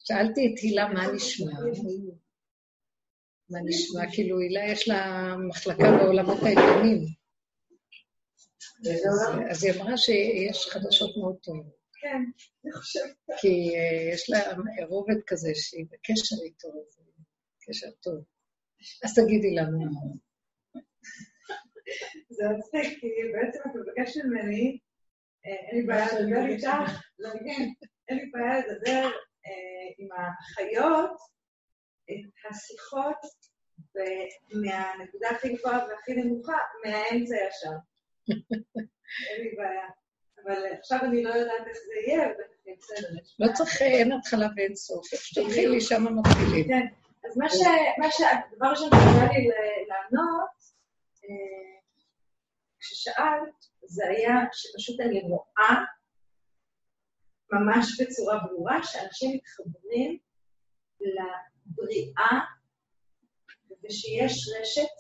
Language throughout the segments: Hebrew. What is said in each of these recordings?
שאלתי את הילה מה נשמע. מה נשמע? כאילו, הילה יש לה מחלקה בעולמות העליונים. אז היא אמרה שיש חדשות מאוד טובות. כן, אני חושבת. כי יש לה עירובת כזה שהיא בקשר איתו, זה קשר טוב. אז תגידי לנו. זה מצחיק, כי בעצם את מבקשת ממני, אין לי בעיה לדבר איתך, אין לי בעיה לדבר עם האחיות, את השיחות מהנקודה הכי גבוהה והכי נמוכה, מהאמצע ישר. אין לי בעיה. אבל עכשיו אני לא יודעת איך זה יהיה, ובטח בסדר. לא צריך, אין התחלה ואין סוף. שתתחילי שם מתחילים. כן, אז הדבר ראשון שהיה לי לענות, כששאלת, זה היה שפשוט אני רואה, ממש בצורה ברורה, שאנשים מתחברים לבריאה, ושיש רשת,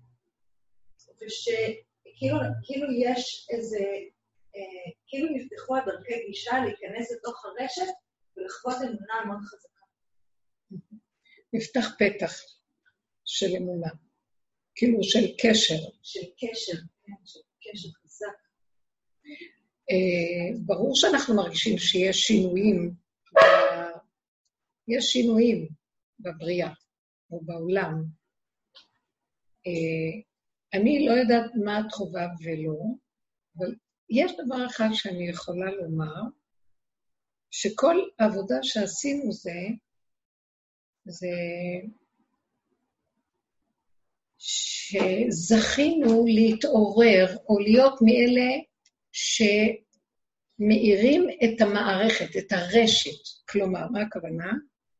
ושכאילו יש איזה, כאילו נפתחו הדרכי גישה להיכנס לתוך הרשת, ולחוות אמונה מאוד חזקה. נפתח פתח של אמונה, כאילו של קשר. של קשר, כן, של קשר חזק. ברור שאנחנו מרגישים שיש שינויים, יש שינויים בבריאה או בעולם. אני לא יודעת מה את חובה ולא, אבל יש דבר אחד שאני יכולה לומר, שכל העבודה שעשינו זה שזכינו להתעורר או להיות מאלה שמאירים את המערכת, את הרשת. כלומר, מה הכוונה?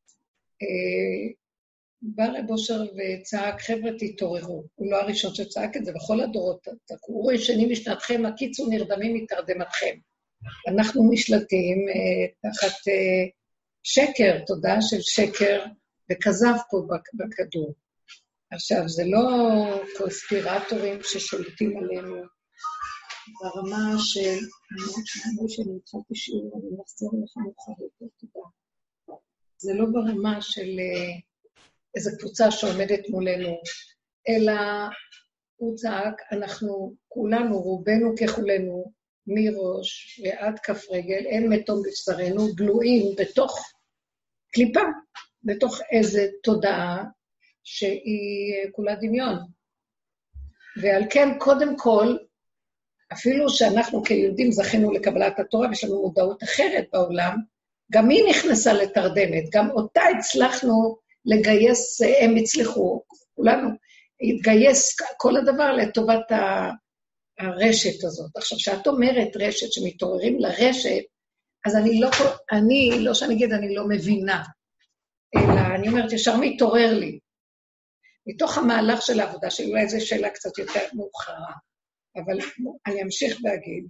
בא רב אושר וצעק, חבר'ה תתעוררו. הוא לא הראשון שצעק את זה, בכל הדורות תקעו ישנים משנתכם, הקיצו נרדמים מתרדמתכם. אנחנו משלטים תחת שקר, תודעה של שקר, וכזב פה בכדור. עכשיו, זה לא קונספירטורים ששולטים עלינו ברמה של, אני שאני התחלתי שיעור, אני מחזור לך מאוחר יותר, תודה. זה לא ברמה של איזו קבוצה שעומדת מולנו, אלא הוא צעק, אנחנו כולנו, רובנו ככולנו, מראש ועד כף רגל, אין מתום בשרנו, גלויים בתוך קליפה, בתוך איזו תודעה שהיא כולה דמיון. ועל כן, קודם כל, אפילו שאנחנו כיהודים זכינו לקבלת התורה, ויש לנו מודעות אחרת בעולם, גם היא נכנסה לתרדמת, גם אותה הצלחנו לגייס, הם הצליחו, כולנו, התגייס כל הדבר לטובת הרשת הזאת. עכשיו, שאת אומרת רשת, שמתעוררים לרשת, אז אני לא שאני אגיד, אני לא מבינה, אלא אני אומרת, ישר מתעורר לי. מתוך המהלך של העבודה שלי, אולי זו שאלה קצת יותר מאוחרה, אבל אני אמשיך להגיד,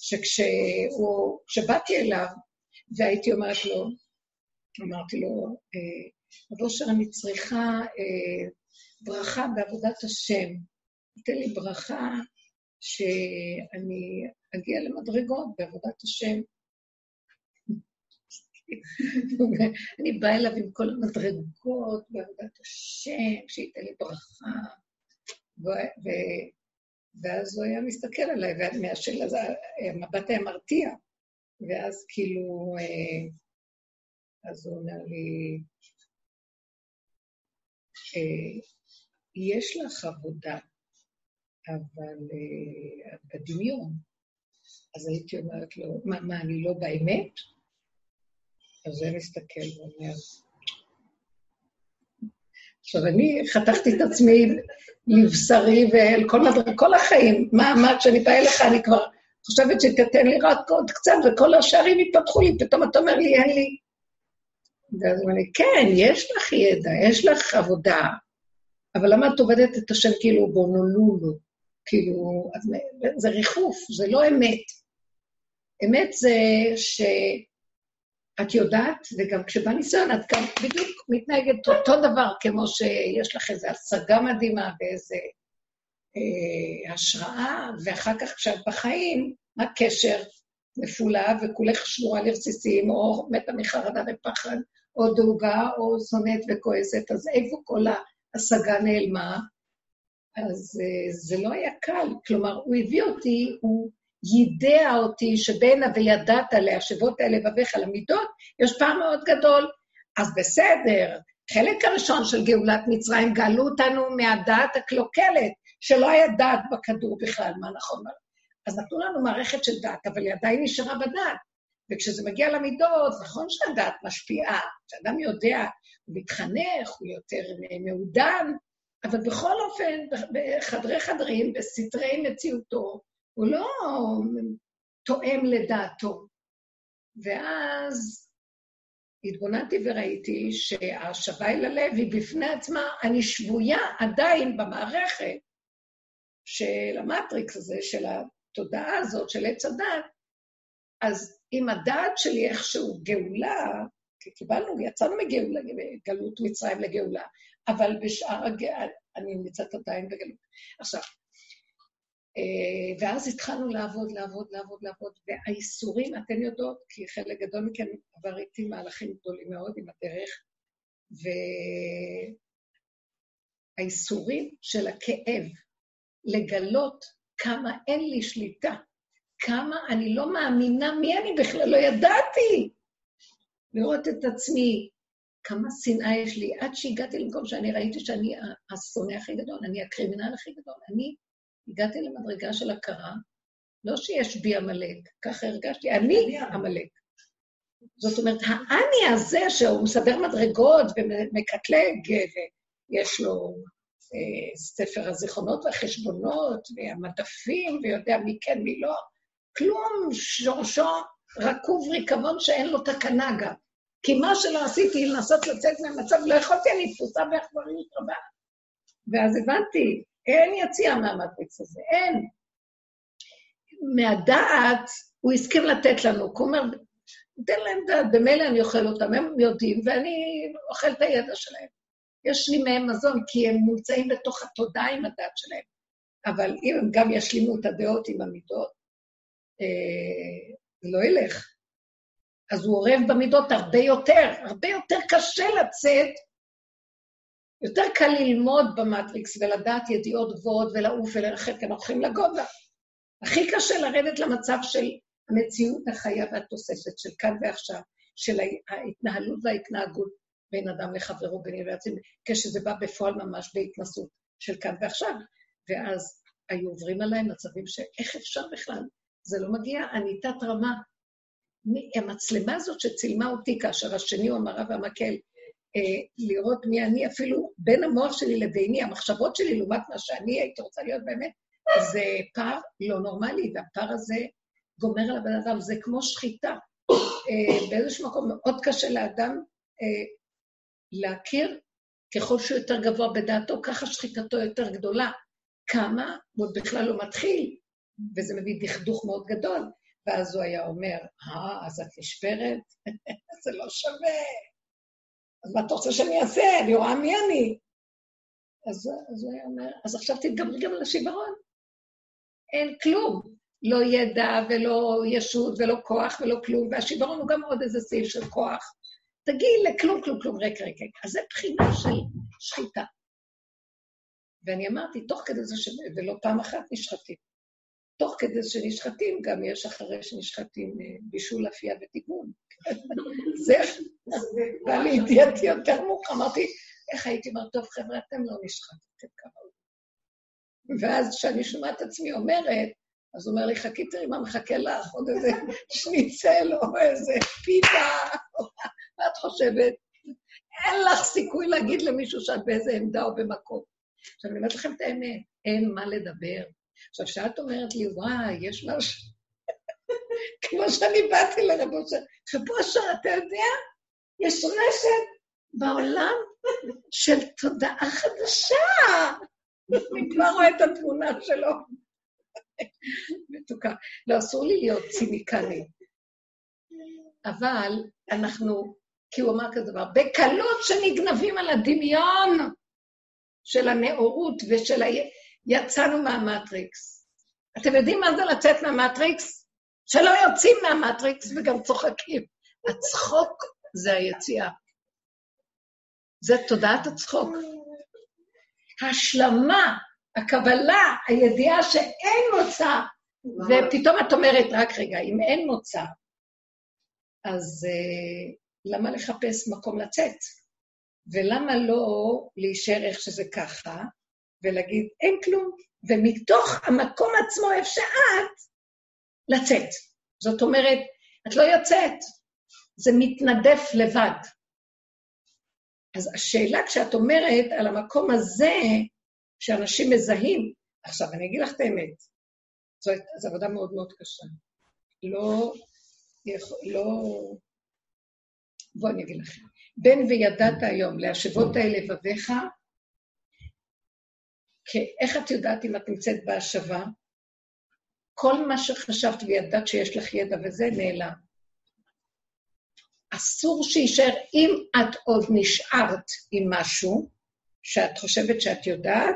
כשבאתי אליו, והייתי אומרת לו, אמרתי לו, רב אושר, אני צריכה ברכה בעבודת השם. תן לי ברכה שאני אגיע למדרגות בעבודת השם. אני באה אליו עם כל המדרגות בעבודת השם, שייתן לי ברכה. ואז הוא היה מסתכל עליי, מהשאלה הזה, המבט היה מרתיע. ואז כאילו, אז הוא אומר לי, יש לך עבודה, אבל את בדמיון. אז הייתי אומרת לו, מה, אני לא באמת? אז הוא מסתכל ואומר, עכשיו אני חתכתי את עצמי לבשרי ואל כל החיים, מה, כשאני באה אליך אני כבר חושבת שתתן לי רק עוד קצת, וכל השערים יתפתחו לי, פתאום אתה אומר לי, אין לי. ואז הוא אומר לי, כן, יש לך ידע, יש לך עבודה, אבל למה את עובדת את השם כאילו בונולולו? כאילו, זה ריחוף, זה לא אמת. אמת זה שאת יודעת, וגם כשבא ניסיון, את גם בדיוק מתנהגת אותו דבר, כמו שיש לך איזו השגה מדהימה, ואיזו השראה, ואחר כך כשאת בחיים, הקשר נפולה, וכולך שבורה לרסיסים, או מתה מחרדה ופחד, או דאוגה, או שונאת וכועסת, אז איפה כל ההשגה נעלמה? אז זה לא היה קל, כלומר, הוא הביא אותי, הוא יידע אותי שבין וידעת להשבות אל לבביך למידות, יש פער מאוד גדול, אז בסדר, חלק הראשון של גאולת מצרים גאלו אותנו מהדעת הקלוקלת, שלא היה דעת בכדור בכלל, מה נכון? אז נתנו לנו מערכת של דעת, אבל היא עדיין נשארה בדעת, וכשזה מגיע למידות, נכון שהדעת משפיעה, שאדם יודע, הוא מתחנך, הוא יותר מעודן, אבל בכל אופן, בחדרי חדרים, בסתרי מציאותו, הוא לא תואם לדעתו. ואז התבוננתי וראיתי שהשווה אל הלב היא בפני עצמה, אני שבויה עדיין במערכת של המטריקס הזה, של התודעה הזאת, של עץ הדת, אז אם הדעת שלי איכשהו גאולה, כי קיבלנו, יצאנו מגלות מצרים לגאולה, אבל בשאר אני נמצאת עדיין בגלות. עכשיו, ואז התחלנו לעבוד, והאיסורים, אתן יודעות, כי חלק גדול מכן עבר איתי מהלכים גדולים מאוד עם הדרך, והאיסורים של הכאב, לגלות כמה אין לי שליטה, כמה אני לא מאמינה, מי אני בכלל לא ידעתי, לראות את עצמי, כמה שנאה יש לי, עד שהגעתי למקום שאני ראיתי שאני השונא הכי גדול, אני הקרימינל הכי גדול, אני הגעתי למדרגה של הכרה, לא שיש בי המלאק, ככה הרגשתי, אני המלאק. זאת אומרת, האני הזה שהוא מסדר מדרגות ומקטלג, ויש לו ספר הזיכרונות והחשבונות והמדפים, ויודע מי כן מי לא, כלום שורשו רקוב ריקבון שאין לו תקנה גם. כי מה שלא עשיתי לנסות לצאת מהמצב, לא יכולתי, אני תפוסה באכבריות רבה. ואז הבנתי, אין יציאה מהמטריקס הזה, אין. מהדעת, הוא הסכים לתת לנו, הוא אומר, תן להם דעת, במילא אני אוכל אותם, הם יודעים, ואני אוכל את הידע שלהם. יש לי מהם מזון, כי הם נמצאים בתוך התודעה עם הדעת שלהם. אבל אם הם גם ישלימו את הדעות עם המידות, זה לא ילך. אז הוא עורב במידות הרבה יותר קשה לצאת, יותר קל ללמוד במטריקס ולדעת ידיעות גבוהות ולעוף ולרחב, כי אנחנו הולכים לגובה. הכי קשה לרדת למצב של המציאות החיה והתוספת של כאן ועכשיו, של ההתנהלות וההתנהגות בין אדם לחברו, בין ילדים, כשזה בא בפועל ממש בהתנסות של כאן ועכשיו. ואז היו עוברים עליהם מצבים שאיך אפשר בכלל? זה לא מגיע, אני תת רמה. המצלמה הזאת שצילמה אותי, כאשר השני הוא המראה והמקל, לראות מי אני, אפילו בין המוח שלי לביני, המחשבות שלי לעומת מה שאני הייתי רוצה להיות באמת, זה פער לא נורמלי, והפער הזה גומר על הבן אדם, זה כמו שחיטה. באיזשהו מקום מאוד קשה לאדם להכיר, ככל שהוא יותר גבוה בדעתו, ככה שחיטתו יותר גדולה. כמה, הוא בכלל לא מתחיל, וזה מביא דכדוך מאוד גדול. ואז הוא היה אומר, אז את נשברת? זה לא שווה. אז מה אתה רוצה שאני אעשה? אני רואה מי אני. אז הוא היה אומר, אז עכשיו תתגברי גם על השיברון. אין כלום. לא ידע ולא ישות ולא כוח ולא כלום, והשיברון הוא גם עוד איזה סעיף של כוח. תגיעי לכלום, כלום, ריק. אז זה בחינה של שחיטה. ואני אמרתי, תוך כדי זה ולא פעם אחת נשחטים. תוך כדי שנשחטים, גם יש אחרי שנשחטים בישול אפייה ותיגון. זה בא לידיעתי יותר מוך, אמרתי, איך הייתי אומר, טוב חבר'ה, אתם לא נשחטתם כמה. ואז כשאני שומעת עצמי אומרת, אז הוא אומר לי, חכי תראי מה מחכה לך, עוד איזה שניצל או איזה פיתה, מה את חושבת? אין לך סיכוי להגיד למישהו שאת באיזה עמדה או במקום. עכשיו, אני אומרת לכם את האמת, אין מה לדבר. עכשיו, שאת אומרת לי, וואי, יש משהו, כמו שאני באתי לרב אושר, רב אושר, אתה יודע, יש רשת בעולם של תודעה חדשה. אני כבר רואה את התמונה שלו. מתוקה. לא, אסור לי להיות ציניקני. אבל אנחנו, כי הוא אמר כזה דבר, בקלות שנגנבים על הדמיון של הנאורות ושל יצאנו מהמטריקס. אתם יודעים מה זה לצאת מהמטריקס? שלא יוצאים מהמטריקס וגם צוחקים. הצחוק זה היציאה. זה תודעת הצחוק. השלמה, הקבלה, הידיעה שאין מוצא, ופתאום את אומרת, רק רגע, אם אין מוצא, אז למה לחפש מקום לצאת? ולמה לא להישאר איך שזה ככה, ולהגיד, אין כלום, ומתוך המקום עצמו אפשרת לצאת. זאת אומרת, את לא יוצאת, זה מתנדף לבד. אז השאלה כשאת אומרת על המקום הזה, שאנשים מזהים, עכשיו אני אגיד לך את האמת, זו עבודה מאוד מאוד קשה. בוא אני אגיד לכם, בין וידעת היום להשבות האלה לבביך, איך את יודעת אם את נמצאת בהשבה? כל מה שחשבת וידעת שיש לך ידע וזה נעלם. אסור שישאר, אם את עוד נשארת עם משהו, שאת חושבת שאת יודעת,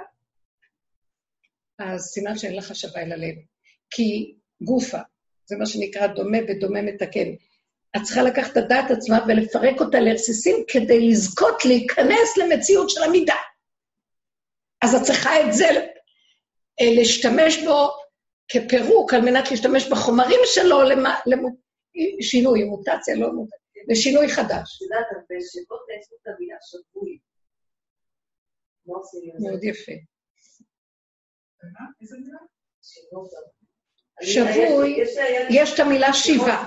אז סימן שאין לך השבה אל הלב. כי גופה, זה מה שנקרא דומה ודומה מתקן. את צריכה לקחת את הדעת עצמה ולפרק אותה לרסיסים כדי לזכות להיכנס למציאות של המידה. אז את צריכה את זה להשתמש בו כפירוק, על מנת להשתמש בחומרים שלו לשינוי, מוטציה, לא מוטציה, לשינוי חדש. יודעת, בשבות יש את המילה שבוי. מאוד יפה. איזה מילה? שבוי, יש את המילה שיבה.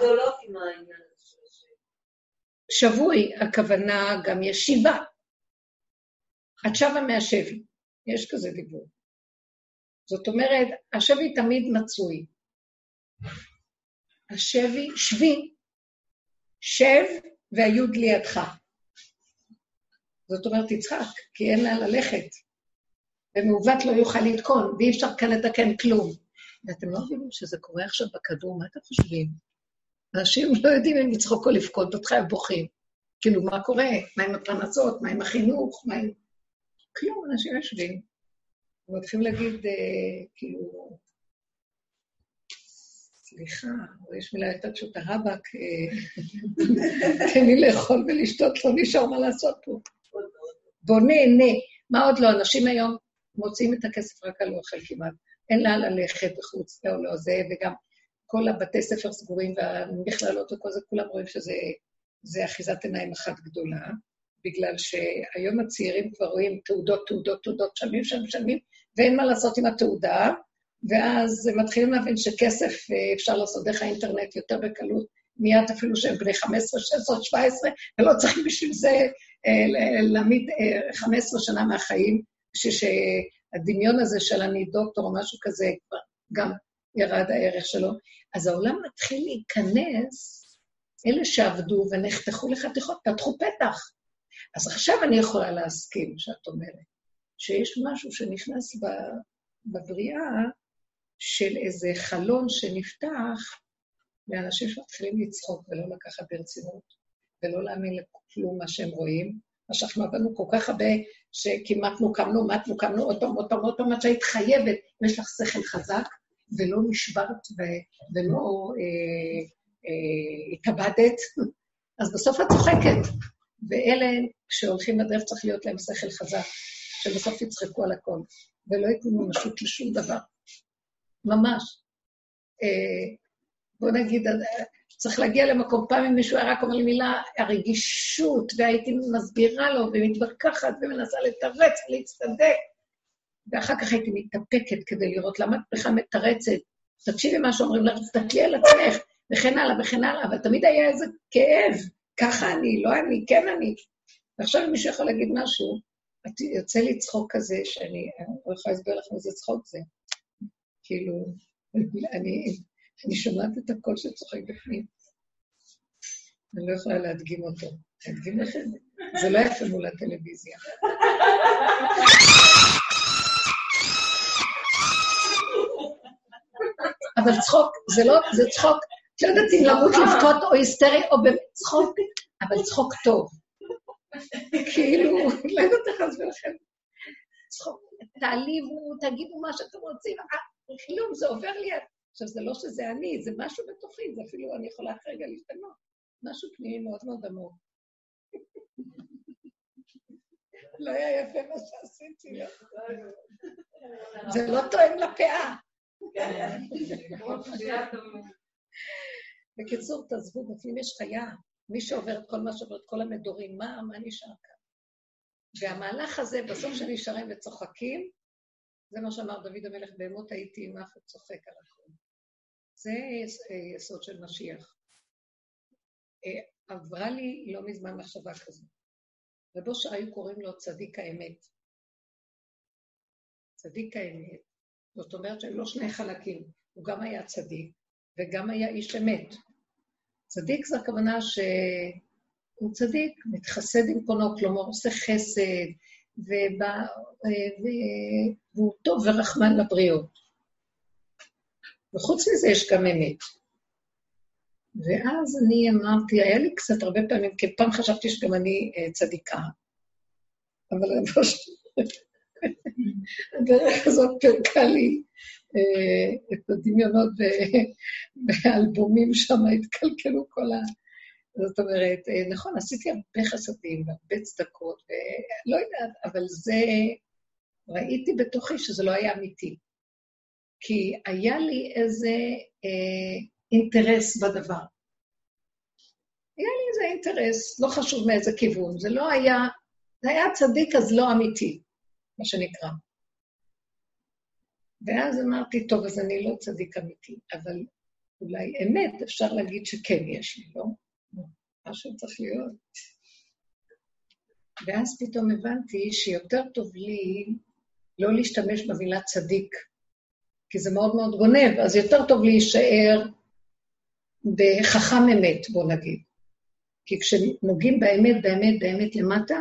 שבוי, הכוונה גם יש שיבה. את שבה מהשבי, יש כזה דיבור. זאת אומרת, השבי תמיד מצוי. השבי, שבי, שב והיוד לידך. זאת אומרת, תצחק, כי אין לה ללכת. ומעוות לא יוכל לתקון, ואי אפשר כאן לתקן כלום. ואתם לא מבינים שזה קורה עכשיו בכדור, מה אתם חושבים? אנשים לא יודעים אם לצחוק או לבכות, אותך הם בוכים. כאילו, מה קורה? מה עם הפרנסות? מה עם החינוך? מה עם... כלום, אנשים יושבים. ומתחילים להגיד, כאילו, סליחה, יש מילה יותר פשוטה, רבק, תן לי לאכול ולשתות, לא נשאר מה לעשות פה. בוא נהנה. מה עוד לא? אנשים היום מוצאים את הכסף רק על אוכל כמעט. אין לה ללכת בחוץ, לא זה, וגם כל הבתי ספר סגורים והמכללות וכל זה, כולם רואים שזה אחיזת עיניים אחת גדולה, בגלל שהיום הצעירים כבר רואים תעודות, שלמים, ואין מה לעשות עם התעודה, ואז מתחילים להבין שכסף אפשר לעשות דרך האינטרנט יותר בקלות, מיד אפילו שהם בני 15, 16, 17, ולא צריכים בשביל זה להעמיד 15 שנה מהחיים, שהדמיון הזה של אני דוקטור או משהו כזה, כבר גם ירד הערך שלו. אז העולם מתחיל להיכנס, אלה שעבדו ונחתכו לחתיכות, פתחו פתח. אז עכשיו אני יכולה להסכים, שאת אומרת, שיש משהו שנכנס בבריאה, של איזה חלון שנפתח, לאנשים שמתחילים לצחוק ולא לקחת ברצינות, ולא להאמין לכלום מה שהם רואים, מה שאנחנו עבדנו כל כך הרבה, שכמעט קמנו, עוד פעם, עד שהיית חייבת, יש לך שכל חזק, ולא נשברת ולא התאבדת, אז בסוף את צוחקת, ואלה שהולכים לדרך צריך להיות להם שכל חזק, שבסוף יצחקו על הכל, ולא ייתנו ממשות לשום דבר. ממש. בוא נגיד, צריך להגיע למקום, פעם אם מישהו היה רק אומר לי מילה, הרגישות, והייתי מסבירה לו, ומתווכחת, ומנסה לתרץ, להצטדק, ואחר כך הייתי מתאפקת כדי לראות למה את בכלל מתרצת, תקשיבי מה שאומרים לך, תסתכלי על עצמך, וכן הלאה, אבל תמיד היה איזה כאב, ככה אני, לא אני, כן אני. ועכשיו אם מישהו יכול להגיד משהו, יוצא לי צחוק כזה, שאני לא יכולה להסביר לך איזה צחוק זה. כאילו, אני שומעת את הקול שצוחק בפנים. אני לא יכולה להדגים אותו. להדגים לכם? זה לא יפה מול הטלוויזיה. אבל צחוק, זה צחוק, לא יודעת אם למות לבכות או היסטרי או בצחוק, אבל צחוק טוב. כאילו, לא יודעת איך להסביר לכם. צחוק, תעליבו, תגידו מה שאתם רוצים, כלום, זה עובר לי. עכשיו, זה לא שזה אני, זה משהו בתוכי, זה אפילו אני יכולה רגע להשתנות. משהו פנימי מאוד מאוד עמוק. לא היה יפה מה שעשיתי. זה לא טועם לפאה. בקיצור, תעזבו, בפנים יש חיה. מי שעובר את כל מה שעובר, את כל המדורים, מה נשאר כאן? והמהלך הזה, בסוף שנשארים וצוחקים, זה מה שאמר דוד המלך, בהמות הייתי עם אף וצוחק על הכל. זה יסוד של משיח. עברה לי לא מזמן מחשבה כזו. רבו שהיו קוראים לו צדיק האמת. צדיק האמת, זאת אומרת שהם לא שני חלקים. הוא גם היה צדיק וגם היה איש אמת. צדיק זה הכוונה שהוא צדיק, מתחסד עם קונו, כלומר עושה חסד, והוא טוב ורחמן לבריות. וחוץ מזה יש גם אמת. ואז אני אמרתי, היה לי קצת הרבה פעמים, כי פעם חשבתי שגם אני צדיקה, אבל הדרך הזאת פרקה לי את הדמיונות והאלבומים שם התקלקלו כל ה... זאת אומרת, נכון, עשיתי הרבה חסדים והרבה צדקות, ולא יודעת, אבל זה, ראיתי בתוכי שזה לא היה אמיתי. כי היה לי איזה אינטרס בדבר. היה לי איזה אינטרס, לא חשוב מאיזה כיוון, זה לא היה, זה היה צדיק אז לא אמיתי, מה שנקרא. ואז אמרתי, טוב, אז אני לא צדיק אמיתי, אבל אולי אמת אפשר להגיד שכן יש לי, לא? משהו צריך להיות. ואז פתאום הבנתי שיותר טוב לי לא להשתמש במילה צדיק, כי זה מאוד מאוד גונב, אז יותר טוב להישאר בחכם אמת, בוא נגיד. כי כשנוגעים באמת, באמת, באמת למטה,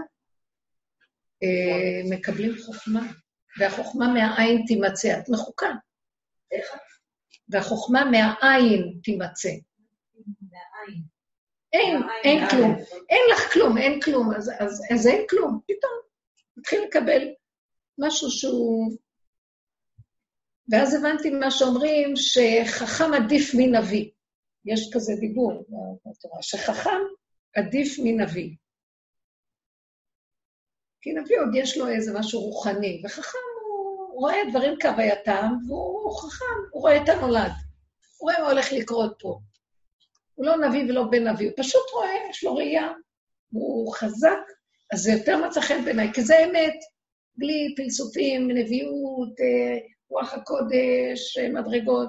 מקבלים חוכמה, והחוכמה מהעין תימצא, את מחוקה. איך? והחוכמה מהעין תימצא. מהעין. אין כלום, אין לך כלום, אין כלום, אז אין כלום, פתאום מתחיל לקבל משהו שהוא... ואז הבנתי מה שאומרים, שחכם עדיף מנביא. יש כזה דיבור בתורה, שחכם עדיף מנביא. כי נביא עוד יש לו איזה משהו רוחני, וחכם הוא רואה דברים כהווייתם, והוא חכם, הוא רואה את הנולד. הוא רואה מה הולך לקרות פה. הוא לא נביא ולא בן נביא, הוא פשוט רואה, יש לו ראייה, הוא חזק, אז זה יותר מצא חן בעיניי, כי זה אמת, בלי פלסופים, נביאות, רוח הקודש, מדרגות.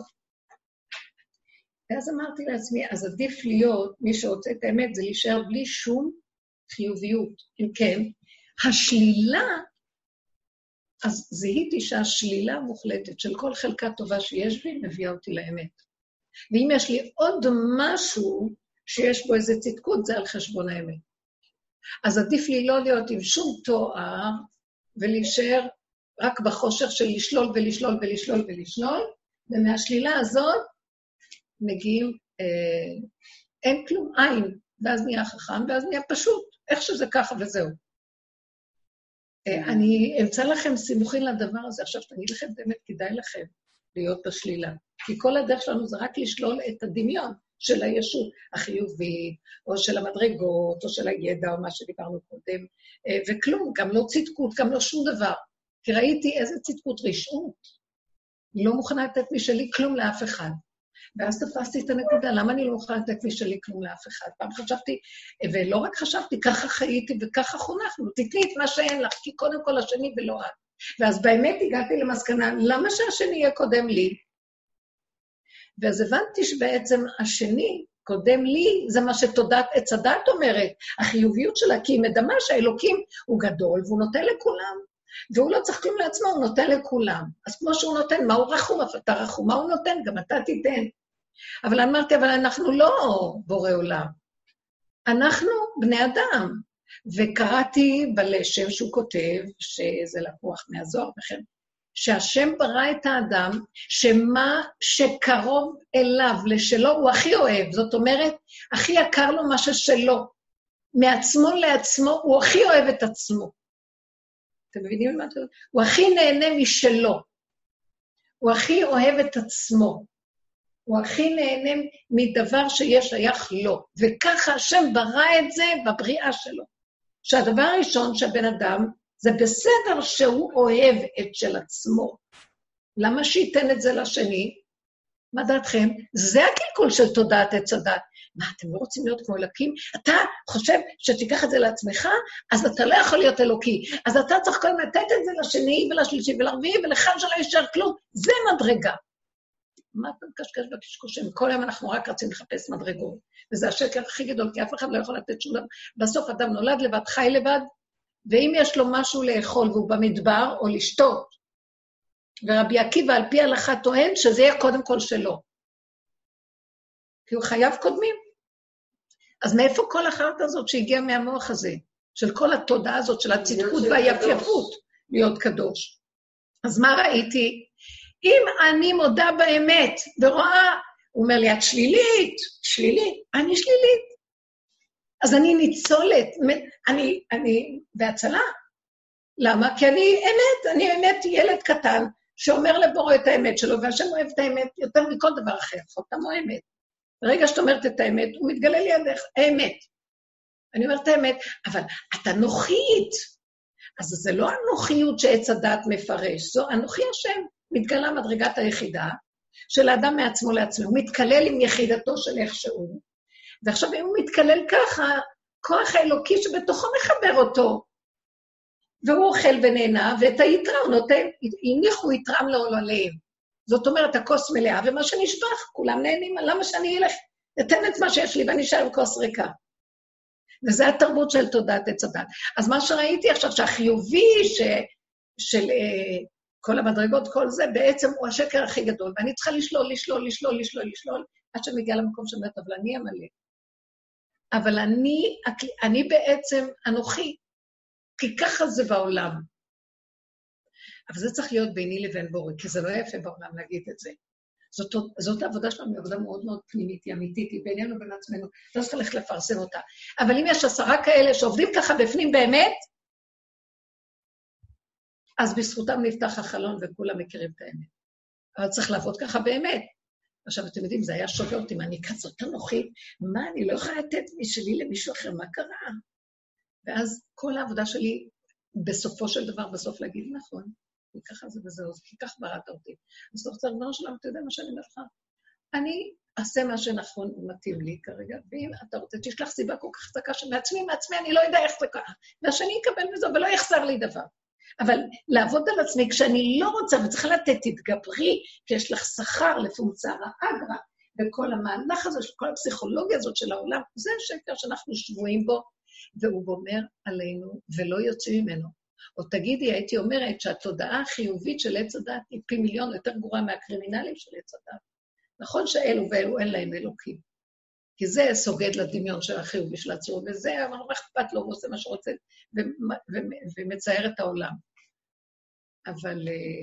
ואז אמרתי לעצמי, אז עדיף להיות, מי שרוצה את האמת, זה להישאר בלי שום חיוביות. אם כן, השלילה, אז זיהיתי שהשלילה המוחלטת של כל חלקה טובה שיש בי, מביאה אותי לאמת. ואם יש לי עוד משהו שיש בו איזה צדקות, זה על חשבון האמת. אז עדיף לי לא להיות עם שום תואר, ולהישאר רק בחושך של לשלול ולשלול ולשלול ולשלול, ומהשלילה הזאת מגיעים, אין כלום, עין, ואז נהיה חכם, ואז נהיה פשוט, איך שזה ככה וזהו. אני אמצא לכם סימוכין לדבר הזה, עכשיו תגיד לכם, באמת כדאי לכם להיות בשלילה. כי כל הדרך שלנו זה רק לשלול את הדמיון של הישות החיובית, או של המדרגות, או של הידע, או מה שדיברנו קודם, וכלום, גם לא צדקות, גם לא שום דבר. כי ראיתי איזה צדקות רשעות. אני לא מוכנה לתת משלי כלום לאף אחד. ואז תפסתי את הנקודה, למה אני לא מוכנה לתת משלי כלום לאף אחד? פעם חשבתי, ולא רק חשבתי, ככה חייתי וככה חונכנו, תתני את מה שאין לך, כי קודם כל השני ולא את. ואז באמת הגעתי למסקנה, למה שהשני יהיה קודם לי? ואז הבנתי שבעצם השני קודם לי, זה מה שתודעת עץ הדת אומרת, החיוביות שלה, כי היא מדמה שהאלוקים הוא גדול, והוא נותן לכולם, והוא לא צריך כלום לעצמו, הוא נותן לכולם. אז כמו שהוא נותן, מה הוא רחום, אתה רחום, מה הוא נותן, גם אתה תיתן. אבל אמרתי, אבל אנחנו לא בורא עולם, אנחנו בני אדם, וקראתי בלשם שהוא כותב, שזה לקוח מהזוהר וכן, שהשם ברא את האדם, שמה שקרוב אליו, לשלו, הוא הכי אוהב. זאת אומרת, הכי יקר לו מה ששלו. מעצמו לעצמו, הוא הכי אוהב את עצמו. אתם מבינים מה אתה אומר? הוא הכי נהנה משלו. הוא הכי אוהב את עצמו. הוא הכי נהנה מדבר שיש שייך לו. וככה השם ברא את זה בבריאה שלו. שהדבר הראשון שהבן אדם זה בסדר שהוא אוהב את של עצמו. למה שייתן את זה לשני? מה דעתכם? זה הקלקול של תודעת עץ הדת. מה, אתם לא רוצים להיות כמו אלוקים? אתה חושב שתיקח את זה לעצמך, אז אתה לא יכול להיות אלוקי. אז אתה צריך כל לתת את זה לשני ולשלישי ולרביעי, ולכאן שלא יישאר כלום. זה מדרגה. מה אתה מקשקש בקשקושים? כל יום אנחנו רק רצים לחפש מדרגות. וזה השקר הכי גדול, כי אף אחד לא יכול לתת שום דבר. בסוף אדם נולד לבד, חי לבד, ואם יש לו משהו לאכול והוא במדבר או לשתות, ורבי עקיבא על פי ההלכה טוען שזה יהיה קודם כל שלו. כי הוא חייב קודמים. אז מאיפה כל החלטה הזאת שהגיעה מהמוח הזה, של כל התודעה הזאת, של הצדקות והיפייפות, להיות קדוש. אז מה ראיתי? אם אני מודה באמת ורואה, הוא אומר לי, את שלילית, שלילית, אני שלילית. אז אני ניצולת, אני בהצלה. למה? כי אני אמת ילד קטן, שאומר לבורא את האמת שלו, והשם אוהב את האמת יותר מכל דבר אחר, חותם האמת. ברגע שאת אומרת את האמת, הוא מתגלה לידך, האמת. אני אומרת את האמת, אבל את אנוכית. אז זה לא אנוכיות שעץ הדעת מפרש, זו אנוכי השם, מתגלה מדרגת היחידה, של האדם מעצמו לעצמו, הוא מתקלל עם יחידתו של איך שהוא, ועכשיו אם הוא מתקלל ככה, כוח האלוקי שבתוכו מחבר אותו, והוא אוכל ונהנה, ואת היתרה הוא נותן, הניחו יתרם לעולליהם. זאת אומרת, הכוס מלאה, ומה שנשפך, כולם נהנים, למה שאני אלך, אתן את מה שיש לי, ואני אשאר עם כוס ריקה. וזה התרבות של תודעת עץ הדת. אז מה שראיתי עכשיו, שהחיובי של כל המדרגות, כל זה, בעצם הוא השקר הכי גדול, ואני צריכה לשלול, עד שמגיע למקום שאומרת, אבל אני המלא. אבל אני בעצם אנוכי, כי ככה זה בעולם. אבל זה צריך להיות ביני לבין בורא, כי זה לא יפה בעולם להגיד את זה. זאת העבודה שלנו, היא עבודה מאוד מאוד פנימית, היא אמיתית, היא בינינו בין עצמנו, לא צריך ללכת לפרסם אותה. אבל אם יש 10 כאלה שעובדים ככה בפנים באמת, אז בזכותם נפתח החלון וכולם מכירים את האמת. אבל צריך לעבוד ככה באמת. עכשיו, אתם יודעים, זה היה שובר אותי, מה אני כזאת אנוכית? מה, אני לא יכולה לתת משלי למישהו אחר, מה קרה? ואז כל העבודה שלי, בסופו של דבר, בסוף להגיד נכון, וככה זה וזהו, כי כך בראת אותי. אז תוך צרבנו שלנו, אתה יודע מה שאני אומר לך? אני אעשה מה שנכון ומתאים לי כרגע, ואם אתה רוצה, תשלח סיבה כל כך חזקה שמעצמי, אני לא יודע איך זה ככה, והשני יקבל מזה ולא יחסר לי דבר. אבל לעבוד על עצמי כשאני לא רוצה, וצריכה לתת, תתגברי, כי יש לך שכר לפונקציה האגרה, וכל המהלך הזה, כל הפסיכולוגיה הזאת של העולם, זה שקר שאנחנו שבועים בו, והוא אומר עלינו ולא יוצאים ממנו. או תגידי, הייתי אומרת שהתודעה החיובית של עץ הדת היא פי מיליון יותר גרועה מהקרימינלים של עץ הדת. נכון שאלו ואלו אין להם אלוקים. כי זה סוגד לדמיון של החיובי של עצמו, וזה אבל לא אכפת לו, הוא עושה מה שרוצה, ומצייר את העולם. אבל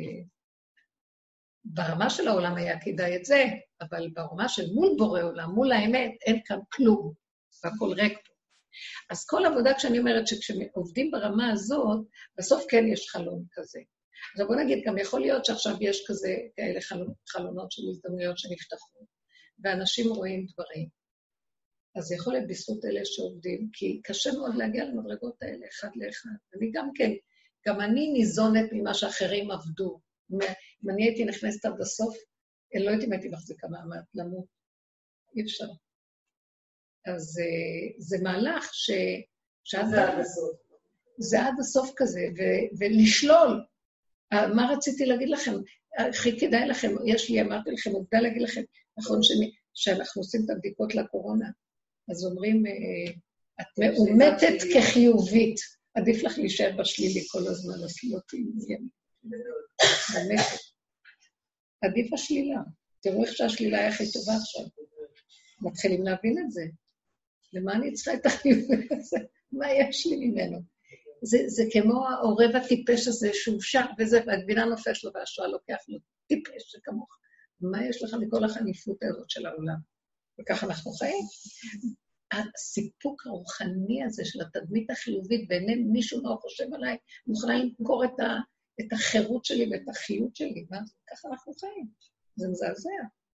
ברמה של העולם היה כדאי את זה, אבל ברמה של מול בורא עולם, מול האמת, אין כאן כלום, והכל ריק פה. אז כל עבודה כשאני אומרת שכשעובדים ברמה הזאת, בסוף כן יש חלון כזה. אז בוא נגיד, גם יכול להיות שעכשיו יש כאלה חלונות של הזדמנויות שנפתחו, ואנשים רואים דברים. אז יכול להיות בזכות אלה שעובדים, כי קשה מאוד להגיע למדרגות האלה, אחד לאחד. אני גם אני ניזונת ממה שאחרים עבדו. אם אני הייתי נכנסת עד הסוף, לא הייתי מחזיקה מעמד, למות. אי אפשר. אז זה מהלך זה עד הסוף. זה עד הסוף כזה, ולשלול. מה רציתי להגיד לכם? הכי כדאי לכם, אמרתי לכם, עובדה להגיד לכם, נכון שאנחנו עושים את הבדיקות לקורונה, אז אומרים, את מאומתת כחיובית, עדיף לך להישאר בשלילי כל הזמן, אז לא תהיה. באמת. עדיף השלילה. תראו איך שהשלילה היא הכי טובה עכשיו. מתחילים להבין את זה. למה אני צריכה את החיובי הזה? מה יש לי ממנו? זה כמו העורב הטיפש הזה שהוא שם, וזה, והגבינה נופש לו, והשואה לוקח לו טיפש שכמוך. מה יש לך מכל החניפות הזאת של העולם? וכך אנחנו חיים. הסיפוק הרוחני הזה של התדמית החיובית, בעיני מישהו לא חושב עליי, מוכנה למכור את החירות שלי ואת החיות שלי, מה? ככה אנחנו חיים. זה מזעזע.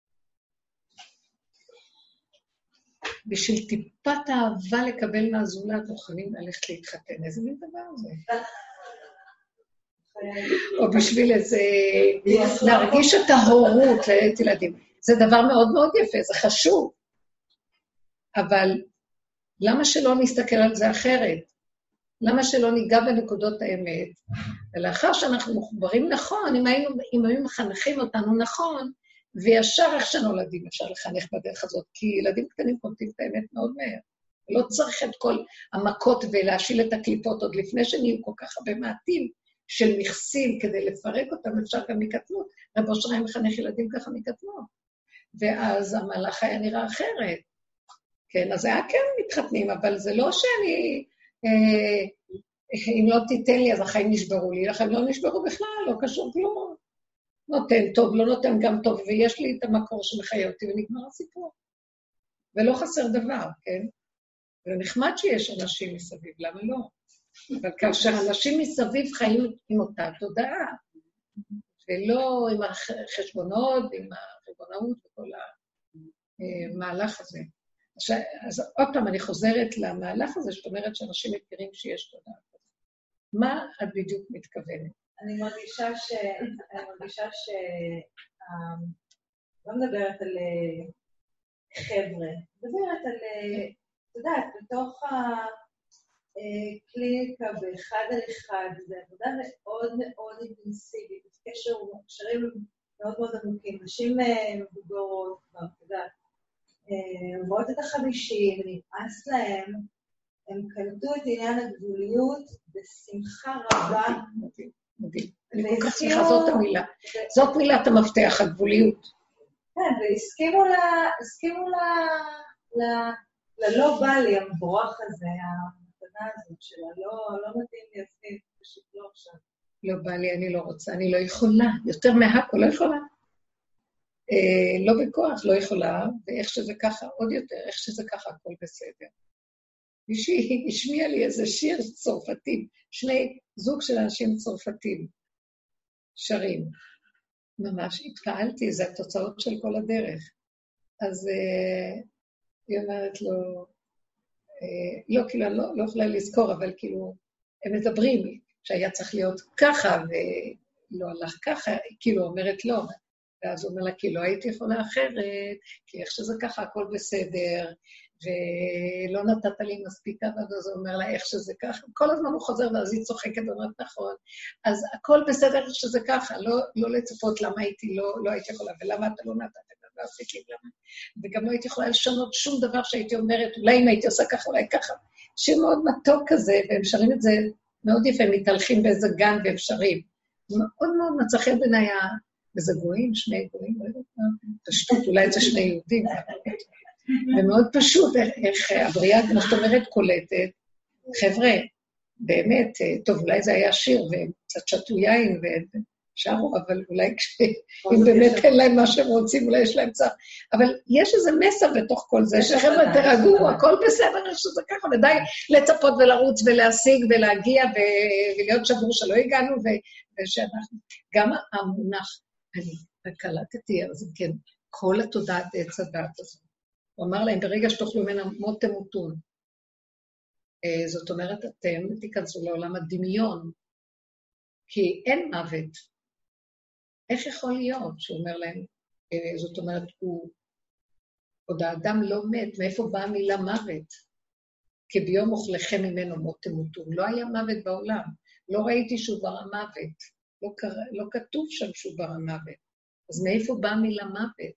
בשביל טיפת האהבה לקבל מהזולת, מוכנים ללכת להתחתן. איזה מין דבר זה? או בשביל איזה... להרגיש את ההורות לילדים. זה דבר מאוד מאוד יפה, זה חשוב. אבל למה שלא נסתכל על זה אחרת? למה שלא ניגע בנקודות האמת? ולאחר שאנחנו מחוברים נכון, אם היו מחנכים אותנו נכון, וישר איך שנולדים אפשר לחנך בדרך הזאת, כי ילדים קטנים קולטים את האמת מאוד מהר. לא צריך את כל המכות ולהשיל את הקליפות, עוד לפני שנהיו כל כך הרבה מעטים של מכסים כדי לפרק אותם, אפשר גם מקטנות. רב אושר היה מחנך ילדים ככה מקטנות. ואז המהלך היה נראה אחרת. כן, אז היה כן מתחתנים, אבל זה לא שאני, אם לא תיתן לי, אז החיים נשברו לי, החיים לא נשברו בכלל, לא קשור כלום. נותן טוב, לא נותן גם טוב, ויש לי את המקור שמחיה אותי, ונגמר הסיפור. ולא חסר דבר, כן? ונחמד שיש אנשים מסביב, למה לא? אבל כאשר אנשים מסביב חיים עם אותה תודעה, ולא עם החשבונות, עם החשבונאות וכל המהלך הזה. אז עוד פעם, אני חוזרת למהלך הזה, שאת אומרת שאנשים מכירים שיש תודעה. מה את בדיוק מתכוונת? אני מרגישה לא מדברת על חבר'ה, מדברת על, את יודעת, בתוך הקליניקה באחד על אחד, זה עבודה מאוד מאוד אינטנסיבית, קשרים מאוד מאוד עמוקים, נשים מבוגרות, את יודעת, עוברות את 50, נמאס להם, הם קלטו את עניין הגבוליות בשמחה רבה. מדהים. אני כל כך שמחה, זאת המילה. זאת מילת המפתח, הגבוליות. כן, והסכימו ללא בא לי, המבורך הזה, המתנה הזאת שלה, לא מתאים לי עשית, פשוט לא עכשיו. לא בא לי, אני לא רוצה, אני לא יכולה, יותר מהכל לא יכולה. לא בכוח, לא יכולה, ואיך שזה ככה, עוד יותר, איך שזה ככה, הכל בסדר. מישהי השמיע לי איזה שיר צרפתים, זוג של אנשים צרפתים, שרים. ממש התפעלתי, זה התוצאות של כל הדרך. אז היא אומרת לו, לא, כאילו, אני לא יכולה לזכור, אבל כאילו, הם מדברים שהיה צריך להיות ככה, ולא הלך ככה, כאילו אומרת לא, ואז הוא אומר לה, כי לא הייתי יכולה אחרת, כי איך שזה ככה, הכל בסדר, ולא נתת לי מספיק, ואז הוא אומר לה, איך שזה ככה, כל הזמן הוא חוזר, ואז היא צוחקת ואומרת, נכון, אז הכל בסדר שזה ככה, לא לצפות למה לא הייתי יכולה, ולמה אתה לא נתת, ולא עשיתי למה, וגם לא הייתי יכולה לשנות שום דבר שהייתי אומרת, אולי אם הייתי עושה ככה, אולי ככה, שיר מאוד מתוק כזה, והם שרים את זה מאוד יפה, מתהלכים באיזה גן והם שרים, מאוד מאוד מצחי בעיניי, וזה גויים, שני גויים, לא יודעת מה, פשוט, אולי זה שני יהודים, ומאוד פשוט, איך הבריאה, כמו שאת אומרת, קולטת, חבר'ה, באמת, טוב, אולי זה היה שיר, והם קצת שתו יין ושרו, אבל אולי אם באמת אין להם מה שהם רוצים, אולי יש להם צער, אבל יש איזה מסר בתוך כל זה, שחבר'ה תרגעו, הכל בסדר, איך שזה ככה, ודי לצפות ולרוץ ולהשיג ולהגיע ולהיות שבור שלא הגענו, ושאנחנו, גם המונח, אני קלטתי, אז כן, כל התודעת עץ הדעת הזאת. הוא אמר להם, ברגע שתאכלו ממנה מות תמותון, זאת אומרת, אתם תיכנסו לעולם הדמיון, כי אין מוות. איך יכול להיות? שהוא אומר להם, זאת אומרת, עוד האדם לא מת, מאיפה באה המילה מוות? כי ביום אוכלכם ממנו מות תמותון. לא היה מוות בעולם, לא ראיתי שהוא ברא מוות. לא כתוב שם שהוא ברא מוות. אז מאיפה באה מילה מוות?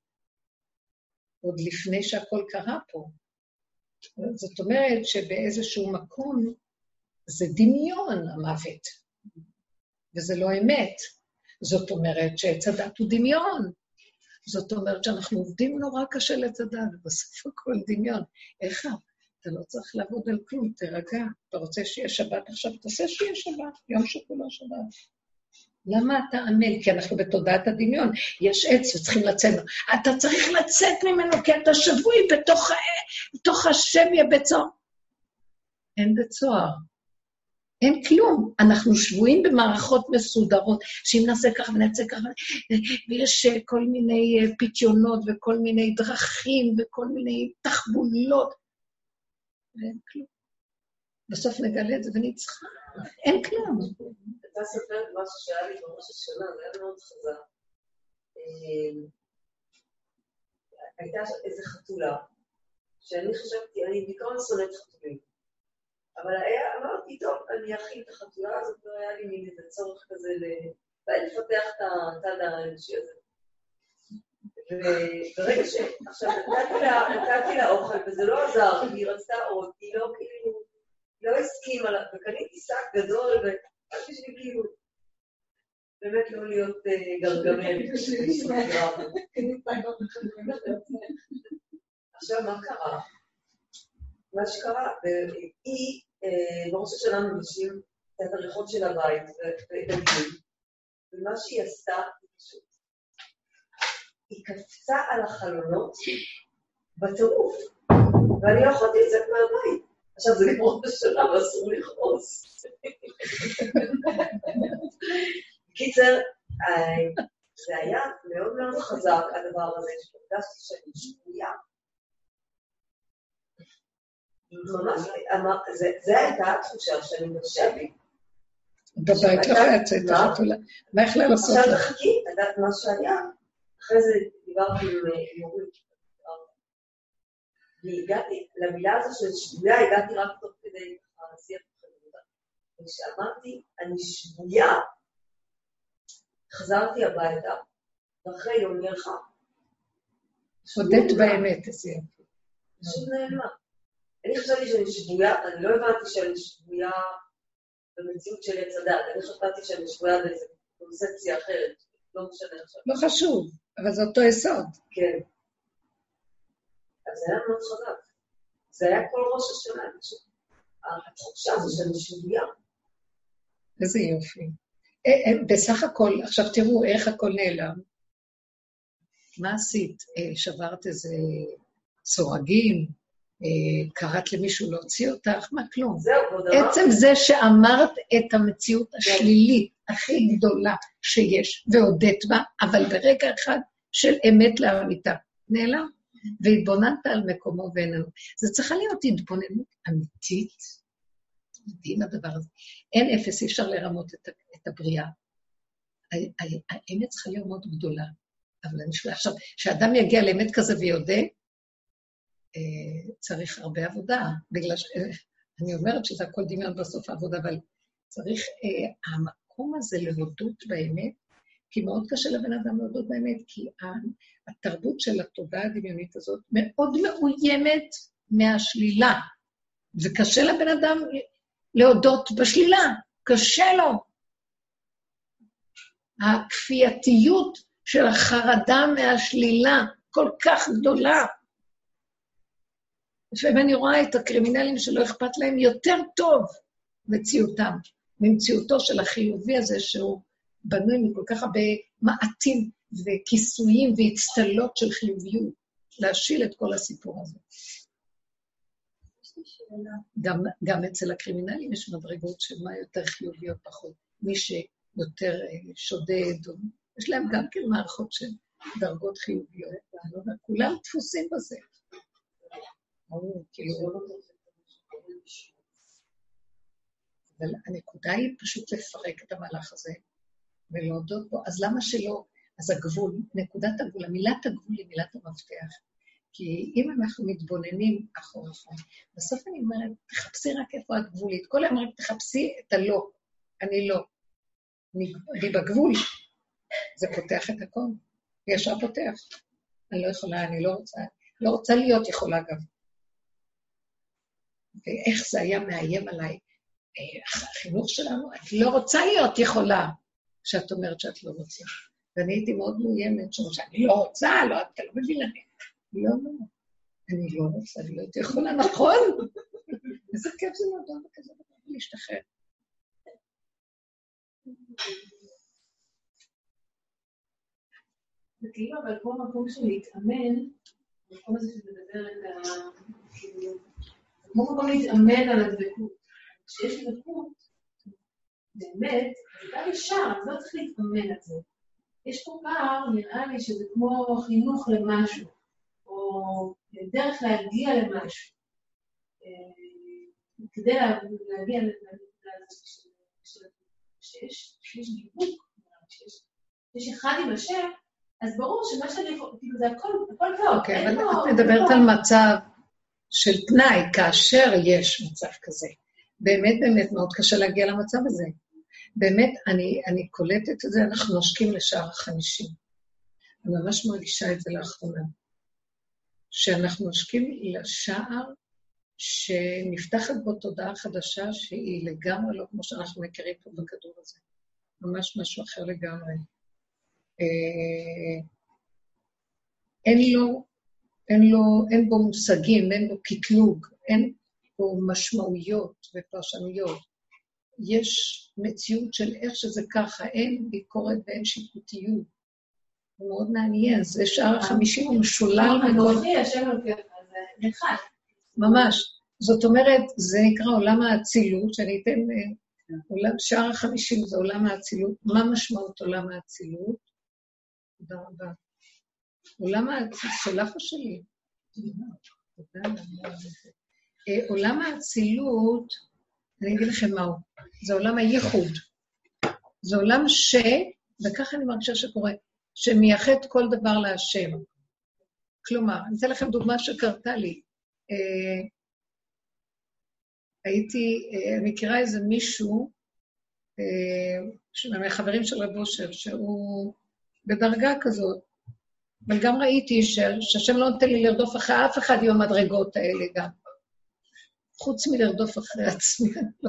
עוד לפני שהכל קרה פה. זאת אומרת שבאיזשהו מקום זה דמיון המוות, וזה לא אמת. זאת אומרת שעץ הדת הוא דמיון. זאת אומרת שאנחנו עובדים נורא קשה לעץ הדת, ובסוף הכל דמיון. איך? אתה לא צריך לעבוד על כלום, תרגע. אתה רוצה שיהיה שבת עכשיו, תעשה שיהיה שבת, יום שכולו שבת. למה אתה עמל? כי אנחנו בתודעת הדמיון. יש עץ וצריכים לצאת. אתה צריך לצאת ממנו, כי אתה שבוי בתוך השבי הבצוהר. אין בצוהר. אין כלום. אנחנו שבויים במערכות מסודרות, שאם נעשה ככה ונעשה ככה, ויש כל מיני פיתיונות וכל מיני דרכים וכל מיני תחבולות. ואין כלום. בסוף נגלה את זה ונצחה. אין כלום. רוצה לספר את משהו שהיה לי בראש השנה, זה היה מאוד חזק. הייתה איזו חתולה, שאני חשבתי, אני בעיקרון שונאת חתולים. אבל אמרתי, טוב, אני אכיל את החתולה הזאת, לא היה לי מין איזה צורך כזה לפתח את הצד האנושי הזה. וברגע שעכשיו נתתי לה אוכל, וזה לא עזר, כי היא רצתה עוד, היא לא כאילו, היא לא הסכימה לה, וקניתי שק גדול, ואחרי שלי כאילו, באמת לא להיות גרגמל. עכשיו, מה קרה? מה שקרה, היא, בראש השנה מבשים את הריחות של הבית והדגים, ומה שהיא עשתה, היא קפצה על החלונות בטירוף, ואני לא יכולתי לצאת מהבית. עכשיו זה בראש השנה ואסור לכעוס. בקיצר, זה היה מאוד מאוד חזק הדבר הזה, שהרגשתי שאני שבויה. ממש, זה הייתה התחושה שאני בשבי. בבית לך יצאת החתולה. מה יכלה לעשות? עכשיו תחכי, לדעת מה שהיה. אחרי זה דיברתי עם הורים. והגעתי למילה הזו של שבויה, הגעתי רק תוך כדי השיח החבודה. וכשאמרתי, אני שבויה, חזרתי הביתה, ואחרי יום נלכה. הודית באמת, איזה יפה. פשוט נעלמה. אני חשבתי שאני שבויה, אני לא הבנתי שאני שבויה במציאות של עץ הדת, אני חשבתי שאני שבויה באיזו קונספציה אחרת, לא משנה עכשיו. לא חשוב, אבל זה אותו יסוד. כן. אז זה היה מאוד חזק. זה היה כל ראש השנה, התחושה הזו שאני שבויה. איזה יופי. בסך הכל, עכשיו תראו איך הכל נעלם. מה עשית? שברת איזה סורגים? קראת למישהו להוציא אותך? מה כלום? עצם זה שאמרת את המציאות השלילית הכי גדולה שיש, והודית בה, אבל ברגע אחד של אמת לאמיתה. נעלם. והתבוננת על מקומו ואיננו. זה צריכה להיות התבוננות אמיתית. מדהים הדבר הזה. אין אפס, אי אפשר לרמות את הבריאה. האמת צריכה להיות מאוד גדולה. אבל אני שואלה עכשיו, שאדם יגיע לאמת כזה ויודע, צריך הרבה עבודה, בגלל שאני אומרת שזה הכל דמיון בסוף העבודה, אבל צריך המקום הזה להודות באמת, כי מאוד קשה לבן אדם להודות באמת, כי התרבות של התודעה הדמיונית הזאת מאוד מאוימת מהשלילה, וקשה לבן אדם להודות בשלילה, קשה לו. הכפייתיות של החרדה מהשלילה כל כך גדולה. ואני רואה את הקרימינלים שלא אכפת להם יותר טוב מציאותם, ממציאותו של החיובי הזה שהוא בנוי מכל כך הרבה מעטים וכיסויים והצטלות של חיוביות, להשיל את כל הסיפור הזה. גם אצל הקרימינלים יש מדרגות של מה יותר חיוביות פחות. מי שיותר שודד, יש להם גם כן מערכות של דרגות חיוביות, כולם דפוסים בזה. אבל הנקודה היא פשוט לפרק את המהלך הזה ולהודות בו. אז למה שלא? אז הגבול, נקודת הגבול, המילת הגבול היא מילת המפתח. כי אם אנחנו מתבוננים אחורה, בסוף אני אומרת, תחפשי רק איפה את גבולית. כל היום רק תחפשי את הלא. אני לא. אני בגבול. זה פותח את הכל. ישר פותח. אני לא יכולה, אני לא רוצה. לא רוצה להיות יכולה גם. ואיך זה היה מאיים עליי. החינוך שלנו, את לא רוצה להיות יכולה, שאת אומרת שאת לא רוצה. ואני הייתי מאוד מאוימת, שאני לא רוצה, לא, אתה לא מבין אני. לא, אני לא רוצה להיות יכולה, נכון? איזה כיף זה נדון וכזה דבר, להשתחרר. זה כאילו, אבל פה מקום של להתאמן, מקום הזה שמדבר את כמו מקום להתאמן על הדבקות. כשיש דבקות, באמת, זה גם ישר, אז לא צריך להתאמן על זה. יש פה פער, נראה לי שזה כמו חינוך למשהו, או דרך להגיע למשהו. כדי להגיע לנקודה הזאת שיש דיבוק, שיש אחד עם השם, אז ברור שמה שאני יכול, כאילו זה הכל טוב. אוקיי, אבל את מדברת על מצב של תנאי, כאשר יש מצב כזה. באמת מאוד קשה להגיע למצב הזה. באמת, אני קולטת את זה, אנחנו נושקים לשער 50. אני ממש מרגישה את זה לאחרונה. שאנחנו נושקים לשער שנפתחת בו תודעה חדשה שהיא לגמרי לא כמו שאנחנו מכירים פה בכדור הזה. ממש משהו אחר לגמרי. אין בו מושגים, אין בו קטלוג, אין בו משמעויות ופרשנויות. יש מציאות של איך שזה ככה, אין ביקורת ואין שיפוטיות. זה מאוד מעניין, זה שער 50 הוא משולל מכל. זה אחד. ממש. זאת אומרת, זה נקרא עולם האצילות, שאני אתן, שער 50 זה עולם האצילות. מה משמעות עולם האצילות? תודה רבה. עולם האצילות, שלך או שלי? עולם האצילות, אני אגיד לכם מהו, זה עולם הייחוד. זה עולם וככה אני מרגישה שקורה, שמייחד כל דבר להשם. כלומר, אני אתן לכם דוגמה שקרתה לי. אני מכירה איזה מישהו, מהחברים של רב אושר, שהוא בדרגה כזאת, אבל גם ראיתי שהשם לא נותן לי לרדוף אחרי אף אחד עם המדרגות האלה גם. חוץ מלרדוף אחרי עצמי.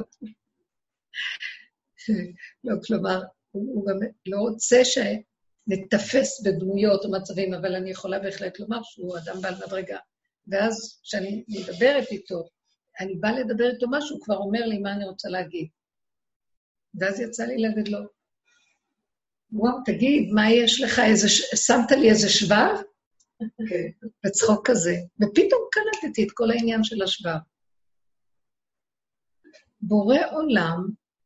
לא, כלומר, הוא גם לא רוצה שנתפס בדמויות או מצבים, אבל אני יכולה בהחלט לומר שהוא אדם בעל מדרגה. ואז כשאני מדברת איתו, אני באה לדבר איתו משהו, הוא כבר אומר לי מה אני רוצה להגיד. ואז יצא לי להגיד לו, וואו, תגיד, מה יש לך, שמת לי איזה שבב? בצחוק כזה. ופתאום קלטתי את כל העניין של השבב. בורא עולם,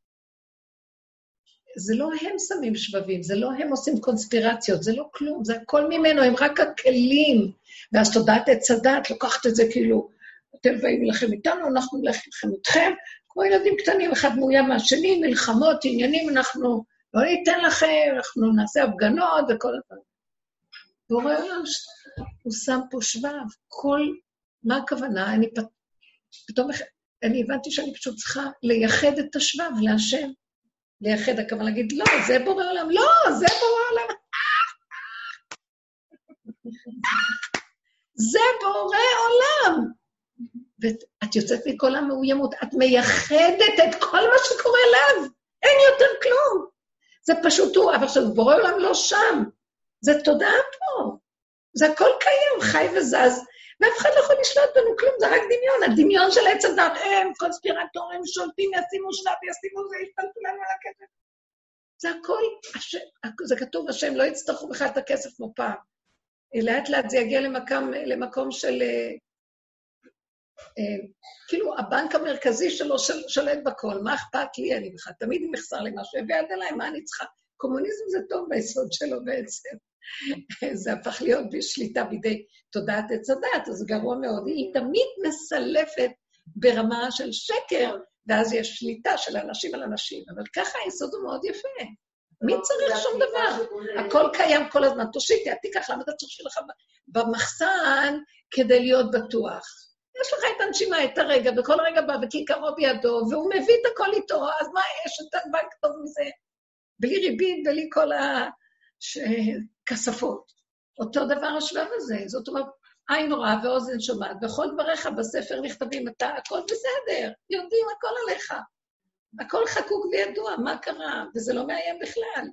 זה לא הם שמים שבבים, זה לא הם עושים קונספירציות, זה לא כלום, זה הכל ממנו, הם רק הכלים. ואז תודעת את צדת, לוקחת את זה כאילו, אתם באים לכם איתנו, אנחנו נלך לכם איתכם, כמו ילדים קטנים, אחד מאוים מהשני, מלחמות, עניינים, אנחנו לא ניתן לכם, אנחנו נעשה הפגנות וכל הדברים. בורא עולם, הוא שם פה שבב, מה הכוונה? פתאום אני הבנתי שאני פשוט צריכה לייחד את השבב להשם. לייחד, הכוונה להגיד, לא, זה בורא עולם, לא, זה בורא עולם. זה בורא עולם. ואת יוצאת מכל המאוימות, את מייחדת את כל מה שקורה אליו. אין יותר כלום. זה פשוט הוא, אבל עכשיו בורא עולם לא שם. זה תודעה פה. זה הכל קיים, חי וזז. ואף אחד לא יכול לשלוט בנו כלום, זה רק דמיון. הדמיון של עץ הדת, הם קונספירטורים, שולטים, ישימו שבב, ישימו זה, ישתלטו לנו על הכסף. זה הכל, זה כתוב, השם לא יצטרכו בכלל את הכסף כמו פעם. לאט לאט זה יגיע למקום של, כאילו הבנק המרכזי שלו שולט בכל, מה אכפת לי? אני בכלל תמיד מחסר לי משהו, ויד עליי, מה אני צריכה? קומוניזם זה טוב ביסוד שלו בעצם. זה הפך להיות בשליטה בידי תודעת עץ הדת, אז זה גרוע מאוד. היא תמיד מסלפת ברמה של שקר, ואז יש שליטה של אנשים על אנשים, אבל ככה היסוד הוא מאוד יפה. מי צריך שום דבר? הכל קיים כל הזמן. תושיטי, תיקח, למה אתה צריך שלך במחסן כדי להיות בטוח? יש לך את הנשימה, את הרגע, וכל רגע בא וכיכרו בידו, והוא מביא את הכל איתו, אז מה יש את הבנק טוב מזה? בלי ריבית, בלי כל כספות. אותו דבר השבב הזה, זאת אומרת, עין רואה ואוזן שומעת, וכל דבריך בספר נכתבים, אתה הכל בסדר, יודעים הכל עליך. הכל חקוק וידוע, מה קרה? וזה לא מאיים בכלל.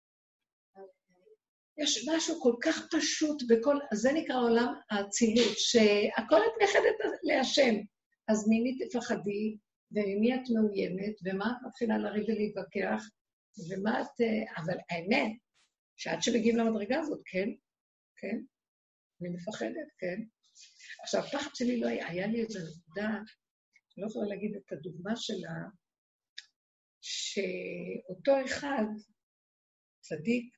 יש משהו כל כך פשוט בכל, אז זה נקרא עולם האצילות, שהכל את מייחדת להשם. אז ממי תפחדי, וממי את מאוימת, ומה את מתחילה לריב ולהתווכח, ומה את, אבל האמת, שעד שמגיעים למדרגה הזאת, כן, כן, אני מפחדת, כן. עכשיו, הפחד שלי לא היה לי איזו נקודה, אני לא יכולה להגיד את הדוגמה שלה, שאותו אחד, צדיק,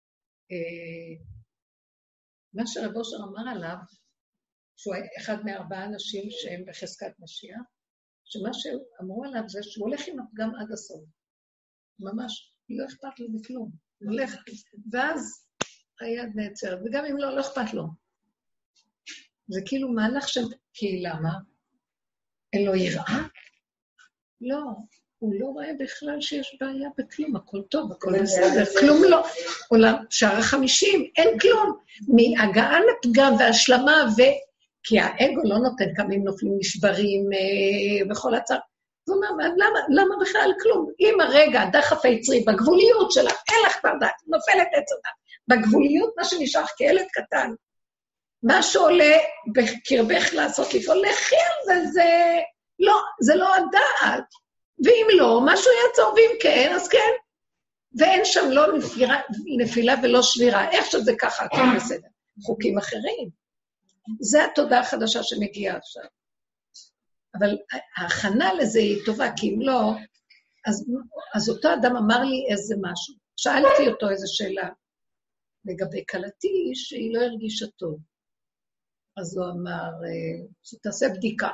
מה שרב אושר אמר עליו, שהוא אחד מארבעה אנשים שהם בחזקת משיח, שמה שאמרו עליו זה שהוא הולך עם הפגם עד הסוף. ממש, לא אכפת לו מכלום. הולך, ואז היד נעצרת, וגם אם לא אכפת לו. זה כאילו מהלך של... כי למה? אין לו יראה? לא, הוא לא רואה בכלל שיש בעיה בכלום, הכל טוב, הכל בסדר, כלום לא. עולם, שער 50, אין כלום. מהגעה לפגם והשלמה, כי האגו לא נותן קמים נופלים נשברים בכל הצער. זאת אומרת, למה בכלל כלום? אם הרגע, הדחף היצרי, בגבוליות שלה, אין לך כבר דעת, נופלת עצתה. בגבוליות, מה שנשאר כילד קטן, מה שעולה בקרבך לעשות לפעול, לכי על זה, לא, זה לא הדעת. ואם לא, משהו יעצור, ואם כן, אז כן. ואין שם לא נפילה ולא שבירה, איך שזה ככה, הכל בסדר. חוקים אחרים. זה התודעה החדשה שמגיעה עכשיו. אבל ההכנה לזה היא טובה, כי אם לא, אז אותו אדם אמר לי איזה משהו. שאלתי אותו איזו שאלה, לגבי קלתי, שהיא לא הרגישה טוב. אז הוא אמר, שתעשה בדיקה.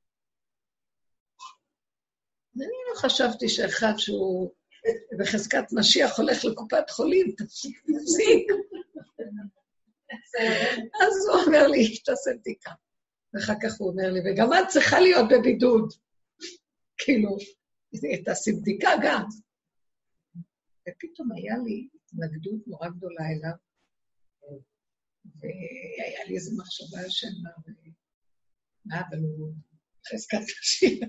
אני לא חשבתי שאחד שהוא בחזקת משיח הולך לקופת חולים, תפסיק. אז הוא אומר לי, תעשה בדיקה. ואחר כך הוא אומר לי, וגם את צריכה להיות בבידוד. כאילו, תעשי בדיקה גם. ופתאום היה לי התנגדות נורא גדולה אליו, והיה לי איזו מחשבה שאמר, מה, אבל הוא חזקת משיח.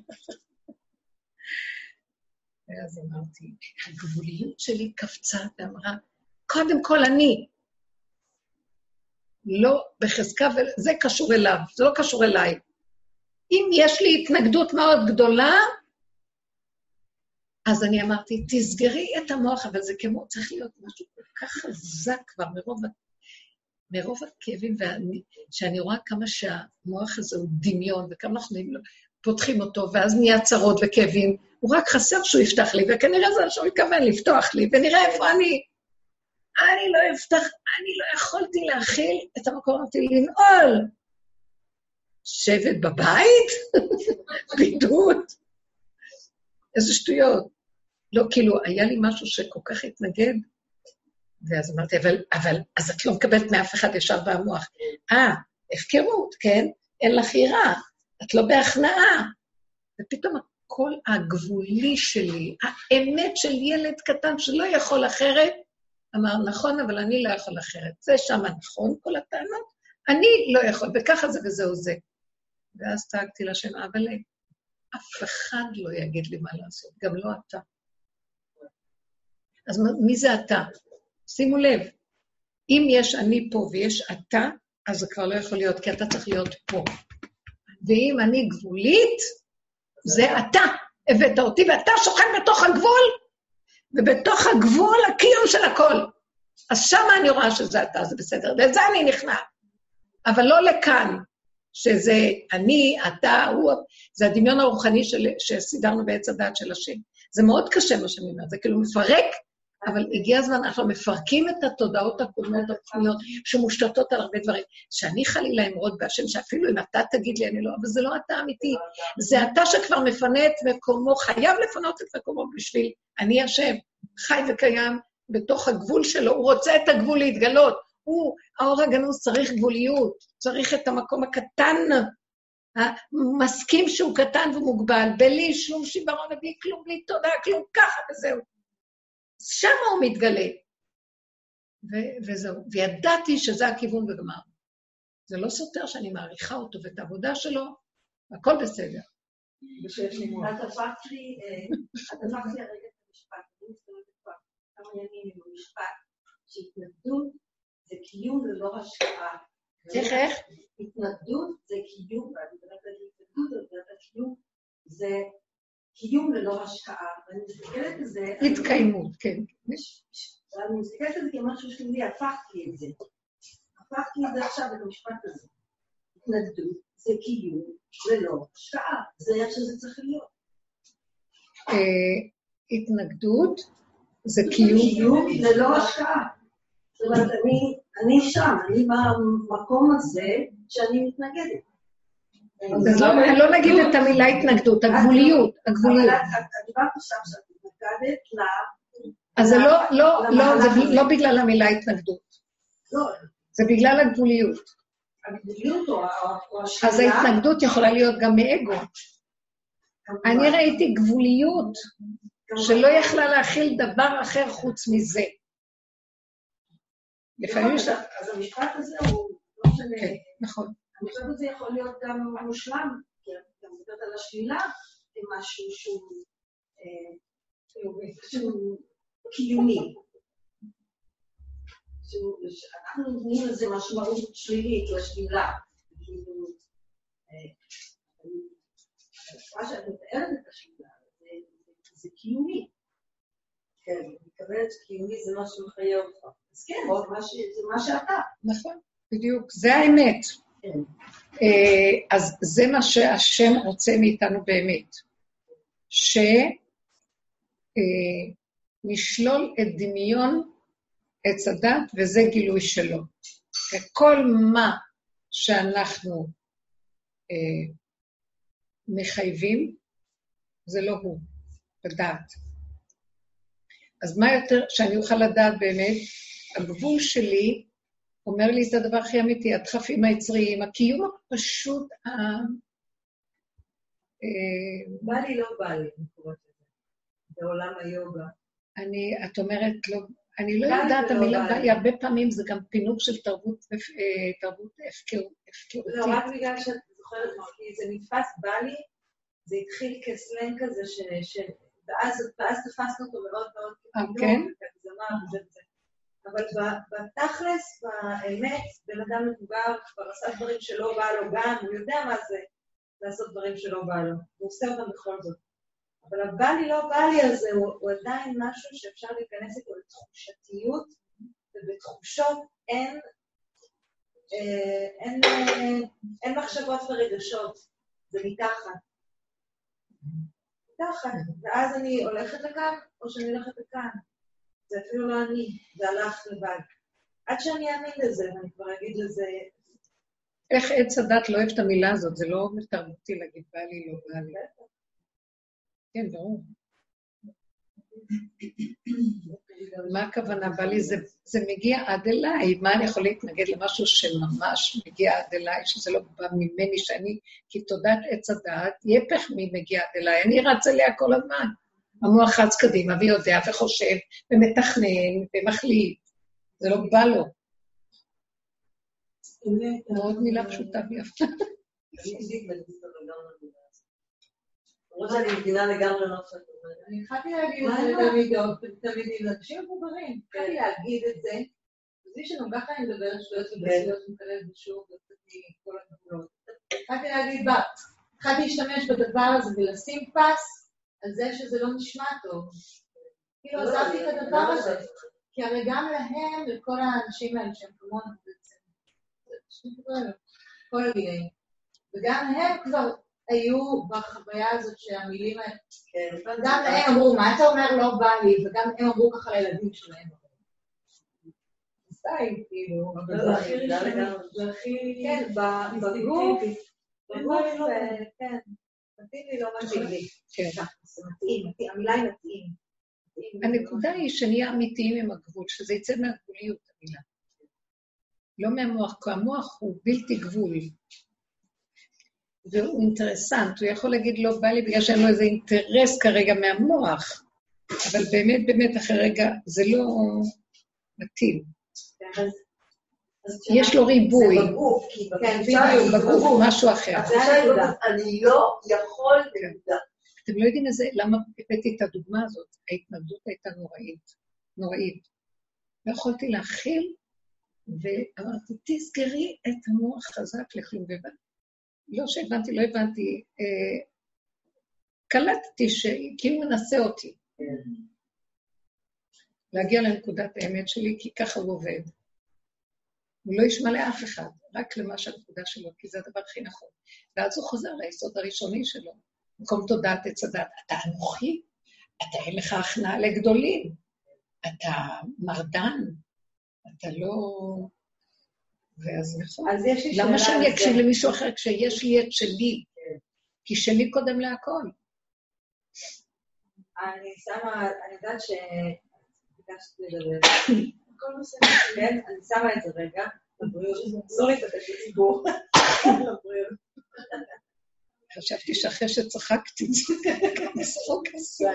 ואז אמרתי, הגבוליות שלי קפצה ואמרה, קודם כל אני, לא בחזקה, וזה קשור אליו, זה לא קשור אליי. אם יש לי התנגדות מאוד גדולה, אז אני אמרתי, תסגרי את המוח, אבל זה כמו, צריך להיות משהו כל כך חזק כבר מרוב הכאבים, שאני רואה כמה שהמוח הזה הוא דמיון, וכמה אנחנו פותחים אותו, ואז נהיה צרות וכאבים, הוא רק חסר שהוא יפתח לי, וכנראה זה שהוא מתכוון לפתוח לי, ונראה איפה אני לא אפתח, אני לא יכולתי להכיל את המקום, אמרתי לנעול. שבת בבית? בידוד? איזה שטויות. לא, כאילו, היה לי משהו שכל כך התנגד, ואז אמרתי, אבל, אז את לא מקבלת מאף אחד ישר במוח. הפקרות, כן? אין לך יראה, את לא בהכנעה. ופתאום הכל הגבולי שלי, האמת של ילד קטן שלא יכול אחרת, אמר, נכון, אבל אני לא יכול אחרת. זה שם נכון, כל הטענות, אני לא יכול, וככה זה וזהו זה. ואז צעקתי לשם, אבל אף אחד לא יגיד לי מה לעשות, גם לא אתה. אז מי זה אתה? שימו לב, אם יש אני פה ויש אתה, אז זה כבר לא יכול להיות, כי אתה צריך להיות פה. ואם אני גבולית, זה אתה. הבאת אותי, ואתה שוכן בתוך הגבול, ובתוך הגבול הקיום של הכל. אז שמה אני רואה שזה אתה, זה בסדר, לזה אני נכנע. אבל לא לכאן, שזה אני, אתה, הוא, זה הדמיון הרוחני שסידרנו בעץ הדעת של השם. זה מאוד קשה מה שאני אומרת, זה כאילו מפרק, אבל הגיע הזמן, אנחנו מפרקים את התודעות הקודמות הפנימיות, שמושתתות על הרבה דברים, שאני חלילה אמרוד בהשם, שאפילו אם אתה תגיד לי, אני לא, אבל זה לא אתה אמיתי, זה אתה שכבר מפנה את מקומו, חייב לפנות את מקומו בשביל, אני השם, חי וקיים בתוך הגבול שלו, הוא רוצה את הגבול להתגלות, הוא, האור הגנוז צריך גבוליות, צריך את המקום הקטן, מסכים שהוא קטן ומוגבל, בלי שום שיברון, בלי כלום, בלי תודה, כלום ככה וזהו. שם הוא מתגלה. וזהו. וידעתי שזה הכיוון וגמר. זה לא סותר שאני מעריכה אותו ואת העבודה שלו, הכל בסדר. את הפכת לי הרגע את המשפט, אני מסתובבת כבר כמה ימים עם המשפט, שהתנגדות זה קיום ללא השקעה. איך? התנגדות זה קיום, ואני מדברת על התנגדות, אני מדברת על קיום, זה קיום ללא השקעה. ואני מסתכלת על זה... התקיימות, כן. ואני מסתכלת על זה כמשהו שלי, הפכתי את זה. הפכתי את זה עכשיו את המשפט הזה. התנגדות זה קיום ללא השקעה. זה איך שזה צריך להיות. התנגדות זה קיום ללא השקעה. זאת אומרת, אני שם, אני במקום הזה שאני מתנגדת. אני לא נגיד את המילה התנגדות, הגבוליות. אבל את דיברת עכשיו שאת מתנגדת אז זה לא בגלל המילה התנגדות. זה בגלל הגבוליות. הגבוליות או השאלה... אז ההתנגדות יכולה להיות גם מאגו. אני ראיתי גבוליות שלא יכלה להכיל דבר אחר חוץ מזה. לפעמים אז המשפט הזה הוא לא משנה. נכון. המשפט הזה יכול להיות גם מושלם, כי אתה מדברת על השלילה, כמשהו שהוא קיומי. אנחנו נותנים לזה משמעות שלילית לשלילה. מה שאת מתארת את השלילה, זה קיומי. כן, אני מתכוונת שקיומי זה מה שמחיה אותך. אז כן, זה מה שאתה. נכון, בדיוק, זה האמת. אז זה מה שהשם רוצה מאיתנו באמת. שנשלול את דמיון עץ הדת, וזה גילוי שלו. וכל מה שאנחנו מחייבים, זה לא הוא, בדעת. אז מה יותר, שאני אוכל לדעת באמת, הגבול שלי אומר לי את הדבר הכי אמיתי, הדחפים היצריים, הקיום הפשוט, בא לי לא בא לי, בעולם היוגה. את אומרת, לא, אני לא יודעת, המילה בא לי, הרבה פעמים זה גם פינוק של תרבות הפקרותית. לא, רק בגלל שאת זוכרת, כי זה נתפס בא לי, זה התחיל כסלנג כזה, ואז תפסנו אותו מאוד מאוד כפינוק, וכזמה וזה. אבל בתכלס, באמת, בן אדם מבוגר כבר עשה דברים שלא בא לו גם, הוא יודע מה זה לעשות דברים שלא בא לו, הוא עושה אותם בכל זאת. אבל הבא לי לא בא לי הזה, הוא עדיין משהו שאפשר להיכנס איתו לתחושתיות, ובתחושות אין מחשבות ורגשות, זה מתחת. מתחת, ואז אני הולכת לכאן, או שאני הולכת לכאן. זה אפילו לא אני, זה הלך לבד. עד שאני אאמין לזה, ואני כבר אגיד לזה... איך עץ הדת לא אוהב את המילה הזאת? זה לא מתרבותי להגיד, בא לי, לא בא לי. כן, ברור. מה הכוונה? בא לי, זה מגיע עד אליי. מה אני יכול להתנגד למשהו שממש מגיע עד אליי, שזה לא בא ממני, שאני, כי תודעת עץ הדת, יפך מי מגיע עד אליי. אני רץ אליה כל הזמן. המוח רץ קדימה ויודע וחושב ומתכנן ומחליט. זה לא בא לו. מאוד מילה פשוטה ויפה. למרות שאני מבינה לגמרי מה שאת אומרת. אני התחלתי להגיד את זה לתלמידים, לאנשים מבוגרים. התחלתי להגיד את זה, אז מי שגם ככה אני מדברת שטויות ובסיעות ומקלב בשוב, וצאתי כל הגבולות. התחלתי להגיד, התחלתי להשתמש בדבר הזה ולשים פס על זה שזה לא נשמע טוב. כאילו עזבתי את הדבר הזה, כי הרי גם להם, לכל האנשים האלה שהם כמונו בעצם, כל הגילאים, וגם הם כבר היו בחוויה הזאת שהמילים האלה, גם הם אמרו, מה אתה אומר לא בא לי, וגם הם אמרו ככה לילדים שלהם. סתם, כאילו, זה הכי ראשון, זה הכי... כן, בגוף, כן, מתאים לי, לא מתאים לי. זה מתאים, המילה היא מתאים. הנקודה היא שנהיה אמיתיים עם הגבול, שזה יצא מהגבוליות, המילה. לא מהמוח, כי המוח הוא בלתי גבול. והוא אינטרסנט, הוא יכול להגיד לא בא לי בגלל שאין לו איזה אינטרס כרגע מהמוח, אבל באמת אחרי רגע זה לא מתאים. יש לו ריבוי. זה בגוף, כי בגוף משהו אחר. אני לא יכול לדעת. אתם לא יודעים איזה, למה הבאתי את הדוגמה הזאת? ההתנגדות הייתה נוראית. לא יכולתי להכיל, ואמרתי, תסגרי את המוח חזק לכלום ובא. לא שהבנתי, לא הבנתי, קלטתי שכאילו מנסה אותי. להגיע לנקודת האמת שלי, כי ככה הוא עובד. הוא לא ישמע לאף אחד, רק למה שהנקודה שלו, כי זה הדבר הכי נכון. ואז הוא חוזר ליסוד הראשוני שלו, במקום תודעת עץ הדת. אתה אנוכי, אתה אין לך הכנעה לגדולים, אתה מרדן, אתה לא... ואז נכון. למה שאני אקשיב למישהו אחר כשיש לי את שלי? כי שלי קודם להכל. אני יודעת ביקשת לדבר. הכל נושא מצוין, אני שמה את זה רגע, לבריאות, אסור להתעקש לציבור. לבריאות. חשבתי שאחרי שצחקתי, גם צחוק הזה.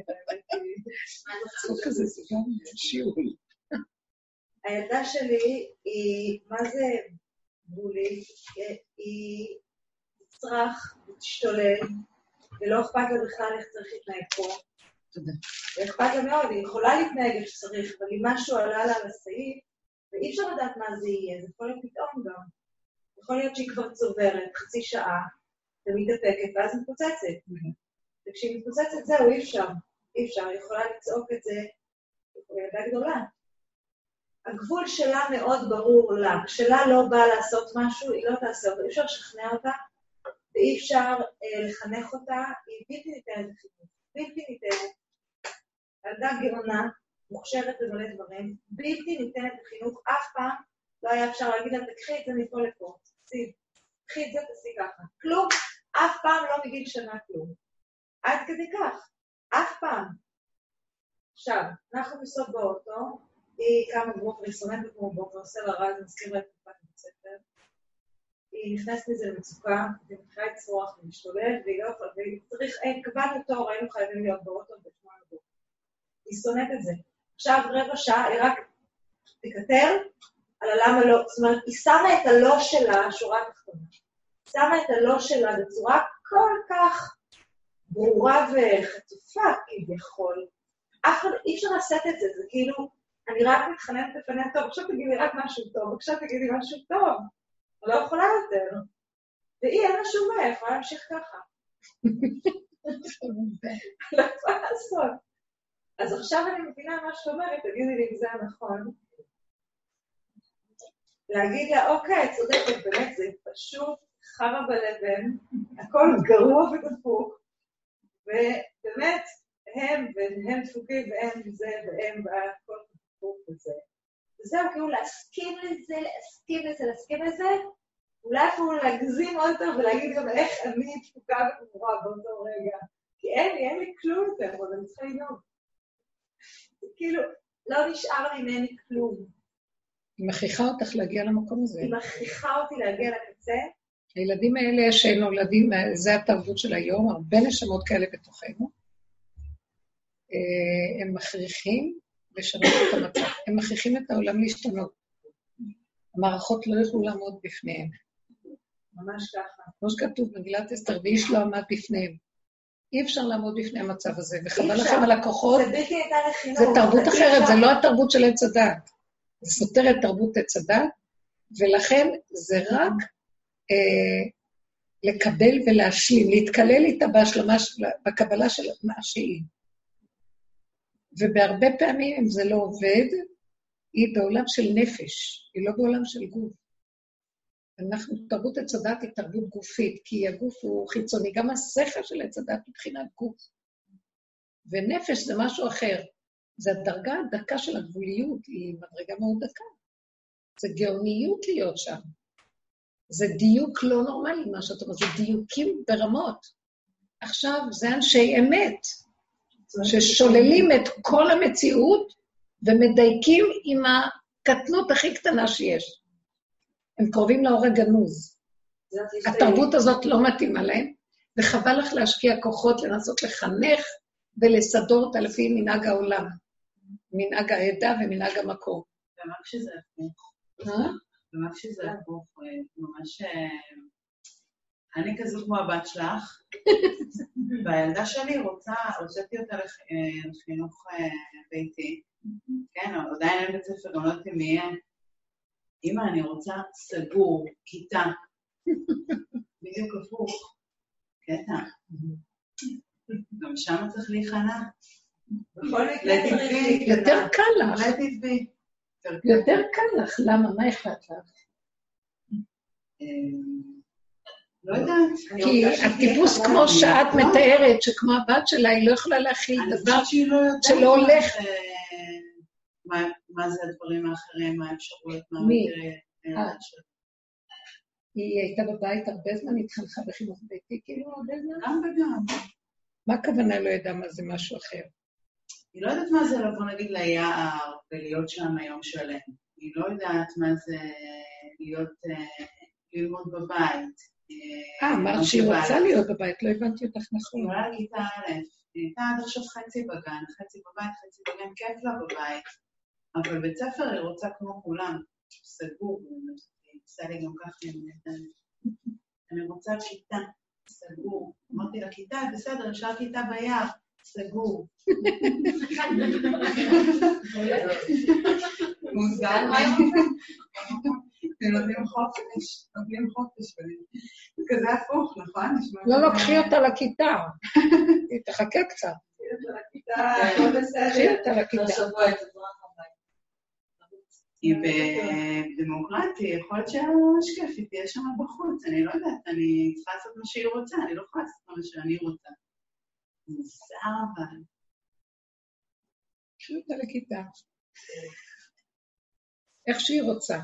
צחוק הזה זה גם שיעור. הילדה שלי היא, מה זה בולי? היא תצרח ותשתולל, ולא אכפת לה בכלל איך צריך להתנהג פה. תודה. ואכפת לה מאוד, היא יכולה להתנהג איך שצריך, אבל אם משהו עלה לה על הסעיף, ואי אפשר לדעת מה זה יהיה, זה יכול להיות פתאום גם. יכול להיות שהיא כבר צוברת חצי שעה, ומתאפקת, ואז מתפוצצת. וכשהיא מתפוצצת, זהו, אי אפשר. אי אפשר, היא יכולה לצעוק את זה, ילדה גדולה. הגבול שלה מאוד ברור לה. כשלה לא באה לעשות משהו, היא לא תעשה אותה. אי אפשר לשכנע אותה, ואי אפשר לחנך אותה. היא בלתי ניתנת לחינוך. בלתי ניתנת. ילדה גאונה, מוכשרת במלא דברים, בלתי ניתנת לחינוך. אף פעם לא היה אפשר להגיד לה, תקחי את זה מפה לפה. תקחי את זה, תעשי ככה. כלום. אף פעם לא מגיל שנה כלום. עד כדי כך. אף פעם. עכשיו, אנחנו נוסעות באוטו, היא קמה בבוקר, היא סומנת כמו בבוקר, עושה לה רע, זה מזכיר לה את תקופת בית ספר. היא נכנסת מזה למצוקה, היא מתחילה לצרוח ולהשתולל, והיא לא יכולה, והיא צריך, קבענו תור, היינו חייבים להיות באוטו בשמונה בבוקר. היא שונאת את זה. עכשיו רבע שעה, היא רק תקטר על הלמה לא, זאת אומרת, היא שמה את הלא שלה, שורה תחתונה. שמה את הלא שלה בצורה כל כך ברורה וחטופה כביכול. אף אחד, אי אפשר לעשות את זה, זה כאילו, אני רק מתחננת בפניה, טוב, עכשיו תגידי רק משהו טוב, עכשיו תגידי משהו טוב. אני לא יכולה יותר. והיא אין לה שום בעיה, יכולה להמשיך ככה. לא יכולה לעשות. אז עכשיו אני מבינה מה שאת אומרת, תגידי לי אם זה הנכון. להגיד לה, אוקיי, צודקת, באמת, זה פשוט חמה בלבן, הכל גרוע ודפוק, ובאמת, הם דפוקים, והם זה, והם הכל דפוק וזה. וזהו, כאילו להסכים לזה, אולי אפילו להגזים עוד יותר ולהגיד גם איך אני דפוקה וגמורה באותו רגע. כי אין לי כלום יותר, אבל אני צריכה לנהוג. כאילו, לא נשאר לי ממני כלום. היא מכריחה אותך להגיע למקום הזה. היא מכריחה אותי להגיע לקצה. הילדים האלה שנולדים, זה התרבות של היום, הרבה נשמות כאלה בתוכנו. הם מכריחים לשנות את המצב. הם מכריחים את העולם להשתנות. המערכות לא יוכלו לעמוד בפניהם. ממש ככה. כמו שכתוב במגילת אסתר, ואיש לא עמד בפניהם. אי אפשר לעמוד בפני המצב הזה, וחבל לכם על הכוחות. זה בלתי ניתן לחינוך. זה תרבות אחרת, זה לא התרבות של עץ הדת. זה סותר את תרבות עץ הדת, ולכן זה רק לקבל ולהשלים, להתקלל איתה בקבלה של מה שהיא. ובהרבה פעמים, אם זה לא עובד, היא בעולם של נפש, היא לא בעולם של גוף. תרבות עץ הדת היא תרבות גופית, כי הגוף הוא חיצוני, גם השכל של עץ הדת מבחינת גוף. ונפש זה משהו אחר. זה הדרגה הדקה של הגבוליות, היא מדרגה מאוד דקה. זה גאוניות להיות שם. זה דיוק לא נורמלי, מה שאת אומרת, זה דיוקים ברמות. עכשיו, זה אנשי אמת, ששוללים את כל המציאות, ומדייקים עם הקטנות הכי קטנה שיש. הם קרובים לאור הגנוז. התרבות הזאת לא מתאימה להם, וחבל לך להשקיע כוחות לנסות לחנך ולסדור אותה לפי מנהג העולם, מנהג העדה ומנהג המקום. ומה כשזה הפוך? ומה כשזה הפוך? ממש... אני כזו כמו הבת שלך, והילדה שלי הוצאתי אותה לחינוך ביתי, כן, עדיין אין בית ספר, גם לא יודעת אם יהיה. אמא, אני רוצה סגור, כיתה. בדיוק הפוך. קטע. גם שם צריך להיכנע. יותר קל לך. לטבעי. יותר קל לך. למה? מה החלטת לך? לא יודעת. כי הטיפוס כמו שאת מתארת, שכמו הבת שלה, היא לא יכולה להכיל דבר שלא הולך. מה זה הדברים האחרים, מה האפשרויות, מה מי? שלה. היא הייתה בבית הרבה זמן, התחנכה בחינוך ביתי, כאילו הרבה זמן. גם וגם. מה הכוונה לא ידעה מה זה משהו אחר? היא לא יודעת מה זה לבוא נגיד ליער ולהיות שם היום שלם. היא לא יודעת מה זה להיות, ללמוד בבית. אמרת שהיא רוצה להיות בבית, לא הבנתי אותך נכון. היא עולה לכיתה א', היא הייתה עד עכשיו חצי בגן, חצי בבית, חצי בגן, כיף לה בבית. אבל בית ספר היא רוצה כמו כולם, סגור, היא עושה לי גם ככה, אני רוצה כיתה, סגור. אמרתי לה, כיתה, בסדר, אפשר כיתה ביער, סגור. מוזר, נותנים חופש, זה כזה הפוך, נכון? לא לוקחי אותה לכיתה, היא תחכה קצת. תחכי אותה לכיתה. היא בדמוקרטיה, יכול להיות שהשקף היא תהיה שם בחוץ, אני לא יודעת, אני צריכה לעשות מה שהיא רוצה, אני לא יכולה לעשות מה שאני רוצה. מוזר אבל. תחכי אותה לכיתה. איך שהיא רוצה.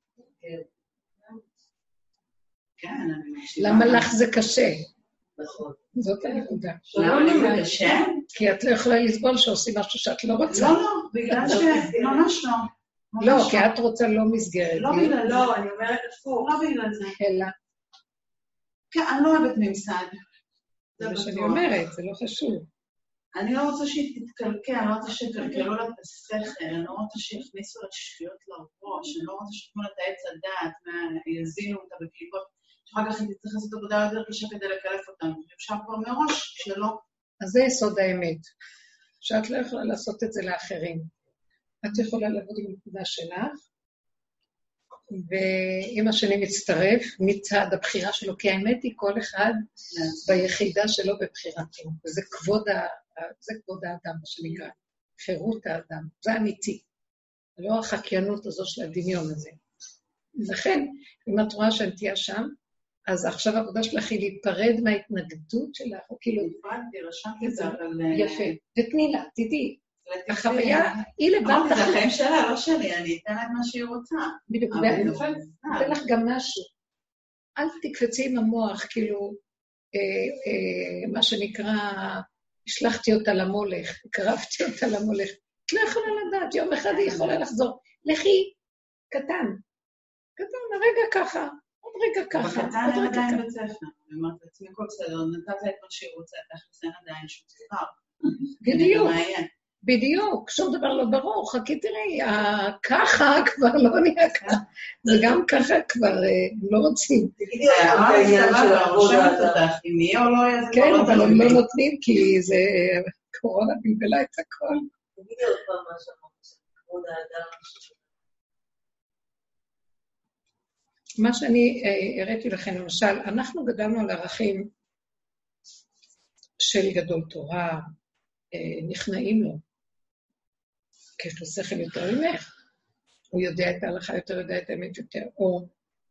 כן, אני מקשיבה. למה לך זה קשה? נכון. זאת הנקודה. למה לי זה קשה? כי את לא יכולה לסבול שעושים משהו שאת לא רוצה. לא, בגלל שממש לא. לא, כי את רוצה לא מסגרת. לא בגלל זה. לא, אני אומרת הפוך. לא בגלל זה. אלא. כן, אני לא אוהבת ממסד. זה מה שאני אומרת, זה לא חשוב. אני לא רוצה שהיא תתקלקל, אני לא רוצה שיקלקלו לה את השכל, אני לא רוצה שיכניסו לה שפיות לראש, אני לא רוצה שיתנו לה את העץ הדעת, יזינו אותה בקליפות, שאחר כך היא תצטרך לעשות עבודה יותר קשה כדי לקלף אותם, אפשר כבר מראש שלא. אז זה יסוד האמת, שאת לא יכולה לעשות את זה לאחרים. את יכולה לעבוד עם נקודה שלך, ואם השני מצטרף מצד הבחירה שלו, כי האמת היא כל אחד ביחידה שלו בבחירתו, וזה כבוד האדם, מה שנקרא, חירות האדם, זה אמיתי, לא החקיינות הזו של הדמיון הזה. לכן, אם את רואה שאני תהיה שם, אז עכשיו העבודה שלך היא להיפרד מההתנגדות שלך, או כאילו... רשמתי את זה, אבל... יפה, ותני לה, תדעי, החוויה היא לבד... אמרתי, זה החיים שלה, לא שלי, אני אתן לה את מה שהיא רוצה. בדיוק, ואני אתן לך גם משהו. אל תקפצי עם המוח, כאילו, מה שנקרא, השלחתי אותה למולך, הקרבתי אותה למולך. את לא יכולה לדעת, יום אחד היא יכולה לחזור. לכי, קטן, הרגע ככה, עוד רגע ככה. בקטן אין עדיין בית ספר. אני אומרת לעצמי כל בסדר, נתת את מה שהיא רוצה, תכף אין עדיין שום דבר. בדיוק. בדיוק, שום דבר לא ברור, חכי תראי, ככה כבר לא נהיה ככה, זה גם ככה כבר לא רוצים. תגידי אותם בעניין של העבודה. אם יהיה או לא יהיה, זה כן, אבל הם לא נותנים, כי זה קורונה בלבלה את הכל. תגידי עוד פעם מה שאמרת, כבוד האדם. מה שאני הראיתי לכם, למשל, אנחנו גדלנו על ערכים של גדול תורה, נכנעים לו. כי יש לו שכל יותר ממך, הוא יודע את ההלכה יותר, יודע את האמת יותר, או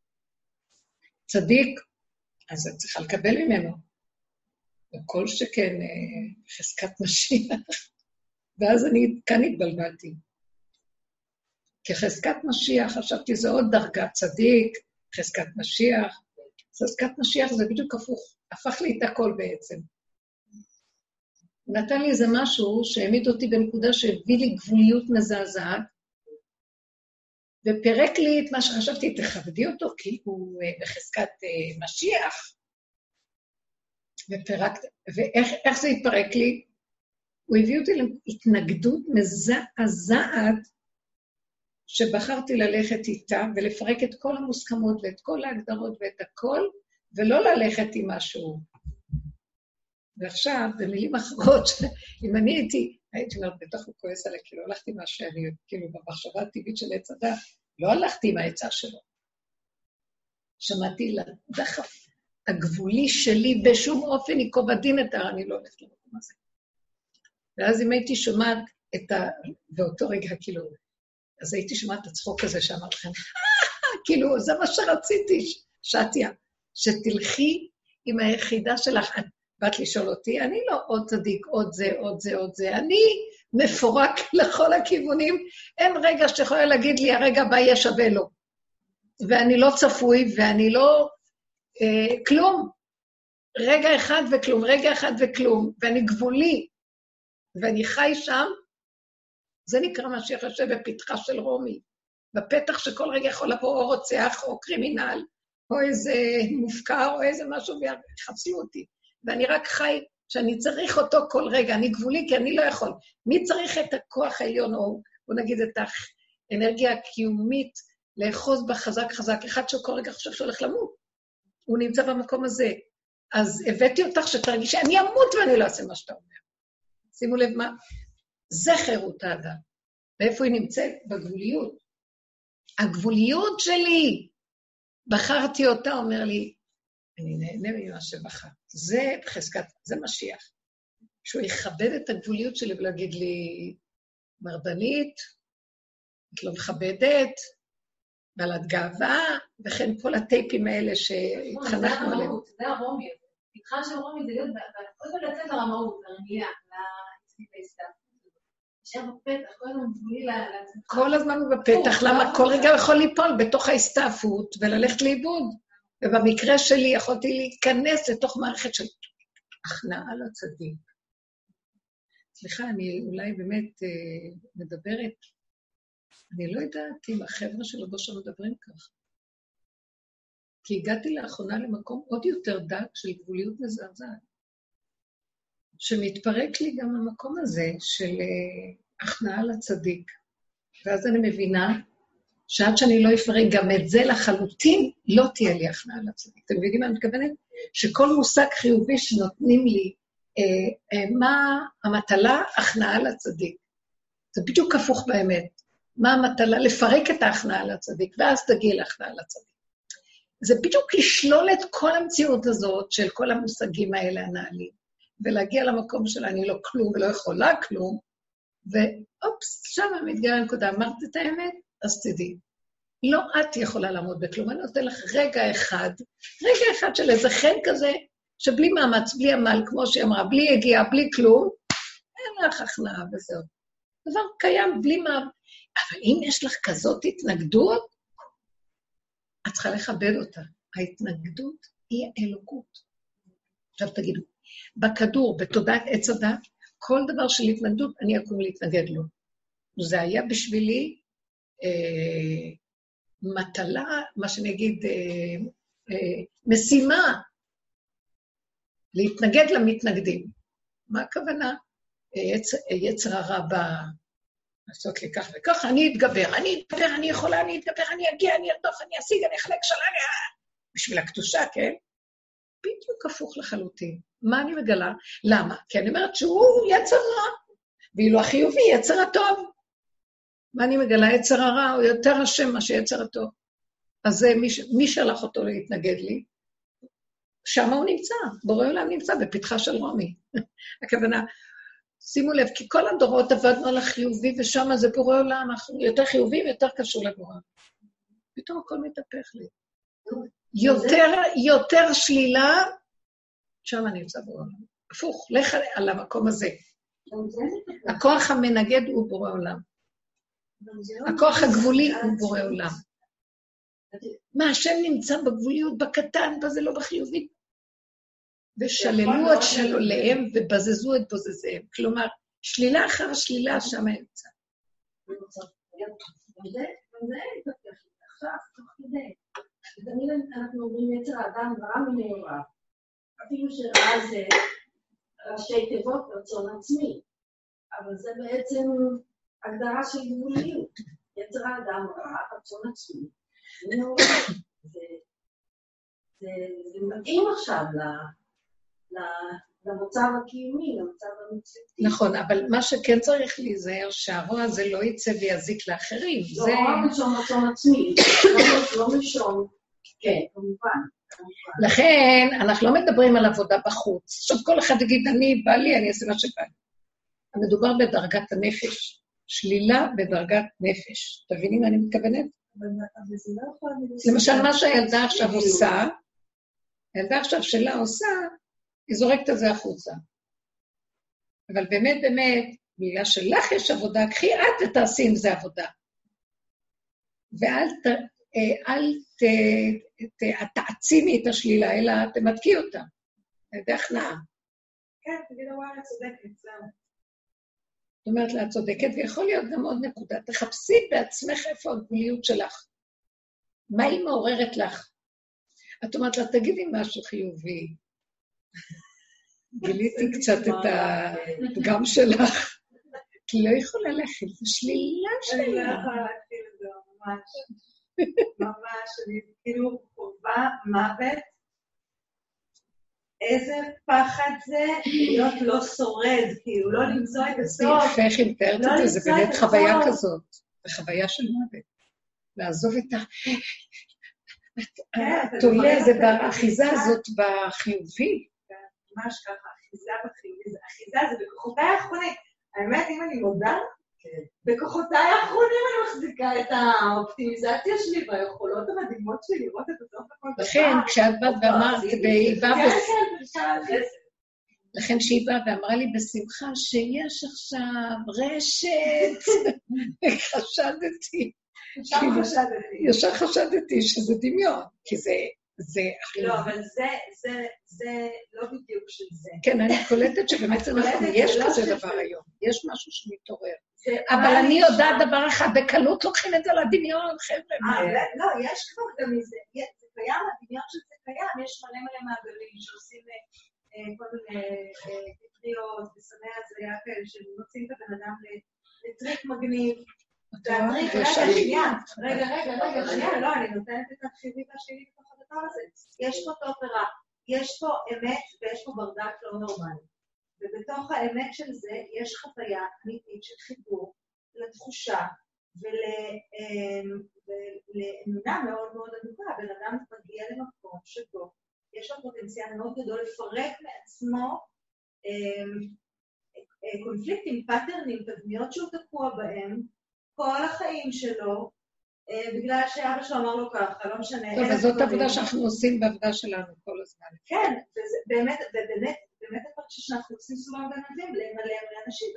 צדיק, אז את צריכה לקבל ממנו, וכל שכן חזקת משיח, ואז אני כאן התבלבלתי, כי חזקת משיח, חשבתי זה עוד דרגה, צדיק, חזקת משיח, חזקת משיח זה בדיוק הפוך, הפך לי את הכל בעצם. נתן לי איזה משהו שהעמיד אותי בנקודה שהביא לי גבוליות מזעזעת, ופרק לי את מה שחשבתי, תכבדי אותו, כי הוא בחזקת משיח. ואיך זה התפרק לי? הוא הביא אותי להתנגדות מזעזעת, שבחרתי ללכת איתה, ולפרק את כל המוסכמות, ואת כל ההגדרות, ואת הכל, ולא ללכת עם משהו. ועכשיו, במילים אחרות, אם אני הייתי אומרת, בטח הוא כועס עליי, כאילו הלכתי מה שאני, כאילו במחשבה הטבעית של עץ הדת, לא הלכתי עם העצה שלו. שמעתי לדחף הגבולי שלי, בשום אופן ייקוב הדין את אני לא הולכת למקום הזה. ואז אם הייתי שומעת באותו רגע, כאילו, אז הייתי שומעת את הצחוק הזה שאמרת לכם, כאילו, זה מה שרציתי, שתיה, שתלכי עם היחידה שלך, באת לשאול אותי, אני לא עוד צדיק, עוד זה, אני מפורק לכל הכיוונים, אין רגע שיכולה להגיד לי, הרגע הבא יהיה שווה לו, ואני לא צפוי, ואני לא, כלום, רגע אחד וכלום, ואני גבולי, ואני חי שם, זה נקרא משיח יושב בפתחה של רומי, בפתח שכל רגע יכול לבוא או רוצח או קרימינל, או איזה מופקר או איזה משהו ויחפשו אותי. ואני רק חי שאני צריך אותו כל רגע, אני גבולי כי אני לא יכול. מי צריך את הכוח העליון, או נגיד את האנרגיה הקיומית, לאחוז בה חזק חזק, אחד שכל רגע חושב שהולך למות. הוא נמצא במקום הזה. אז הבאתי אותך שתרגיש שאני אמות ואני לא אעשה מה שאתה אומר. שימו לב מה? זה חירות האדם. ואיפה היא נמצאת? בגבוליות. הגבוליות שלי, בחרתי אותה, אומר לי, אני נהנה ממה שבחר. זה בחזקת, זה משיח. שהוא יכבד את הגבוליות שלי ולהגיד לי, מרדנית, את לא מכבדת, בעלת גאווה, וכן כל הטייפים האלה שהתחנכנו עליהם. זה הרומי. פתחה של רומי זה להיות, קודם לצאת לרמאות, לרמייה, לסניפי סטאפ. עכשיו בפתח, כל הזמן גבולי לעצמך. כל הזמן הוא בפתח, למה כל רגע יכול ליפול בתוך ההסתעפות וללכת לאיבוד. ובמקרה שלי יכולתי להיכנס לתוך מערכת של הכנעה לצדיק. סליחה, אני אולי באמת מדברת, אני לא יודעת אם החבר'ה של הבושר מדברים כך. כי הגעתי לאחרונה למקום עוד יותר דק של גבוליות מזעזעת, שמתפרק לי גם המקום הזה של הכנעה לצדיק. ואז אני מבינה שעד שאני לא אפרק גם את זה לחלוטין, לא תהיה לי הכנעה לצדיק. אתם מבינים מה אני מתכוונת? שכל מושג חיובי שנותנים לי, מה המטלה? הכנעה לצדיק. זה בדיוק הפוך באמת. מה המטלה? לפרק את ההכנעה לצדיק, ואז תגיע להכנעה לצדיק. זה בדיוק לשלול את כל המציאות הזאת של כל המושגים האלה הנעלים, ולהגיע למקום של אני לא כלום ולא יכולה כלום, ואופס, שם מתגלה הנקודה, אמרת את האמת? אז תדעי. לא את יכולה לעמוד בכלום, אני נותן לך רגע אחד של איזה חן כזה, שבלי מאמץ, בלי עמל, כמו שהיא אמרה, בלי הגיעה, בלי כלום, אין לך הכנעה וזהו. דבר קיים בלי מאמץ. אבל אם יש לך כזאת התנגדות, את צריכה לכבד אותה. ההתנגדות היא האלוקות. עכשיו תגידו, בכדור, בתודעת עץ הדת, כל דבר של התנגדות, אני אקום להתנגד לו. זה היה בשבילי מטלה, מה שנגיד, משימה, להתנגד למתנגדים. מה הכוונה? יצר הרע בא לעשות לי כך וכך, אני אתגבר, אני יכולה, אני אתגבר, אני אגיע, אני ארדוף, אני אשיג, אני אחלק שלה, בשביל הקדושה, כן? בדיוק הפוך לחלוטין. מה אני מגלה? למה? כי אני אומרת שהוא יצר רע, ואילו החיובי יצר הטוב. מה אני מגלה? יצר הרע הוא יותר אשם מה שיצר הטוב. אז מי שלח אותו להתנגד לי? שם הוא נמצא, בורא עולם נמצא בפתחה של רומי. הכוונה, שימו לב, כי כל הדורות עבדנו על החיובי, ושם זה בורא עולם, יותר חיובי ויותר קשור לבורא. פתאום הכל מתהפך לי. יותר שלילה, שם נמצא בורא עולם. הפוך, לך על המקום הזה. הכוח המנגד הוא בורא עולם. הכוח הגבולי הוא בורא עולם. מה, השם נמצא בגבוליות, בקטן, בזה לא בחיובי. ושללו את שלוליהם ובזזו את בוזזיהם. כלומר, שלילה אחר שלילה שם נמצא. וזה עכשיו, תוך כדי. תמיד אנחנו אומרים יצר האדם רע מנעוריו. אפילו שרע זה ראשי תיבות רצון עצמי. אבל זה בעצם הגדרה של גבוליות. יצר האדם רע, רצון עצמי. זה מתאים עכשיו למצב הקיומי, למצב המציאותי. נכון, אבל מה שכן צריך להיזהר, שהרוע הזה לא יצא ויזיק לאחרים. לא רק משום רצון עצמי, לא משום, כן, כמובן. לכן, אנחנו לא מדברים על עבודה בחוץ. עכשיו כל אחד יגיד, אני בא לי, אני אעשה מה שבא לי. מדובר בדרגת הנפש, שלילה בדרגת נפש. תבינים מה אני מתכוונת? למשל, מה שהילדה עכשיו עושה, הילדה עכשיו שלה עושה, היא זורקת את זה החוצה. אבל באמת, בגלל שלך יש עבודה, קחי את ותעשי עם זה עבודה. ואל תעצימי את השלילה, אלא תמתקי אותה. זה הכנעה. כן, תגידו, וואלה, צודקת, זהו. זאת אומרת לה, את צודקת, ויכול להיות גם עוד נקודה. תחפשי בעצמך איפה הגבוליות שלך. מה היא מעוררת לך? את אומרת לה, תגידי משהו חיובי. גיליתי קצת את הפגם שלך. כי לא יכולה להכיל, זה שלילה שלה. אני לא יכולה להכיל את זה, ממש. ממש, אני כאילו חובה מוות. איזה פחד זה להיות לא שורד, כאילו לא למצוא את הסוף. יפה, איך היא מתארת את זה, זה באמת חוויה כזאת. זה חוויה של מוות. לעזוב את התולה הזה באחיזה הזאת בחיובי. ממש ככה, אחיזה בחיובי. אחיזה זה בכוחותיי האחרונים. האמת, אם אני מודה, בכוחותיי האחרונים אני מחזיקה את האופטימיזציה שלי והיכולות המדהימות שלי, לראות את הסוף הכל דבר. לכן, כשאת באת ואמרת, לכן שהיא באה ואמרה לי בשמחה שיש עכשיו רשת, חשדתי. ישר חשדתי שזה דמיון, כי זה הכי... לא, אבל זה לא בדיוק של זה. כן, אני קולטת שבאמת זה נכון, יש כזה דבר היום, יש משהו שמתעורר. אבל אני יודעת דבר אחד, בקלות לוקחים את זה לדמיון, חבר'ה. לא, יש כבר גם מזה, זה קיים, הדמיון שזה קיים, יש מלא מעגלים שעושים כל מיני פטריות וסמי הזיה כאלה, שמוצאים את הבן אדם לטריק מגניב, והטריק, רגע, לא, אני נותנת את החיובי והשני בתוך הדבר הזה. יש פה טופרה, יש פה אמת ויש פה ברדק לא נורמלי. ובתוך האמת של זה יש חוויה אמיתית של חיבור לתחושה ולאמונה מאוד מאוד עמוקה. בן אדם מגיע למקום שבו יש לו פוטנציאל מאוד גדול לפרק מעצמו קונפליקטים, פאטרנים, תבניות שהוא תקוע בהם, כל החיים שלו, בגלל שאבא שלו אמר לו ככה, לא משנה. טוב, אז זאת עבודה שאנחנו עושים בעבודה שלנו כל הזמן. כן, ובאמת הפרק שאנחנו עושים סולם גנבים, למלא אנשים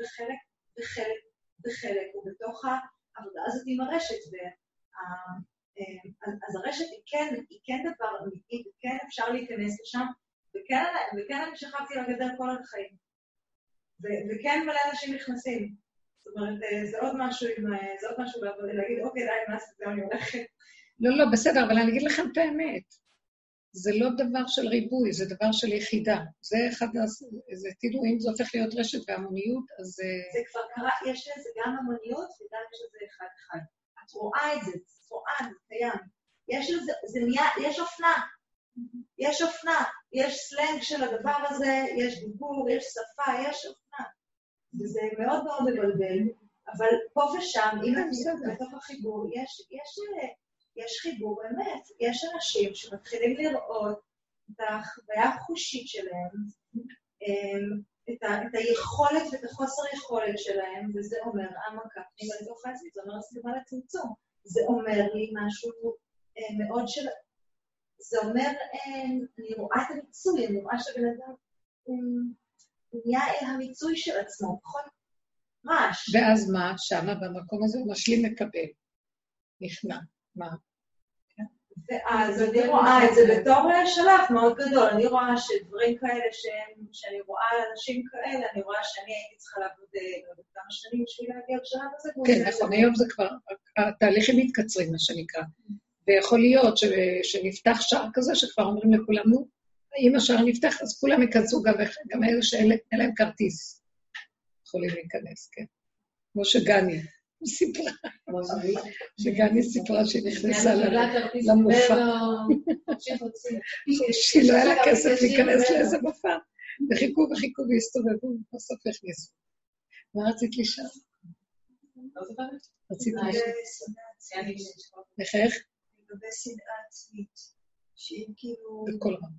בחלק, ובתוך העבודה הזאת עם הרשת, אז הרשת היא כן דבר אמיתי, וכן אפשר להיכנס לשם, וכן אני שכבתי לגדר כל החיים, וכן מלא אנשים נכנסים. זאת אומרת, זה עוד משהו להגיד, אוקיי, די, מה זה, אני הולכת. לא, בסדר, אבל אני אגיד לכם את האמת. זה לא דבר של ריבוי, זה דבר של יחידה. זה אחד, תדעו, אם זה הופך להיות רשת והמוניות, אז... זה כבר קרה, יש לזה גם המוניות, וגם יש לזה אחד. את רואה את זה, זה קיים. יש לזה, זה נהיה, יש אופנה, יש סלנג של הדבר הזה, יש דיבור, יש שפה, יש אופנה. וזה מאוד מאוד מבלבל, אבל פה ושם, אם את בתוך החיבור, יש חיבור אמת, יש אנשים שמתחילים לראות את החוויה החושית שלהם, את היכולת ואת החוסר יכולת שלהם, וזה אומר, העמקה פנימה לתוך העצמית, זה אומר הסכמה לצמצום, זה אומר לי משהו מאוד של... זה אומר, אני רואה את המיצוי, אני רואה שבן אדם נהיה המיצוי של עצמו, בכל רעש. ואז מה? שמה במקום הזה הוא משלים מקבל. נכנע. מה? ואז אני רואה את זה בתור שלך מאוד גדול. אני רואה שדברים כאלה שאני רואה על אנשים כאלה, אני רואה שאני הייתי צריכה לעבוד כמה שנים בשביל להגיע בשלב הזה. כן, נכון, היום זה כבר, התהליכים מתקצרים, מה שנקרא. ויכול להיות שנפתח שער כזה שכבר אומרים לכולם, אם השער נפתח, אז כולם ייכנסו גם אלה שאין להם כרטיס. יכולים להיכנס, כן. כמו שגני סיפרה. שגני סיפרה שהיא נכנסה למופע. שהיא לא היה לה כסף להיכנס לאיזה מופע. וחיכו והסתובבו, בסוף הכניסו. מה רצית לשאול? רצית לשאול. איך? לגבי שנאה עצמית. שאם כאילו... בכל רם.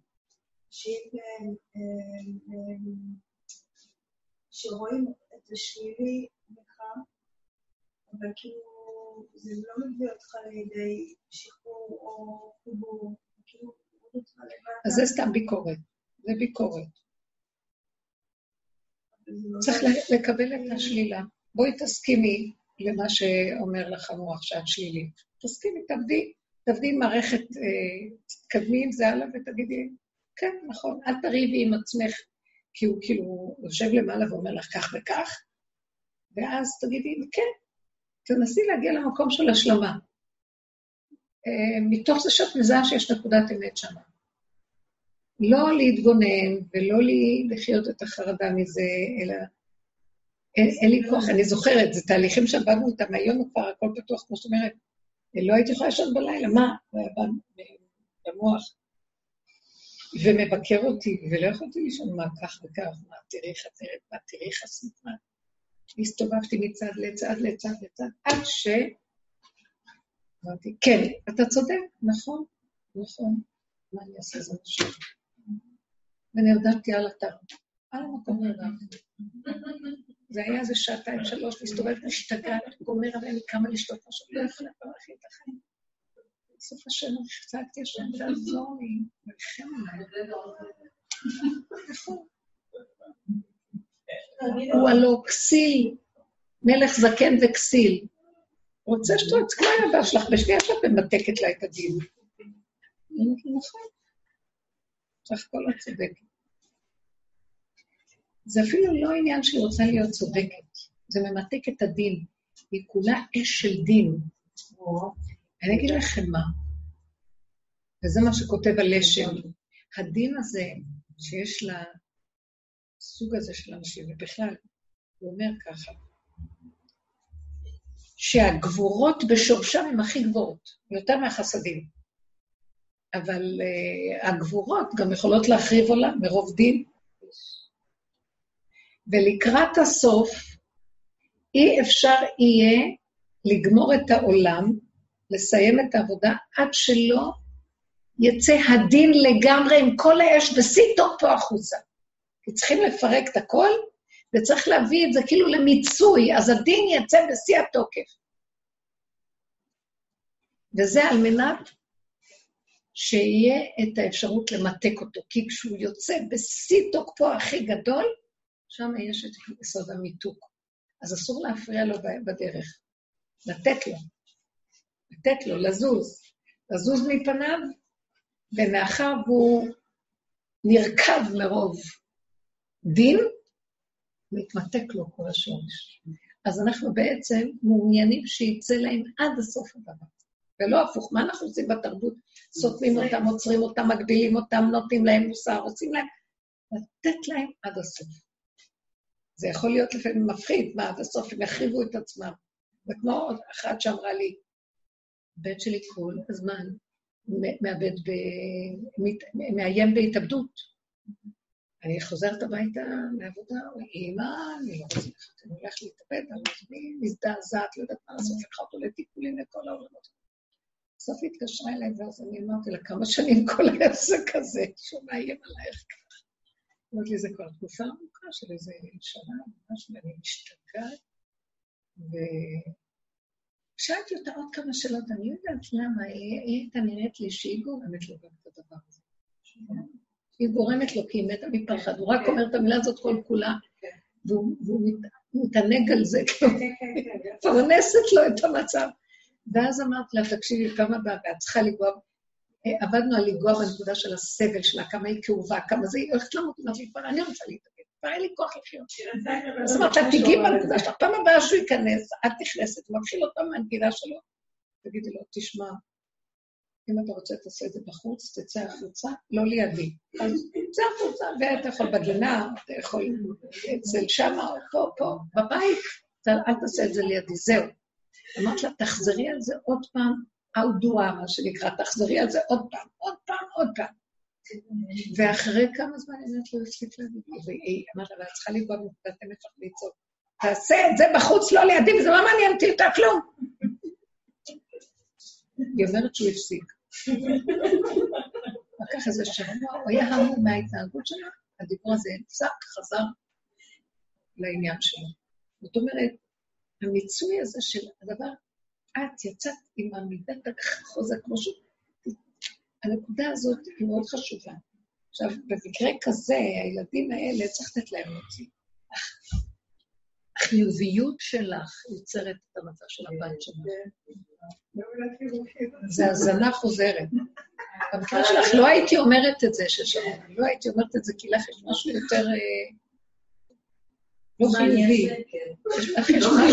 שרואים את השלילי לך, אבל כאילו זה לא מביא אותך לידי שחרור או חיבור, כאילו מביא אותך לבד. אז זה סתם ביקורת, זה ביקורת. צריך לקבל את השלילה. בואי תסכימי למה שאומר לך המוח שאת שלילית. תסכימי, תעבדי מערכת, תתקדמי עם זה הלאה ותגידי, כן, נכון, אל תריבי עם עצמך, כי הוא כאילו יושב למעלה ואומר לך כך וכך, ואז תגידי, כן, תנסי להגיע למקום של השלמה. מתוך זה שאת מזהה שיש נקודת אמת שמה. לא להתגונן ולא לחיות את החרדה מזה, אלא אין לי כוח, אני זוכרת, זה תהליכים שעבדנו איתם, היום כבר הכל פתוח, כמו שאת אומרת, לא הייתי יכולה לישון בלילה, מה? במוח. ומבקר אותי, ולא יכולתי לישון מה כך וכך, מה תראי חתרת, מה תראי חסות, מה. הסתובבתי מצד לצד, עד ש... אמרתי, כן, אתה צודק, נכון, מה אני אעשה זה משהו? ונרדמתי על אתר, על המקום נרדמתי. זה היה איזה 2-3, מסתובבת משתגעת, גומר עליהם כמה לשתות משהו, לא יכולה כבר להכין את החיים. בסוף השם, חצקתי השם, תעזור לי, מלחם עליי. נכון. הוא הלא כסיל, מלך זקן וכסיל. רוצה שתו את כמו הבא שלך, בשנייה שאת ממתקת לה את הדין. נכון. צריך כל הצודקת. זה אפילו לא עניין שהיא רוצה להיות צודקת. זה ממתק את הדין. היא כולה אש של דין. אני אגיד לכם מה. וזה מה שכותב הלשם. הדין הזה, שיש לה סוג הזה של אנשים, ובכלל, הוא אומר ככה, שהגבורות בשורשם הם הכי גבורות, יותר מהחסדים. אבל הגבורות גם יכולות להחריב עולם מרוב דין. ולקראת הסוף, אי אפשר יהיה לגמור את העולם, לסיים את העבודה, עד שלא יצא הדין לגמרי עם כל האש בשיא תוקפו החוצה. כי צריכים לפרק את הכל, וצריך להביא את זה כאילו למיצוי, אז הדין יצא בשיא התוקף. וזה על מנת שיהיה את האפשרות למתק אותו, כי כשהוא יוצא בשיא תוקפו הכי גדול, שם יש את יסוד המיתוק. אז אסור להפריע לו בדרך. לתת לו, לזוז מפניו, ומאחר והוא נרכב מרוב דין, מתמתק לו כל השורש. אז אנחנו בעצם מעוניינים שיצא להם עד הסוף הדבר. ולא הפוך, מה אנחנו עושים בתרבות? סותמים אותם, עוצרים אותם, מגבילים אותם, נותנים להם מוסר, עושים להם, לתת להם עד הסוף. זה יכול להיות לפעמים מפחיד, מה עד הסוף, הם יחריבו את עצמם. וכמו עוד אחת שאמרה לי, בית שלי כל הזמן, מאיים בהתאבדות. אני חוזרת הביתה מעבודה, אמא, אני לא רוצה לחת, אני הולך להתאבד, אני מזדעזעת, לא יודעת מה לעשות, לקחה אותו לטיפולים לכל העולמות. בסוף התקשרה אליי, ואז אני אמרתי לה, כמה שנים כל העסק הזה, שהוא מאיים עלייך ככה. אמרתי לי, זה כבר תקופה ארוכה של איזה שנה, ממש, ואני משתגעת, שאלתי אותה עוד כמה שאלות, אני יודעת למה, היא הייתה נראית לי שהיא גורמת לו גם את הדבר הזה. היא גורמת לו כי היא מתה מפחד, הוא רק אומר את המילה הזאת כל כולה, והוא מתענג על זה, פרנסת לו את המצב. ואז אמרת לה, תקשיבי, פעם הבאה, ואת צריכה לגוע, עבדנו על לגוע בנקודה של הסבל שלה, כמה היא כאובה, כמה זה, היא הולכת למות, אני רוצה להתאבד, כבר אין לי כוח לחיות. זאת אומרת, את תגיעי בנקודה שלך, פעם הבאה שהוא ייכנס, את נכנסת, ומתחיל אותו מהנגידה שלו, תגידי לו, תשמע, אם אתה רוצה תעשה את זה בחוץ, תצא החוצה, לא לידי. אז תצא החוצה, ואתה יכול בגינה, אתה יכול אצל שמה, או פה, בבית, אל תעשה את זה לידי, זהו. אמרת לה, תחזרי על זה עוד פעם, אאודואה, מה שנקרא, תחזרי על זה עוד פעם. ואחרי כמה זמן אמרת לו, הפסיק להגיד לו, והיא אמרת לה, ואת צריכה לגוע בנקודת אמת לך ליצור. תעשה את זה בחוץ, לא לידי, וזה לא מעניין אותי כלום. היא אומרת שהוא הפסיק. לקח איזה שבוע, הוא היה המום מההתנהגות שלה, הדיבור הזה הפסק, חזר לעניין שלו. זאת אומרת, המיצוי הזה של הדבר, את יצאת עם המידת החוזק, כמו שהוא, הנקודה הזאת היא מאוד חשובה. עכשיו, במקרה כזה, הילדים האלה צריך לתת להם להוציא. החיוביות שלך יוצרת את המצב של הבית שלך. זה הזנה חוזרת. במקרה שלך לא הייתי אומרת את זה, לא הייתי אומרת את זה כי לך יש משהו יותר... לא חיובי. יש לך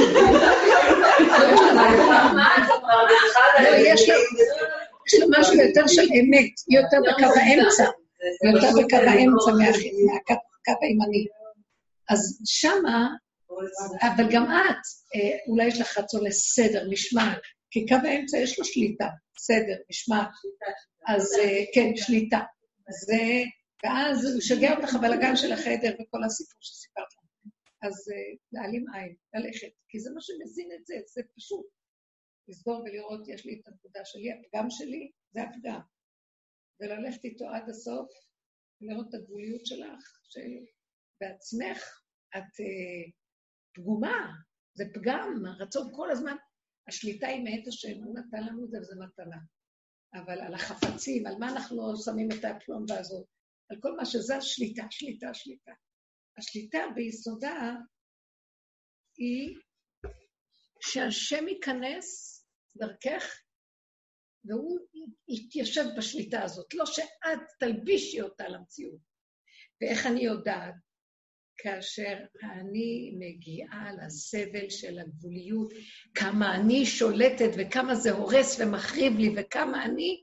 יש לו משהו יותר של אמת, יותר בקו האמצע, יותר בקו האמצע מהקו הימני. אז שמה, אבל גם את, אולי יש לך רצון לסדר, משמעת, כי קו האמצע יש לו שליטה, סדר, משמעת. אז כן, שליטה. ואז הוא שגע אותך בלגן של החדר וכל הסיפור שסיפרת. אז להעלים עין, ללכת, כי זה מה שמזין את זה, זה פשוט. לסגור ולראות, יש לי את הנקודה שלי, הפגם שלי, זה הפגם. וללכת איתו עד הסוף, לראות את הגבוליות שלך, שבעצמך את פגומה, זה פגם, הרצון כל הזמן, השליטה היא מאת השם, הוא נתן לנו את זה וזה מתנה. אבל על החפצים, על מה אנחנו שמים את הפלומבה הזאת, על כל מה שזה השליטה, שליטה, שליטה. השליטה ביסודה היא שהשם ייכנס דרכך, והוא יתיישב בשליטה הזאת, לא שאת תלבישי אותה למציאות. ואיך אני יודעת? כאשר אני מגיעה לסבל של הגבוליות, כמה אני שולטת וכמה זה הורס ומחריב לי, וכמה אני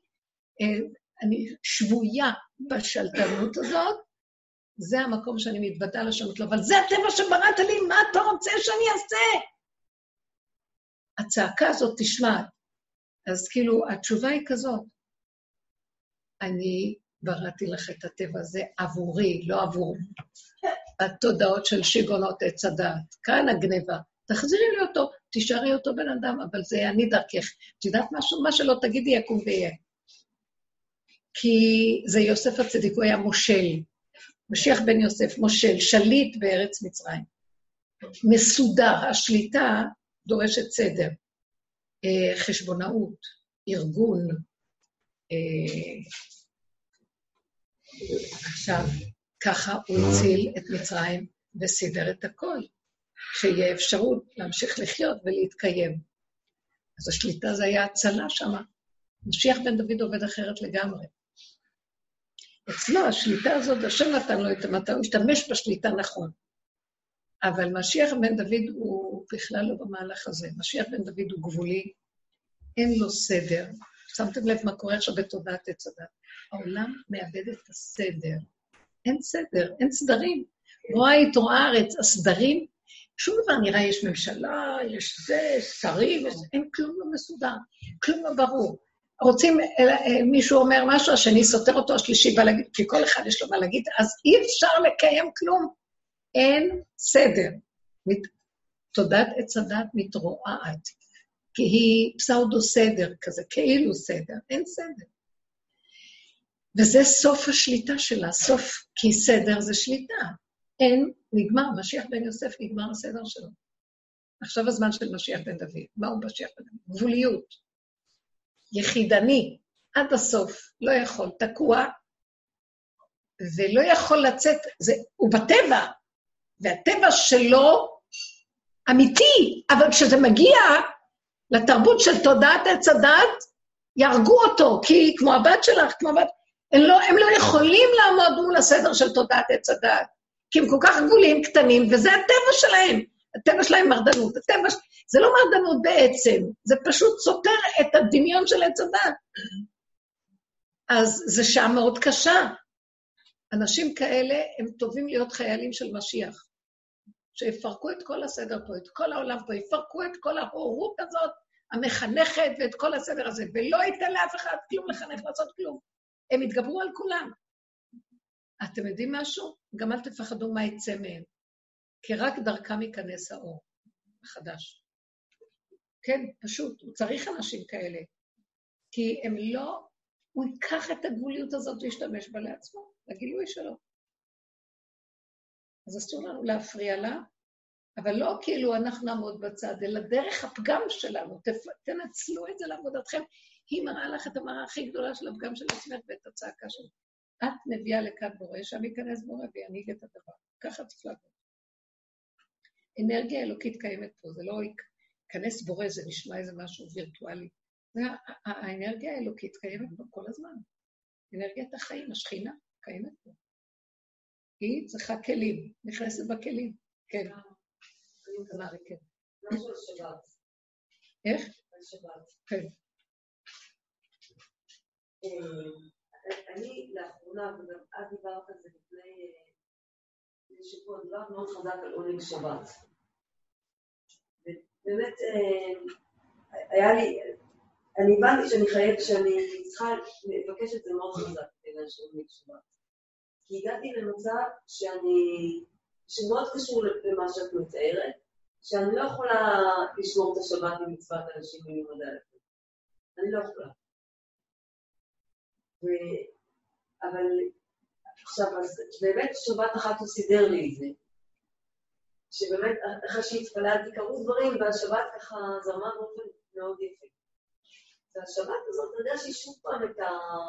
שבויה בשלטנות הזאת, זה המקום שאני מתוודעה לשונות לו, אבל זה הטבע שבראת לי, מה אתה רוצה שאני אעשה? הצעקה הזאת תשמע, אז כאילו התשובה היא כזאת, אני בראתי לך את הטבע הזה עבורי, לא עבור התודעות של שיגונות עץ הדעת, כאן הגניבה, תחזירי לי אותו, תשארי אותו בן אדם, אבל זה אני דרכך, את יודעת משהו, מה שלא תגידי יקום ויהיה, כי זה יוסף הצדיק, הוא היה מושל, משיח בן יוסף, מושל, שליט בארץ מצרים, מסודר, השליטה דורשת סדר, חשבונאות, ארגון, עכשיו, ככה הוא הציל את מצרים וסידר את הכל, שיהיה אפשרות להמשיך לחיות ולהתקיים. אז השליטה זה היה הצלה שמה. משיח בן דוד עובד אחרת לגמרי. אצלו השליטה הזאת, השם נתן לו את המטה, הוא השתמש בשליטה נכון. אבל משיח בן דוד הוא בכלל לא במהלך הזה. משיח בן דוד הוא גבולי, אין לו סדר. שמתם לב מה קורה עכשיו בתודעת עץ הדת. העולם מאבד את הסדר. אין סדר, אין סדרים. רואה יתרו הארץ, הסדרים, שום דבר נראה, יש ממשלה, יש זה, שרים, אין כלום לא מסודר, כלום לא ברור. רוצים, מישהו אומר משהו, השני סותר אותו, השלישי בא להגיד, כי כל אחד יש לו מה להגיד, אז אי אפשר לקיים כלום. אין סדר. תודעת עץ הדת מתרועעת, כי היא פסאודו סדר כזה, כאילו סדר, אין סדר. וזה סוף השליטה שלה, סוף, כי סדר זה שליטה. אין, נגמר, משיח בן יוסף נגמר הסדר שלו. עכשיו הזמן של משיח בן דוד. מהו משיח בן דוד? גבוליות. יחידני, עד הסוף, לא יכול, תקוע, ולא יכול לצאת, הוא בטבע, והטבע שלו אמיתי, אבל כשזה מגיע לתרבות של תודעת עץ הדת, יהרגו אותו, כי כמו הבת שלך, כמו הבת, הם לא יכולים לעמוד מול הסדר של תודעת עץ הדת, כי הם כל כך גבולים קטנים, וזה הטבע שלהם. הטבע שלהם מרדנות. זה לא מרדנות בעצם, זה פשוט סותר את הדמיון של עץ הדת. אז זה שעה מאוד קשה. אנשים כאלה הם טובים להיות חיילים של משיח, שיפרקו את כל הסדר פה, את כל העולם פה, יפרקו את כל ההורות הזאת, המחנכת ואת כל הסדר הזה, ולא ייתן לאף אחד כלום לחנך לעשות כלום. הם יתגברו על כולם. אתם יודעים משהו? גם אל תפחדו מה יצא מהם. כי רק דרכם ייכנס האור החדש. כן, פשוט, הוא צריך אנשים כאלה. כי הם לא, הוא ייקח את הגבוליות הזאת וישתמש בה לעצמו, לגילוי שלו. אז אסור לנו להפריע לה, אבל לא כאילו אנחנו נעמוד בצד, אלא דרך הפגם שלנו, תנצלו את זה לעבודתכם. היא מראה לך את המראה הכי גדולה של הפגם של עצמך ואת הצעקה שלך. את מביאה לכאן בורא, שם ייכנס בורא וינהיג את הדבר. ככה צריך לעבוד. אנרגיה אלוקית קיימת פה, זה לא ייכנס בורא, זה נשמע איזה משהו וירטואלי. האנרגיה האלוקית קיימת פה כל הזמן. אנרגיית החיים, השכינה, קיימת פה. היא צריכה כלים, נכנסת בכלים. כן. יודעים כמה. כן. משהו על שבת. איך? על שבת. כן. אני לאחרונה, וגם את דיברת על זה לפני שבוע, דיברת מאוד חזק על עונג שבת. ובאמת, היה לי, אני הבנתי שאני צריכה לבקש את זה מאוד חזק בעניין של עונג שבת. כי הגעתי למצב שמאוד קשור למה שאת מתארת, שאני לא יכולה לשמור את השבת במצוות אנשים מיוחד אלפים. אני לא יכולה. אבל עכשיו, באמת שבת אחת הוא סידר לי את זה. שבאמת, אחרי שהתפללתי, קרו דברים, והשבת ככה זרמה באופן מאוד יפה. והשבת הזאת, אני יודע שהיא שוב פעם את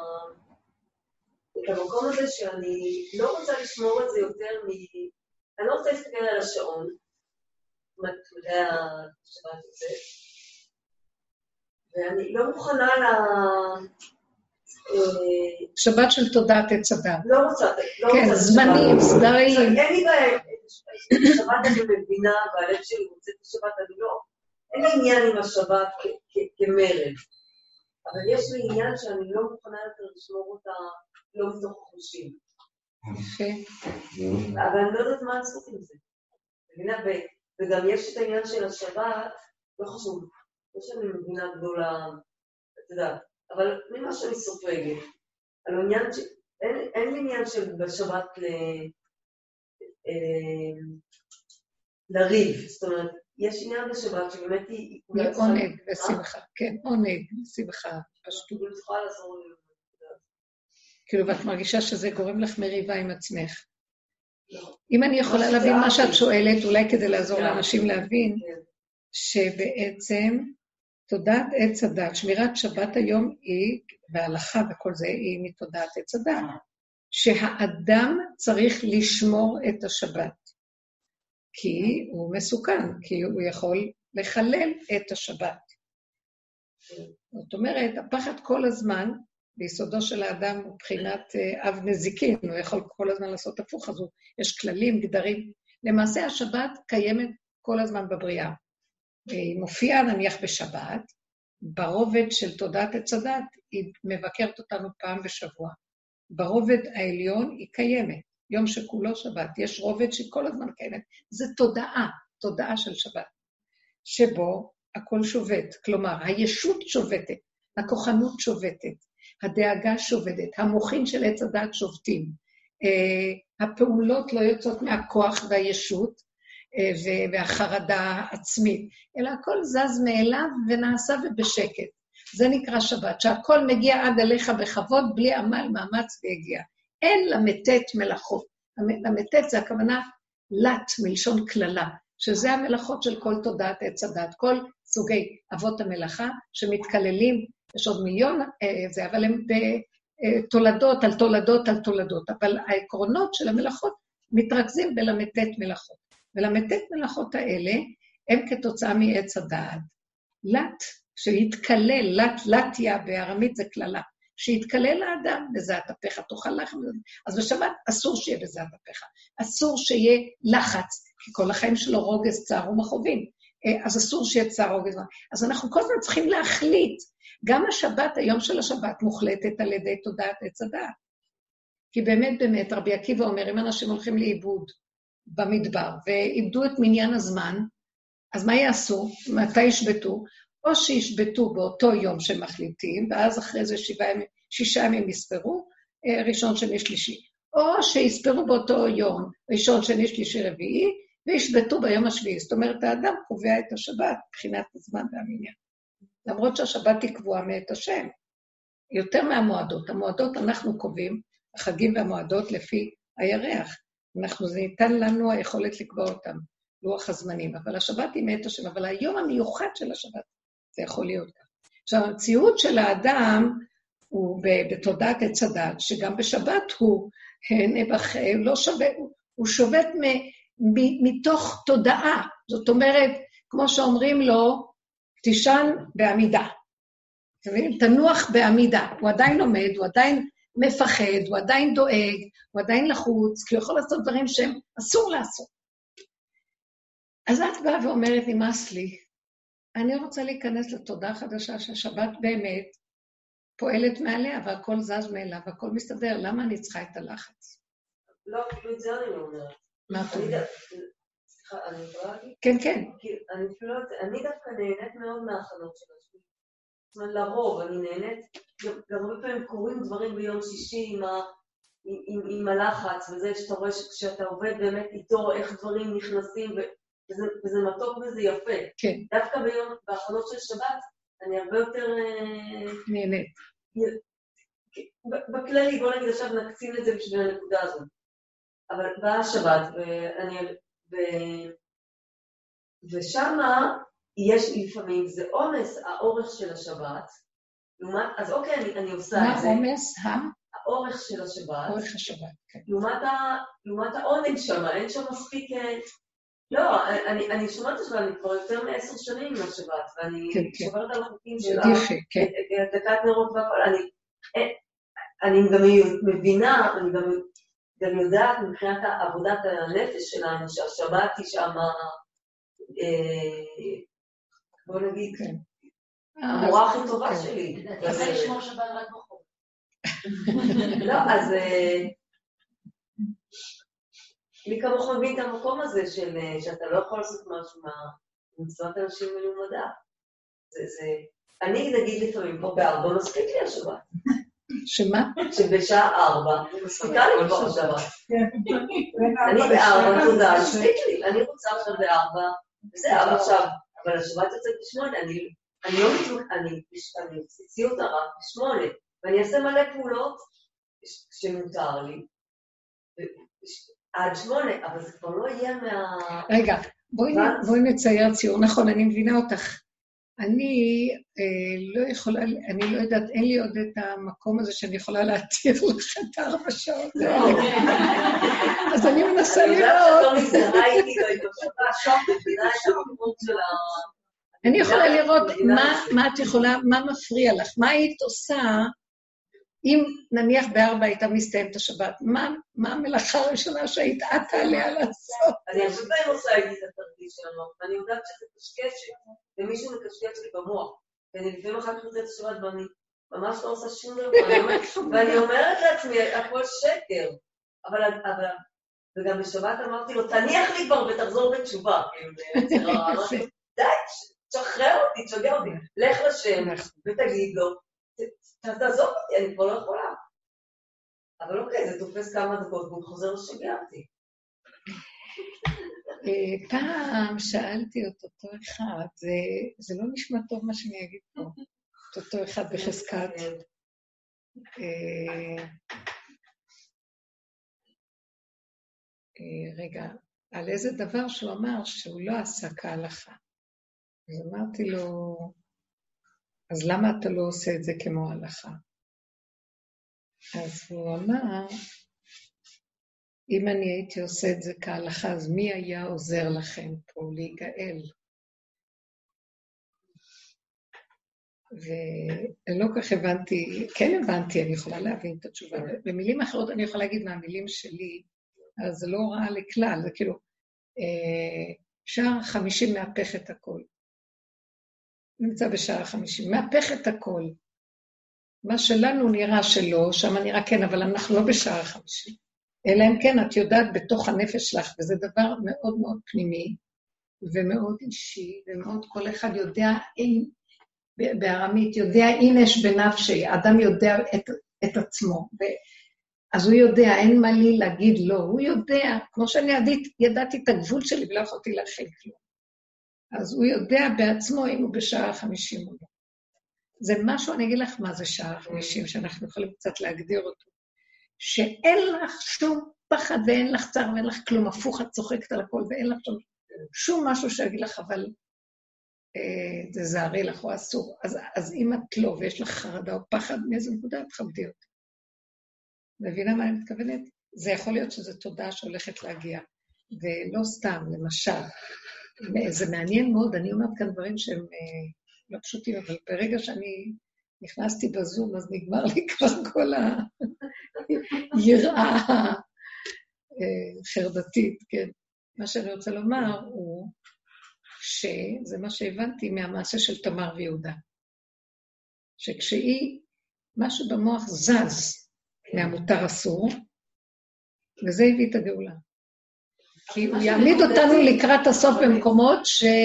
המקום הזה שאני לא רוצה לשמור את זה יותר אני לא רוצה להסתכל על השעון, מתי השבת יוצאת, ואני לא מוכנה שבת של תודעת עץ הדת. לא רוצה. כן, זמנים, סדרים. אין לי בעיה, שבת אני מבינה, והלב שלי רוצה את השבת, אני לא, אין לי עניין עם השבת כמרד, אבל יש לי עניין שאני לא מוכנה יותר לשמור אותה לא מתוך חושים. אבל אני לא יודעת מה לעשות עם זה. וגם יש את העניין של השבת, לא חשוב, לא שאני מבינה גדולה, אתה יודע, אבל ממה שאני סופגת, אין לי עניין של בשבת לריב, זאת אומרת, יש עניין בשבת שבאמת היא... לעונג ושמחה, כן, עונג ושמחה, פשטות. היא צריכה לעזור לי. כאילו, ואת מרגישה שזה גורם לך מריבה עם עצמך. אם אני יכולה להבין מה שאת שואלת, אולי כדי לעזור לאנשים להבין, שבעצם תודעת עץ הדת, שמירת שבת היום היא, וההלכה וכל זה, היא מתודעת עץ הדת, שהאדם צריך לשמור את השבת, כי הוא מסוכן, כי הוא יכול לחלל את השבת. זאת אומרת, הפחד כל הזמן, ביסודו של האדם הוא בחינת אב נזיקין, הוא יכול כל הזמן לעשות הפוך, אז יש כללים, גדרים. למעשה השבת קיימת כל הזמן בבריאה. היא מופיעה נניח בשבת, ברובד של תודעת עץ הדת, היא מבקרת אותנו פעם בשבוע. ברובד העליון היא קיימת, יום שכולו שבת, יש רובד שכל הזמן קיימת. זה תודעה של שבת, שבו הכל שובת, כלומר, הישות שובתת, הכוחנות שובתת, הדאגה שובדת, המוחין של עץ הדת שובתים, הפעולות לא יוצאות מהכוח והישות והחרדה העצמית, אלא הכל זז מאליו ונעשה ובשקט. זה נקרא שבת, שהכל מגיע עד אליך בכבוד, בלי עמל, מאמץ והגיע. אין למתת מלאכות. למתת זה הכוונה לת, מלשון כללה, שזה המלאכות של כל תודעת עץ הדת, כל סוגי אבות המלאכה שמתכללים, יש עוד מיליון, אבל הם בתולדות על תולדות על תולדות, אבל העקרונות של המלאכות מתרכזים בלמתת מלאכות. ולמתת מלאכות האלה הם כתוצאה מעץ הדעת. לת, שהתקלל, לטיה בארמית זה כללה, שהתקלל לאדם בזעת אפיך, תאכל לחם, אז בשבת אסור שיהיה בזעת אפיך, אסור שיהיה לחץ, כי כל החיים שלו רוגז, צער ומכאובים, אז אסור שיהיה צער רוגז. אז אנחנו כל הזמן צריכים להחליט, גם השבת, היום של השבת, מוחלטת על ידי תודעת עץ הדעת. כי באמת, רבי עקיבא אומר, אם אנשים הולכים לאיבוד במדבר, ואיבדו את מניין הזמן, אז מה יעשו? מתי ישבטו? או שישבטו באותו יום שמחליטים, ואז אחרי זה 6 ימים יספרו, ראשון, שני, שלישי. או שיספרו באותו יום, ראשון, שני, שלישי, רביעי, וישבטו ביום השביעי. זאת אומרת, האדם קובע את השבת, מבחינת הזמן והמניין. למרות שהשבת היא קבועה מאת השם. יותר מהמועדות. המועדות אנחנו קובעים, החגים והמועדות לפי הירח. זה ניתן לנו היכולת לקבוע אותם, לוח הזמנים. אבל השבת היא מאת השם, אבל היום המיוחד של השבת, זה יכול להיות כך. עכשיו, המציאות של האדם הוא בתודעת עץ הדת, שגם בשבת הוא נבח, לא שווה, הוא שובת מתוך תודעה. זאת אומרת, כמו שאומרים לו, תישן בעמידה. תנוח בעמידה. הוא עדיין עומד, הוא עדיין מפחד, הוא עדיין דואג, הוא עדיין לחוץ, כי הוא יכול לעשות דברים שהם אסור לעשות. אז את באה ואומרת, נמאס לי, אני רוצה להיכנס לתודעה חדשה שהשבת באמת פועלת מעליה, והכל זז מאליו, והכל מסתדר, למה אני צריכה את הלחץ? לא, כאילו את זה אני לא אומרת. מה את אומרת? סליחה, אני יכולה להגיד? כן, כן. אני דווקא נהנית מאוד מההכנות של השביל. זאת אומרת, לרוב, אני נהנית, גם הרבה פעמים קורים דברים ביום שישי עם הלחץ, וזה שאתה רואה שכשאתה עובד באמת איתו, איך דברים נכנסים, וזה מתוק וזה יפה. כן. דווקא בהכנות של שבת, אני הרבה יותר... נהנית. בכללי, בוא נגיד עכשיו נקצין את זה בשביל הנקודה הזאת. אבל באה השבת, ושמה יש לפעמים, זה עומס האורך של השבת, אז אוקיי, אני עושה את זה. מה עומס? האורך של השבת. אורך השבת, כן. לעומת העונג שמה, אין שם מספיק... לא, אני שומעת השבת, אני כבר יותר מ10 שנים עם השבת, ואני שוברת על החוקים שלה, דקת נרות והכל, אני גם מבינה, אני גם יודעת מבחינת עבודת הנפש שלנו, שהשבת היא שמה, בוא נגיד, המורה הכי טובה שלי. זה לשמור שבת רק בחור. לא, אז... מי כמוך מבין את המקום הזה שאתה לא יכול לעשות משהו מצוות אנשים מלומדה. אני נגיד לפעמים פה ב4 מספיק לי השבת. שמה? שבשעה 4 מספיקה לי כבר השבת. אני ב4, תודה, מספיק לי. אני רוצה עכשיו ב4, וזה, אבל עכשיו, אבל השבת יוצאת ב8, אני לא מתמקד, אני אוציא אותה רק ב8, ואני אעשה מלא פעולות שמותר לי. עד 8, אבל זה כבר לא יהיה רגע, בואי נצייר ציור. נכון, אני מבינה אותך. אני לא יכולה, אני לא יודעת, אין לי עוד את המקום הזה שאני יכולה להתיר לך את 4 שעות. אז אני מנסה לראות. אני יודעת שאת לא מזדהה איתי, לא הייתה שוב, מבינה את המקום של אני יכולה לראות מה את יכולה, מה מפריע לך, מה היית עושה, אם נניח ב4 הייתה מסתיימת השבת, מה המלאכה הראשונה שהיית עתה עליה לעשות? אני הרבה פעמים עושה איתי את התרגיש שלנו, ואני יודעת שזה קשקשת, ומישהו מקשקש לי במוח, ואני לפעמים אחר כך יוצאת השבת, ואני ממש לא עושה שום דבר, ואני אומרת לעצמי, הכל שקר, וגם בשבת אמרתי לו, תניח לי כבר ותחזור בתשובה, די, תשחרר אותי, תשגע אותי, לך לשם ותגיד לו, תעזוב אותי, אני כבר לא יכולה. אבל אוקיי, זה תופס כמה דקות, והוא חוזר לשגע אותי. פעם שאלתי את אותו אחד, זה לא נשמע טוב מה שאני אגיד פה, את אותו אחד בחזקת. רגע, על איזה דבר שהוא אמר שהוא לא עשה כהלכה. אז אמרתי לו, אז למה אתה לא עושה את זה כמו הלכה? אז הוא אמר, אם אני הייתי עושה את זה כהלכה, אז מי היה עוזר לכם פה להיגאל? ולא כך הבנתי, כן הבנתי, אני יכולה להבין את התשובה. במילים אחרות אני יכולה להגיד מהמילים שלי, אז זה לא רע לכלל, זה כאילו, שער 50 מהפך את הכל. נמצא בשער 50, מהפך את הכל. מה שלנו נראה שלא, שם נראה כן, אבל אנחנו לא בשער 50. אלא אם כן, את יודעת בתוך הנפש שלך, וזה דבר מאוד מאוד פנימי, ומאוד אישי, ומאוד כל אחד יודע, בארמית, יודע אינש בנפשי, האדם יודע את עצמו, אז הוא יודע, אין מה לי להגיד לא, הוא יודע, כמו שאני ידעתי את הגבול שלי, ולא יכולתי להכיל כלום. אז הוא יודע בעצמו אם הוא בשעה 50 או לא. זה משהו, אני אגיד לך מה זה שעה 50, שאנחנו יכולים קצת להגדיר אותו, שאין לך שום פחד ואין לך צער ואין לך כלום, הפוך את צוחקת על הכל ואין לך שום משהו שיגיד לך, אבל זה זערי לך או אסור. אז אם את לא ויש לך חרדה או פחד מאיזו נקודה, תכבדי אותי. מבינה מה אני מתכוונת? זה יכול להיות שזו תודעה שהולכת להגיע, ולא סתם, למשל. זה מעניין מאוד, אני אומרת כאן דברים שהם לא פשוטים, אבל ברגע שאני נכנסתי בזום, אז נגמר לי כבר כל היראה חרדתית, כן. מה שאני רוצה לומר הוא שזה מה שהבנתי מהמעשה של תמר ויהודה. שכשהיא, משהו במוח זז מהמותר אסור, וזה הביא את הגאולה. כי הוא יעמיד אותנו לקראת הסוף במקומות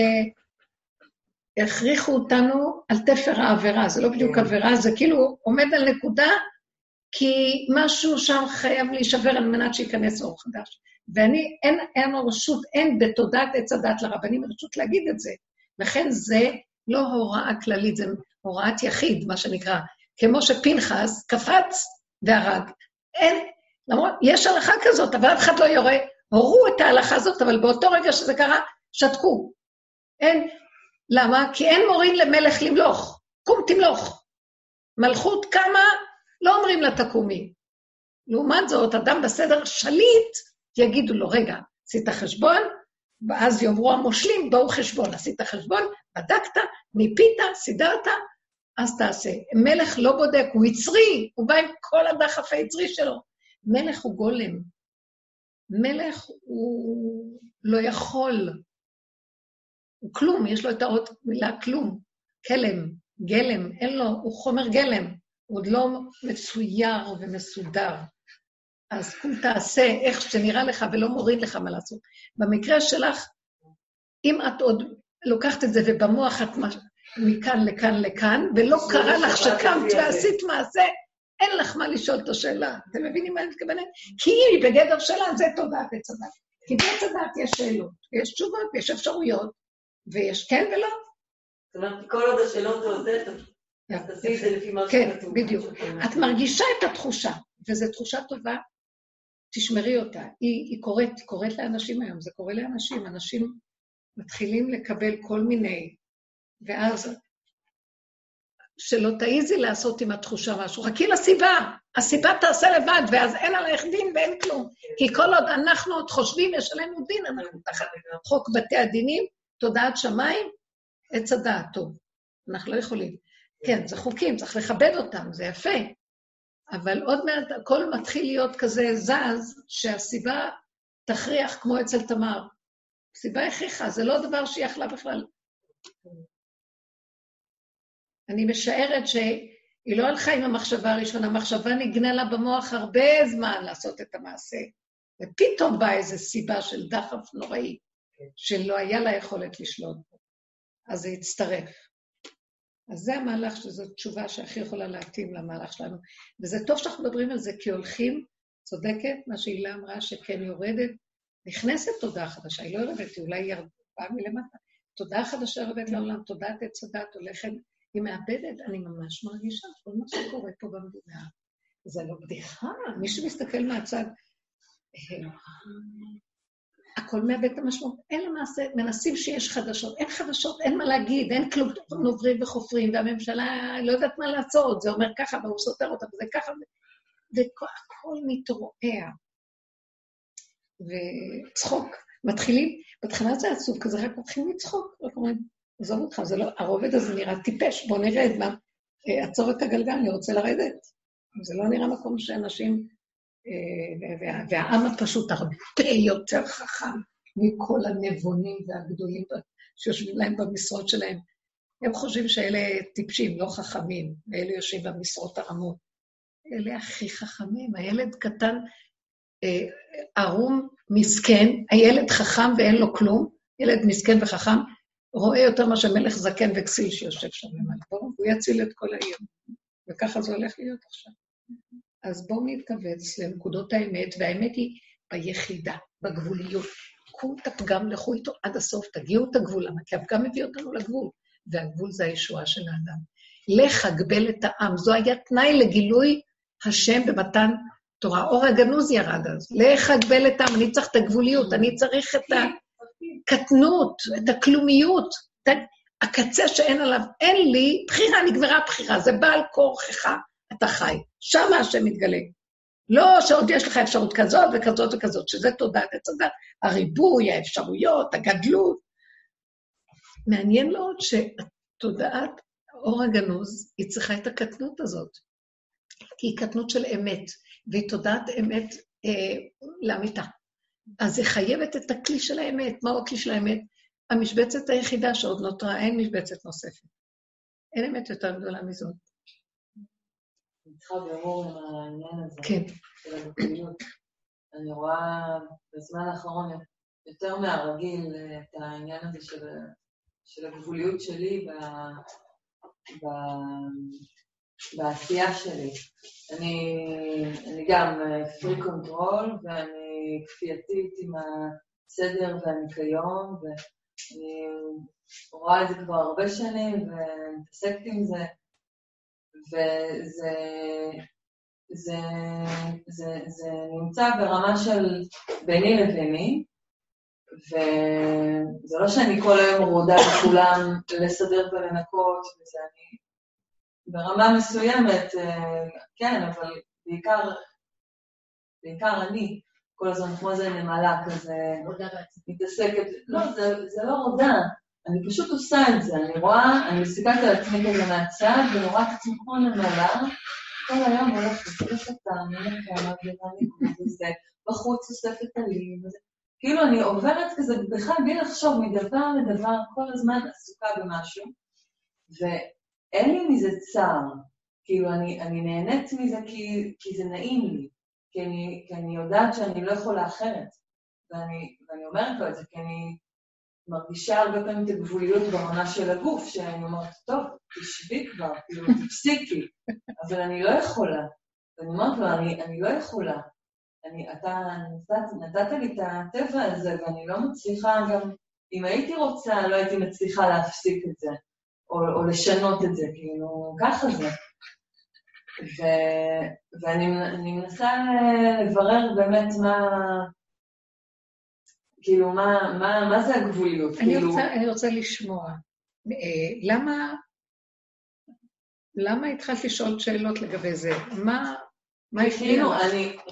שיכריחו אותנו על תפר העבירה. זה לא בדיוק עבירה, זה כאילו עומד על נקודה, כי משהו שם חייב להישבר על מנת שיכנס אור חדש. ואני, אין רשות, אין בתודעת עץ הדת לרבנים רשות להגיד את זה. לכן זה לא הוראה כללית, זה הוראת יחיד, מה שנקרא. כמו שפנחס קפץ והרג. אין, למרות, יש הלכה כזאת, אבל אף אחד לא יורה. הורו את ההלכה הזאת, אבל באותו רגע שזה קרה, שתקו. אין, למה? כי אין מורים למלך למלוך. קום תמלוך. מלכות כמה, לא אומרים לה תקומי. לעומת זאת, אדם בסדר שליט, יגידו לו, רגע, עשית חשבון, ואז יאמרו המושלים, באו חשבון, עשית חשבון, בדקת, ניפית, סידרת, אז תעשה. מלך לא בודק, הוא יצרי, הוא בא עם כל הדחף היצרי שלו. מלך הוא גולם. מלך הוא לא יכול. הוא כלום, יש לו את האות מילה כלום. כלם, גלם, אין לו, הוא חומר גלם. הוא עוד לא מצויר ומסודר. אז כול תעשה איך שנראה לך ולא מוריד לך מה לעשות. במקרה שלך, אם את עוד לוקחת את זה ובמוח את מכאן לכאן לכאן, ולא קרה לך שקמת ועשית מעשה, אין לך מה לשאול את השאלה. אתם מבינים מה אני מתכוונת? כי היא בגדר שלה, זה תודעת עץ הדת. כי בעץ הדת יש שאלות, יש תשובות, יש אפשרויות, ויש כן ולא. זאת אומרת, כל עוד השאלות עוזרת, אז תעשי את זה לפי מה כן, בדיוק. את מרגישה את התחושה, וזו תחושה טובה, תשמרי אותה. היא קוראת לאנשים היום, זה קורה לאנשים, אנשים מתחילים לקבל כל מיני, ואז שלא תעיזי לעשות עם התחושה משהו, חכי לסיבה, הסיבה תעשה לבד, ואז אין עליך דין ואין כלום, כי כל עוד אנחנו עוד חושבים, יש עלינו דין, אנחנו תחת חוק בתי הדינים, תודעת שמיים, עץ הדעת טוב, אנחנו לא יכולים. כן, זה חוקים, צריך לכבד אותם, זה יפה, אבל עוד מעט הכל מתחיל להיות כזה זז, שהסיבה תכריח כמו אצל תמר. סיבה הכריחה, זה לא דבר שהיא יכלה בכלל. אני משערת שהיא לא הלכה עם המחשבה הראשונה, המחשבה נגנה לה במוח הרבה זמן לעשות את המעשה, ופתאום באה איזו סיבה של דחף נוראי, שלא היה לה יכולת לשלוט בו. אז זה הצטרף. אז זה המהלך שזו תשובה שהכי יכולה להתאים למהלך שלנו. וזה טוב שאנחנו מדברים על זה, כי הולכים, צודקת, מה שהילה אמרה, שכן יורדת, נכנסת תודעה חדשה, היא לא יורדת, היא אולי ירדה מלמטה. תודעה חדשה יורדת לעולם, תודעת עץ הדת הולכת, היא מאבדת, אני ממש מרגישה, כל מה שקורה פה במדינה. זה לא בדיחה, מי שמסתכל מהצד, הכל מאבד את המשמעות, אין למעשה, מנסים שיש חדשות, אין חדשות, אין מה להגיד, אין כלום, נוברים וחופרים, והממשלה לא יודעת מה לעשות, זה אומר ככה, והוא סותר אותה, וזה ככה, והכל מתרועע. וצחוק, מתחילים, בתחילה זה עצוב, כזה רק מתחילים לצחוק, רק אומרים, עזוב אותך, זה לא, הרובד הזה נראה טיפש, בוא נרד, עצור את הגלגל, אני רוצה לרדת. זה לא נראה מקום שאנשים, והעם הפשוט הרבה יותר חכם מכל הנבונים והגדולים שיושבים להם במשרות שלהם. הם חושבים שאלה טיפשים, לא חכמים, ואלה יושבים במשרות הרמות. אלה הכי חכמים, הילד קטן, ערום, מסכן, הילד חכם ואין לו כלום, ילד מסכן וחכם, רואה יותר מה שמלך זקן וכסיל שיושב שם למעלה, הוא יציל את כל העיר, וככה זה הולך להיות עכשיו. אז בואו נתכווץ לנקודות האמת, והאמת היא ביחידה, בגבוליות. קחו את הפגם, לכו איתו עד הסוף, תגיעו את הגבול, כי הפגם מביא אותנו לגבול, והגבול זה הישועה של האדם. לך הגבל את העם, זו היה תנאי לגילוי השם במתן תורה. אור הגנוז ירד אז, לך הגבל את העם, אני צריך את הגבוליות, אני צריך את הקטנות, את הכלומיות, הקצה שאין עליו, אין לי, בחירה, נגמרה הבחירה, זה בעל כורכך, אתה חי, שם השם מתגלה. לא שעוד יש לך אפשרות כזאת וכזאת וכזאת, שזה תודעת עץ הדת, הריבוי, האפשרויות, הגדלות. מעניין מאוד שתודעת אור הגנוז, היא צריכה את הקטנות הזאת, כי היא קטנות של אמת, והיא תודעת אמת לאמיתה. אז היא חייבת את הכלי של האמת. מהו הכלי של האמת? המשבצת היחידה שעוד נותרה, אין משבצת נוספת. אין אמת יותר גדולה מזאת. אני צריכה בירור עם העניין הזה. כן. של הגבוליות. אני רואה בזמן האחרון יותר מהרגיל את העניין הזה של הגבוליות שלי בעשייה שלי. אני גם פרי קונטרול, ואני כפייתית עם הסדר והניקיון, ואני רואה את זה כבר הרבה שנים, ומתעסקת עם זה, זה נמצא ברמה של ביני לביני, וזה לא שאני כל היום רודה לכולם לסדר ולנקות, וזה אני ברמה מסוימת, כן, אבל בעיקר אני, כל הזמן כמו זה נמלה כזה, מתעסקת, לא, זה לא רודה, אני פשוט עושה את זה, אני מסתכלת על עצמי כזה מהצד, ואני רואה את עצמי כמו נמלה, כל היום הולך לספק את המלכה, וזה בחוץ אוסף את הלים, כאילו אני עוברת כזה, בכלל בלי לחשוב מדבר לדבר, כל הזמן עסוקה במשהו, ואין לי מזה צער, כאילו אני נהנית מזה כי זה נעים לי, כי אני יודעת שאני לא יכולה אחרת, ואני אומרת לו את זה, כי אני מרגישה הרבה פעמים את הגבוליות ברמה של הגוף, שאני אומרת, טוב, תשבי כבר, כאילו תפסיקי, אבל אני לא יכולה, ואני אומרת לו, אני לא יכולה, אתה נתת לי את הטבע הזה, ואני לא מצליחה גם, אם הייתי רוצה, לא הייתי מצליחה להפסיק את זה, או לשנות את זה, כאילו, ככה זה. ואני מנסה לברר באמת כאילו, מה זה הגבוליות? אני רוצה לשמוע. למה התחלת לשאול שאלות לגבי זה? מה הפריע לך?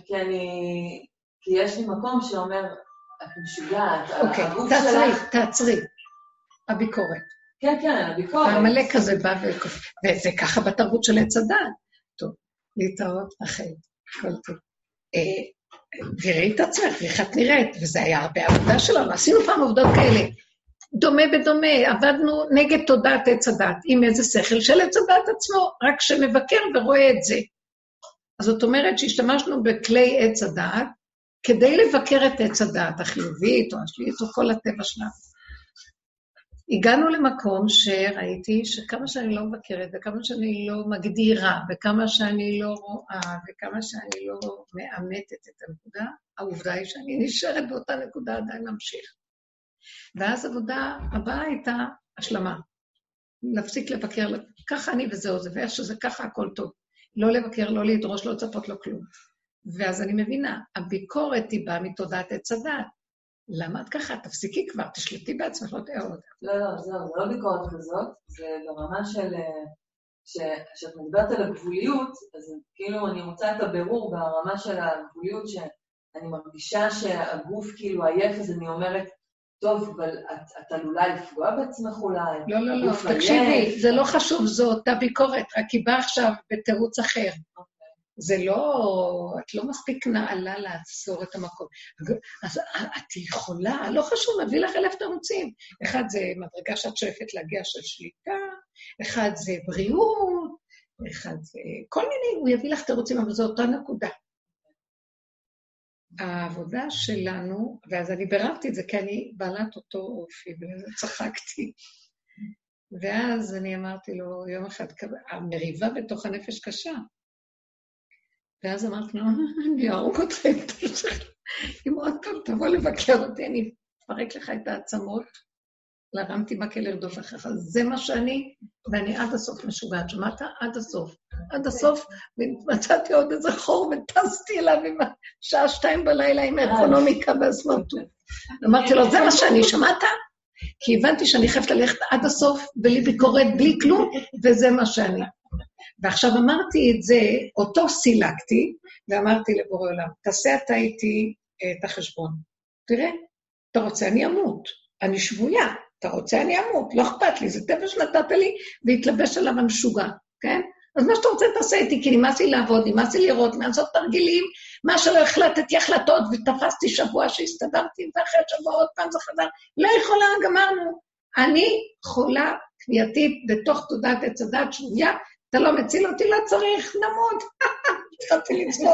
כי יש לי מקום שאומר, את משוגעת, אוקיי, תעצרי. הביקורת. כן, הביקורת. המלא כזה בא וזה ככה בתרבות של עץ הדת. טוב, להתראות אחרי, כל טוב. תראי את עצמך, איך את נראית, וזה היה הרבה עבודה שלנו, עשינו פעם עבודות כאלה, דומה בדומה, עבדנו נגד תודעת עץ הדת, עם איזה שכל של עץ הדת עצמו, רק שמבקר ורואה את זה. אז זאת אומרת שהשתמשנו בכלי עץ הדת, כדי לבקר את עץ הדת החיובית או השלילית או כל הטבע שלנו. הגענו למקום שראיתי שכמה שאני לא מבקרת, וכמה שאני לא מגדירה, וכמה שאני לא רואה, וכמה שאני לא מאמתת את הנקודה, העובדה היא שאני נשארת באותה נקודה עדיין להמשיך. ואז עבודה הבאה הייתה השלמה. להפסיק לבקר, ככה אני וזהו זה, ואיך שזה ככה הכל טוב. לא לבקר, לא לדרוש, לא לצפות, לא כלום. ואז אני מבינה, הביקורת היא באה מתודעת עץ הדת. למה את ככה? תפסיקי כבר, תשלטי בעצמך, לא תראה אותה. לא, זה לא ביקורת כזאת, זה ברמה של, שאת מדברת על הגבוליות, אז כאילו אני רוצה את הבירור ברמה של הגבוליות, שאני מרגישה שהגוף כאילו עייף, אז אני אומרת, טוב, אבל את עלולה לפגוע בעצמך אולי. לא, תקשיבי, זה לא חשוב, זו אותה ביקורת, רק היא באה עכשיו בתירוץ אחר. זה לא, את לא מספיק נעלה לעצור את המקום. אז את יכולה, לא חשוב, מביא לך 1000 תירוצים. אחד זה מדרגה שאת שואפת להגיע של שליטה, אחד זה בריאות, אחד זה כל מיני, הוא יביא לך תירוצים, אבל זו אותה נקודה. העבודה שלנו, ואז אני ביררתי את זה, כי אני בעלת אותו אופי, וצחקתי. ואז אני אמרתי לו, יום אחד, המריבה בתוך הנפש קשה. ואז אמרתי לו, אני ארוג אתכם, אם עוד פעם תבוא לבקר אותי, אני אפרק לך את העצמות, להרמתי מקל לרדוף אחריך, זה מה שאני, ואני עד הסוף משוגעת, שמעת? עד הסוף, ומצאתי עוד איזה חור, וטסתי אליו עם השעה 2 בלילה, עם האקונומיקה והסמרטות. אמרתי לו, זה מה שאני, שמעת? כי הבנתי שאני חייבת ללכת עד הסוף, בלי ביקורת, בלי כלום, וזה מה שאני. ועכשיו אמרתי את זה, אותו סילקתי, ואמרתי לבורא עולם, תעשה אתה איתי את החשבון. תראה, אתה רוצה, אני אמות, אני שבויה, אתה רוצה, אני אמות, לא אכפת לי, זה טבע שנתת לי, והתלבש עליו המשוגע, כן? אז מה שאתה רוצה תעשה איתי, כי נמאס לי לעבוד, נמאס לי לראות, לעשות תרגילים, מה שלא החלטתי החלטות, ותפסתי שבוע שהסתדרתי, ואחרי שבוע עוד פעם זה חזר, לא יכולה, גמרנו. אני חולה כפייתית בתוך תודעת הצדת שבויה, אתה לא מציל אותי, לא צריך, נמות. התחלתי לצחוק.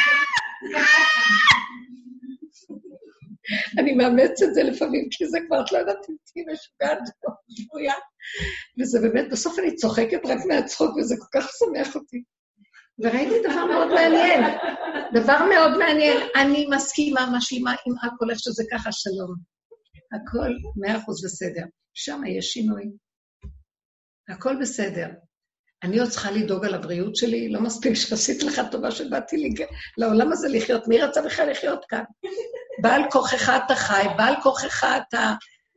אני מאמץ את זה לפעמים, כי זה כבר, את לא יודעת, תהי משוגעת, שבויה. וזה באמת, בסוף אני צוחקת רק מהצחוק, וזה כל כך שמח אותי. וראיתי דבר מאוד מעניין, דבר מאוד מעניין, אני מסכימה, משלימה עם הכל, איך שזה ככה שלום. הכל 100% בסדר. שם יש שינוי. הכל בסדר. אני עוד צריכה לדאוג על הבריאות שלי, לא מספיק שעשית לך טובה שבאתי לעולם הזה לחיות. מי רצה בכלל לחיות כאן? בעל כוחך אתה חי, בעל כוחך אתה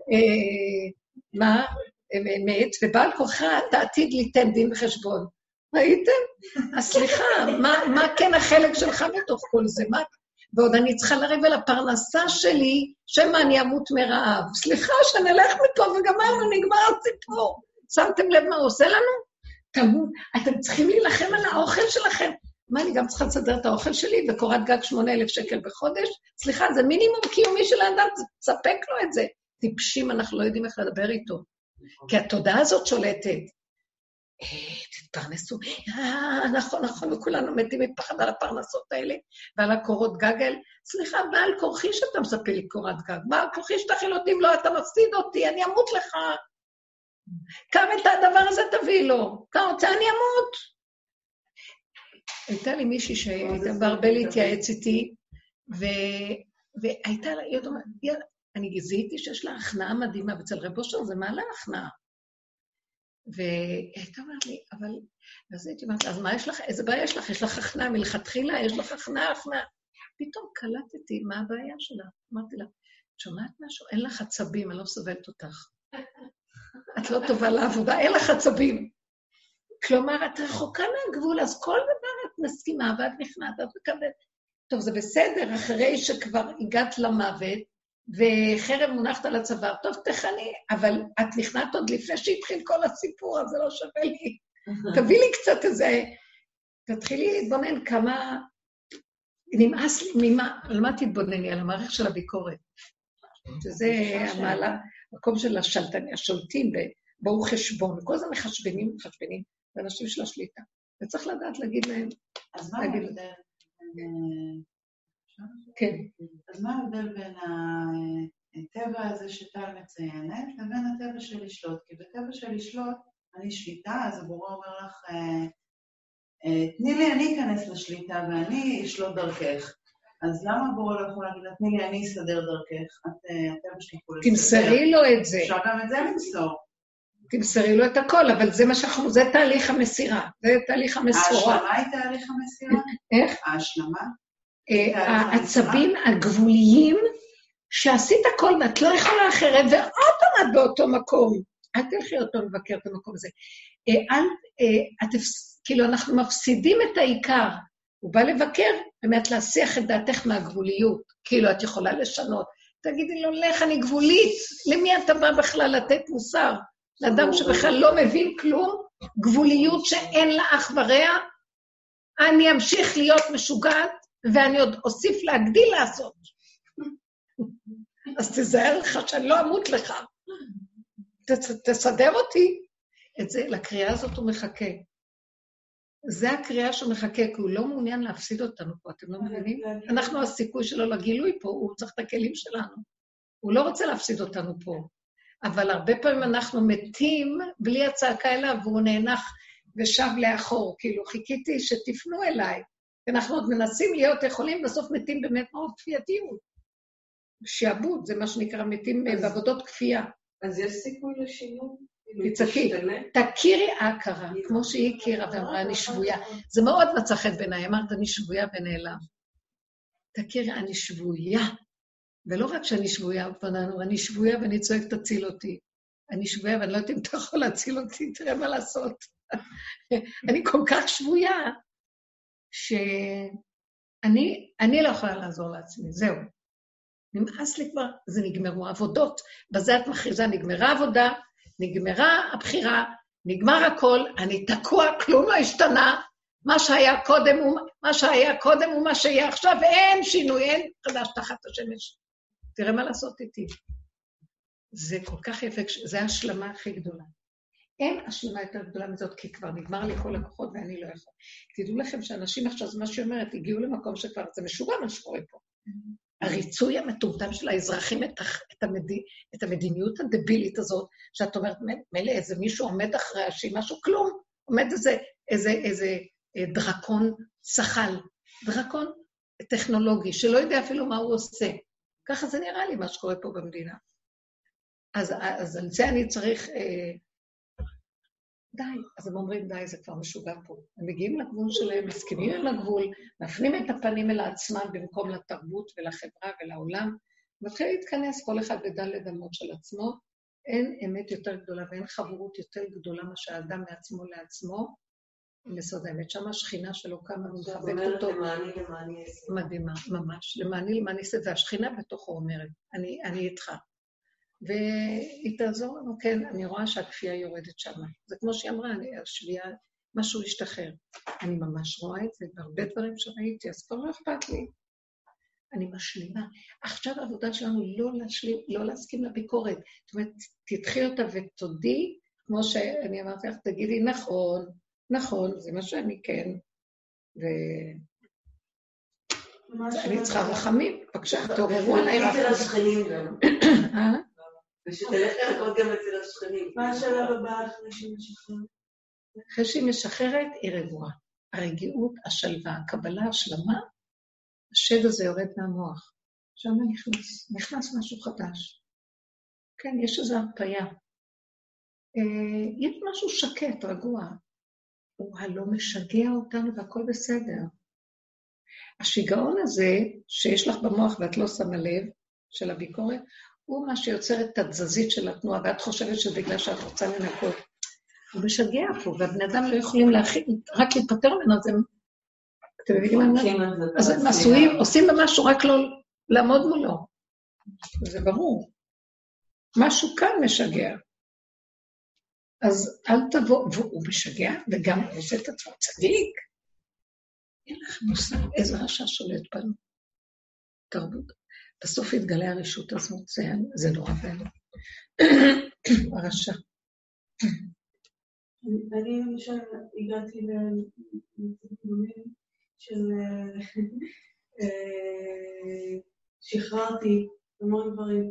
מת, ובעל כוחך אתה עתיד ליתן דין וחשבון. ראיתם? אז סליחה, מה כן החלק שלך בתוך כל זה? ועוד אני צריכה לריב על הפרנסה שלי, שמה אני אמות מרעב. סליחה, שנלך מפה וגמרנו, נגמר הסיפור. שמתם לב מה הוא עושה לנו? אתם צריכים להילחם על האוכל שלכם. מה, אני גם צריכה לסדר את האוכל שלי, וקורת גג 8,000 שקל בחודש? סליחה, זה מינימום קיומי של האדם, תספק לו את זה. טיפשים, אנחנו לא יודעים איך לדבר איתו. כי התודעה הזאת שולטת. תתפרנסו. נכון, וכולנו מתים מפחד על הפרנסות האלה, ועל הקורות גג. סליחה, בעל כורחי שאתה מספר לי קורת גג, בעל כורחי שתכיל אותי, אם לא, אתה מפסיד אותי, אני אמות לך. כמה את הדבר הזה תביא לו? כמה רוצה, אני אמות. הייתה לי מישהי שהייתה בהרבה להתייעץ איתי, והייתה לה, אני גזיתי שיש לה הכנעה מדהימה, אצל רב אושר זה מעלה הכנעה. והייתה אומרת לי, אבל, אז הייתי אומרת לה, אז מה יש לך, איזה בעיה יש לך? יש לך הכנעה מלכתחילה, יש לך הכנעה. פתאום קלטתי, מה הבעיה שלה? אמרתי לה, שומעת משהו? אין לך עצבים, אני לא סובלת אותך. את לא טובה לעבודה, אין לך עצבים. כלומר, את רחוקה מהגבול, אז כל דבר את מסכימה, ואת נכנעת, את מקבלת. טוב, זה בסדר, אחרי שכבר הגעת למוות, וחרב מונחת על הצוואר, טוב, תכני, אבל את נכנעת עוד לפני שהתחיל כל הסיפור, אז זה לא שווה לי. תביא לי קצת איזה, תתחילי להתבונן כמה, נמאס לי, על מה תתבונני? על המערכת של הביקורת. שזה המעלה, מקום של השולטים, בואו חשבון, כל זה מחשבנים, ואנשים של השליטה. וצריך לדעת להגיד להם, אז מה ההבדל? כן. אז מה ההבדל בין הטבע הזה שטל מציינת, לבין הטבע של לשלוט? כי בטבע של לשלוט, אני שליטה, אז הבורא אומר לך, תני לי, אני אכנס לשליטה ואני אשלוט דרכך. אז למה הבורא לא יכול להגיד, תני לי, אני אסדר דרכך? הטבע שלי כולה לסדר. תמסרי לו את זה. אפשר גם את זה למסור. תמסרי לו את הכל, אבל זה מה שאנחנו, זה תהליך המסירה, זה תהליך המסורה. ההשלמה היא תהליך המסירה? איך? ההשלמה? העצבים הגבוליים, שעשית הכל ואת לא יכולה אחרת, ועוד פעם באותו מקום. אל תלכי אותו לבקר את המקום הזה. כאילו אנחנו מפסידים את העיקר. הוא בא לבקר, באמת להסיח את דעתך מהגבוליות. כאילו את יכולה לשנות. תגידי לו, לך, אני גבולית. למי אתה בא בכלל לתת מוסר? לאדם שבכלל לא מבין כלום, גבוליות שאין לה אח ורע, אני אמשיך להיות משוגעת, ואני עוד אוסיף להגדיל לעשות. אז תזהר לך שאני לא אמות לך. תסדר אותי. את זה, לקריאה הזאת הוא מחכה. זה הקריאה שהוא מחכה, כי הוא לא מעוניין להפסיד אותנו פה, אתם לא מבינים? אנחנו הסיכוי שלו לגילוי פה, הוא צריך את הכלים שלנו. הוא לא רוצה להפסיד אותנו פה. אבל הרבה פעמים אנחנו מתים בלי הצעקה אליו, והוא נאנח ושב לאחור. כאילו, חיכיתי שתפנו אליי. אנחנו עוד מנסים להיות יכולים, בסוף מתים באמת מאוד כפייתיות. שעבוד, זה מה שנקרא, מתים בעבודות כפייה. אז יש סיכוי לשינוי? תצעקי, תכירי ההכרה, כמו שהיא הכירה ואמרה, אני שבויה. זה מאוד מצא חן בעיניי, אמרת, אני שבויה ונעלם. תכירי, אני שבויה. ולא רק שאני שבויה, אני שבויה ואני צועק, תציל אותי. אני שבויה ואני לא יודעת אם אתה יכול להציל אותי, תראה מה לעשות. אני כל כך שבויה, שאני לא יכולה לעזור לעצמי, זהו. נמאס לי כבר, זה נגמרו העבודות, בזה את מכריזה, נגמרה העבודה, נגמרה הבחירה, נגמר הכל, אני תקוע, כלום לא השתנה, מה שהיה קודם הוא מה שיהיה עכשיו, אין שינוי, אין חדש תחת השמש. תראה מה לעשות איתי. זה כל כך יפה, זה ההשלמה הכי גדולה. אין השלמה יותר גדולה מזאת, כי כבר נגמר לי כל הכוחות ואני לא יכול. תדעו לכם שאנשים עכשיו, זה מה שאומרת, הגיעו למקום שכבר זה משוגע מה שקורה פה. הריצוי המטומטם של האזרחים את המדיניות הדבילית הזאת, שאת אומרת, מלא איזה מישהו עומד אחרי השי, משהו כלום, עומד איזה דרקון שחל, דרקון טכנולוגי, שלא יודע אפילו מה הוא עושה. ככה זה נראה לי מה שקורה פה במדינה. אז על זה אני צריך... די, אז הם אומרים די, זה כבר משוגע פה. הם מגיעים לגבול שלהם, מסכימים עם הגבול, מפנים את הפנים אל עצמם במקום לתרבות ולחברה ולעולם, מתחיל להתכנס כל אחד בדלת אמות של עצמו, אין אמת יותר גדולה ואין חברות יותר גדולה מה שהאדם מעצמו לעצמו, מסוד האמת, שם השכינה שלו כמה הוא מחבק אותו. למעני אעשה. מדהימה, ממש, למעני אעשה, והשכינה בתוכו אומרת, אני איתך. והיא תעזור לנו, כן, אני רואה שהכפייה יורדת שם. זה כמו שהיא אמרה, השביעה, משהו להשתחרר. אני ממש רואה את זה, והרבה דברים שראיתי, אז כבר לא אכפת לי. אני משלימה. עכשיו העבודה שלנו לא להסכים לביקורת. זאת אומרת, תתחי אותה ותודי, כמו שאני אמרתי לך, תגידי, נכון, זה מה שאני כן. אני צריכה רחמים, בבקשה, תעוררו עליי רחמים. אצל השכנים גם. ושתלך לרקוד גם אצל השכנים. מה השלב הבא אחרי שהיא משחררת? אחרי שהיא משחררת, היא רגועה. הרגיעות, השלווה, הקבלה, השלמה, השד הזה יורד מהמוח. שם נכנס משהו חדש. כן, יש איזו הרפיה. יש משהו שקט, רגוע. הוא הלא משגע אותנו והכל בסדר. השיגעון הזה שיש לך במוח ואת לא שמה לב, של הביקורת, הוא מה שיוצר את התזזית של התנועה, ואת חושבת שבגלל שאת רוצה לנקות. הוא משגע פה, והבני אדם לא יכולים רק להתפטר ממנו, אז הם... אתם מבינים מה? אז הם עשויים, עושים במשהו רק לא לעמוד מולו. זה ברור. משהו כאן משגע. אז אל תבוא, והוא משגע, וגם עושה את עצמו צדיק. אין לך מושג איזה רשע שולט בנו. תרבות. בסוף התגלה הרשות הזאת, זה נורא בנו. הרשע. אני למשל הגעתי למצבים של שחררתי המון דברים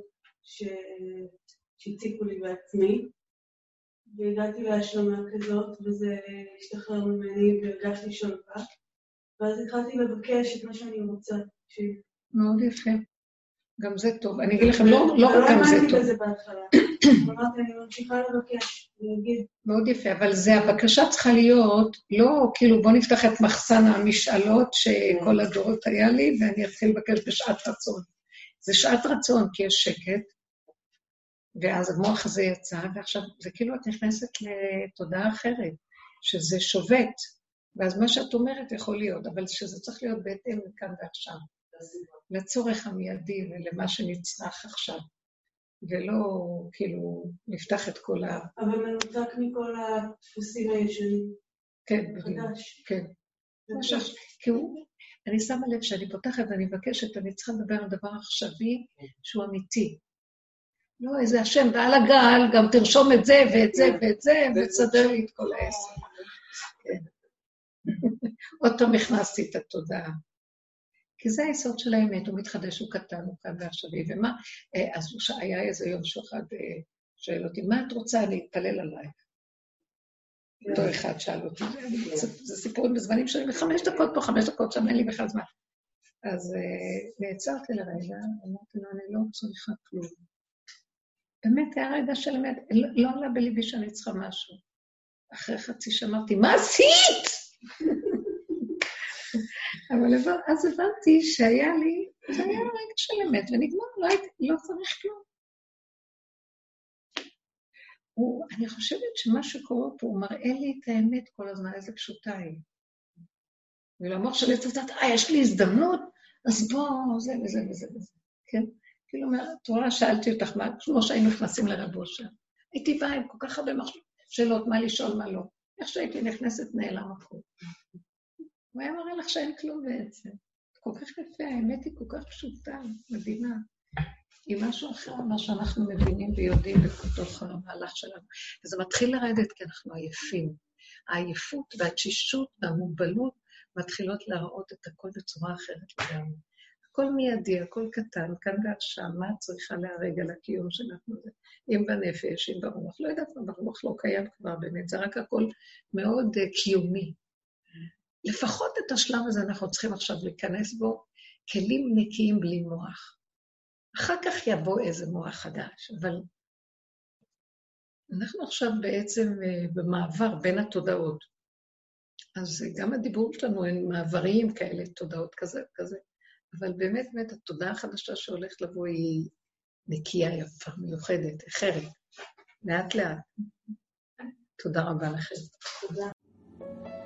שהציקו לי בעצמי, והגעתי להשלמה כזאת, וזה השתחרר ממני והרגשתי שונפה, ואז התחלתי לבקש את מה שאני רוצה. מאוד יפה. גם זה טוב. אני אגיד לכם, לא רק גם זה טוב. לא אמרתי בזה בהתחלה. אמרתי, אני ממשיכה לבקש, להגיד. מאוד יפה, אבל זה, הבקשה צריכה להיות, לא כאילו בוא נפתח את מחסן המשאלות שכל הדורות היה לי, ואני אתחיל לבקש בשעת רצון. זה שעת רצון, כי יש שקט, ואז המוח הזה יצא, ועכשיו זה כאילו את נכנסת לתודעה אחרת, שזה שובת, ואז מה שאת אומרת יכול להיות, אבל שזה צריך להיות בהתאם לכאן ועכשיו. לצורך המיידי ולמה שנצרך עכשיו, ולא כאילו נפתח את כל ה... אבל מנותק מכל הדפוסים הישנים. כן, חדש. כן. כי אני שמה לב שאני פותחת ואני מבקשת, אני צריכה לדבר על דבר עכשווי שהוא אמיתי. לא איזה השם, ועל הגל גם תרשום את זה ואת זה ואת זה, ותסדר לי את כל העשר. כן. עוד פעם הכנסתי את התודעה. כי זה היסוד של האמת, הוא מתחדש, הוא קטן, הוא כאן ועכשווי, ומה? אז היה איזה יום שאחד שואל אותי, מה את רוצה? אני אתפלל עליי. אותו אחד שאל אותי, זה סיפורים בזמנים שלי, 5 דקות פה, 5 דקות שם, אין לי בכלל זמן. אז נעצרתי לרגע, אמרתי לו, אני לא צריכה כלום. באמת היה רגע של אמת, לא עלה בליבי שאני צריכה משהו. אחרי חצי שאמרתי, מה עשית? אבל אז הבנתי שהיה לי, זה היה רגע של אמת, ונגמר, לא צריך כלום. אני חושבת שמה שקורה פה, הוא מראה לי את האמת כל הזמן, איזה פשוטה היא. ולמוח שלי תצאת, יש לי הזדמנות, אז בוא, זה וזה וזה וזה, כן? כאילו, תורה שאלתי אותך, כמו שהיינו נכנסים לרב אושר, הייתי באה עם כל כך הרבה מחשבות, שאלות, מה לשאול, מה לא. איך שהייתי נכנסת נעלם הכל. הוא היה מראה לך שאין כלום בעצם. כל כך יפה, האמת היא כל כך פשוטה, מדהימה. היא משהו אחר מה שאנחנו מבינים ויודעים בתוך המהלך שלנו. וזה מתחיל לרדת כי אנחנו עייפים. העייפות והתשישות והמוגבלות מתחילות להראות את הכל בצורה אחרת לגמרי. הכל מיידי, הכל קטן, כאן ועכשיו, מה את צריכה להרג על הקיום שלנו? אם בנפש, אם ברוח, לא יודעת מה ברוח לא קיים כבר באמת, זה רק הכל מאוד קיומי. לפחות את השלב הזה אנחנו צריכים עכשיו להיכנס בו, כלים נקיים בלי מוח. אחר כך יבוא איזה מוח חדש, אבל אנחנו עכשיו בעצם במעבר בין התודעות. אז גם הדיבור שלנו הם מעברים כאלה, תודעות כזה וכזה. אבל באמת, באמת, התודעה החדשה שהולכת לבוא היא נקייה יפה, מיוחדת, אחרת. לאט לאט. תודה רבה לכם. תודה.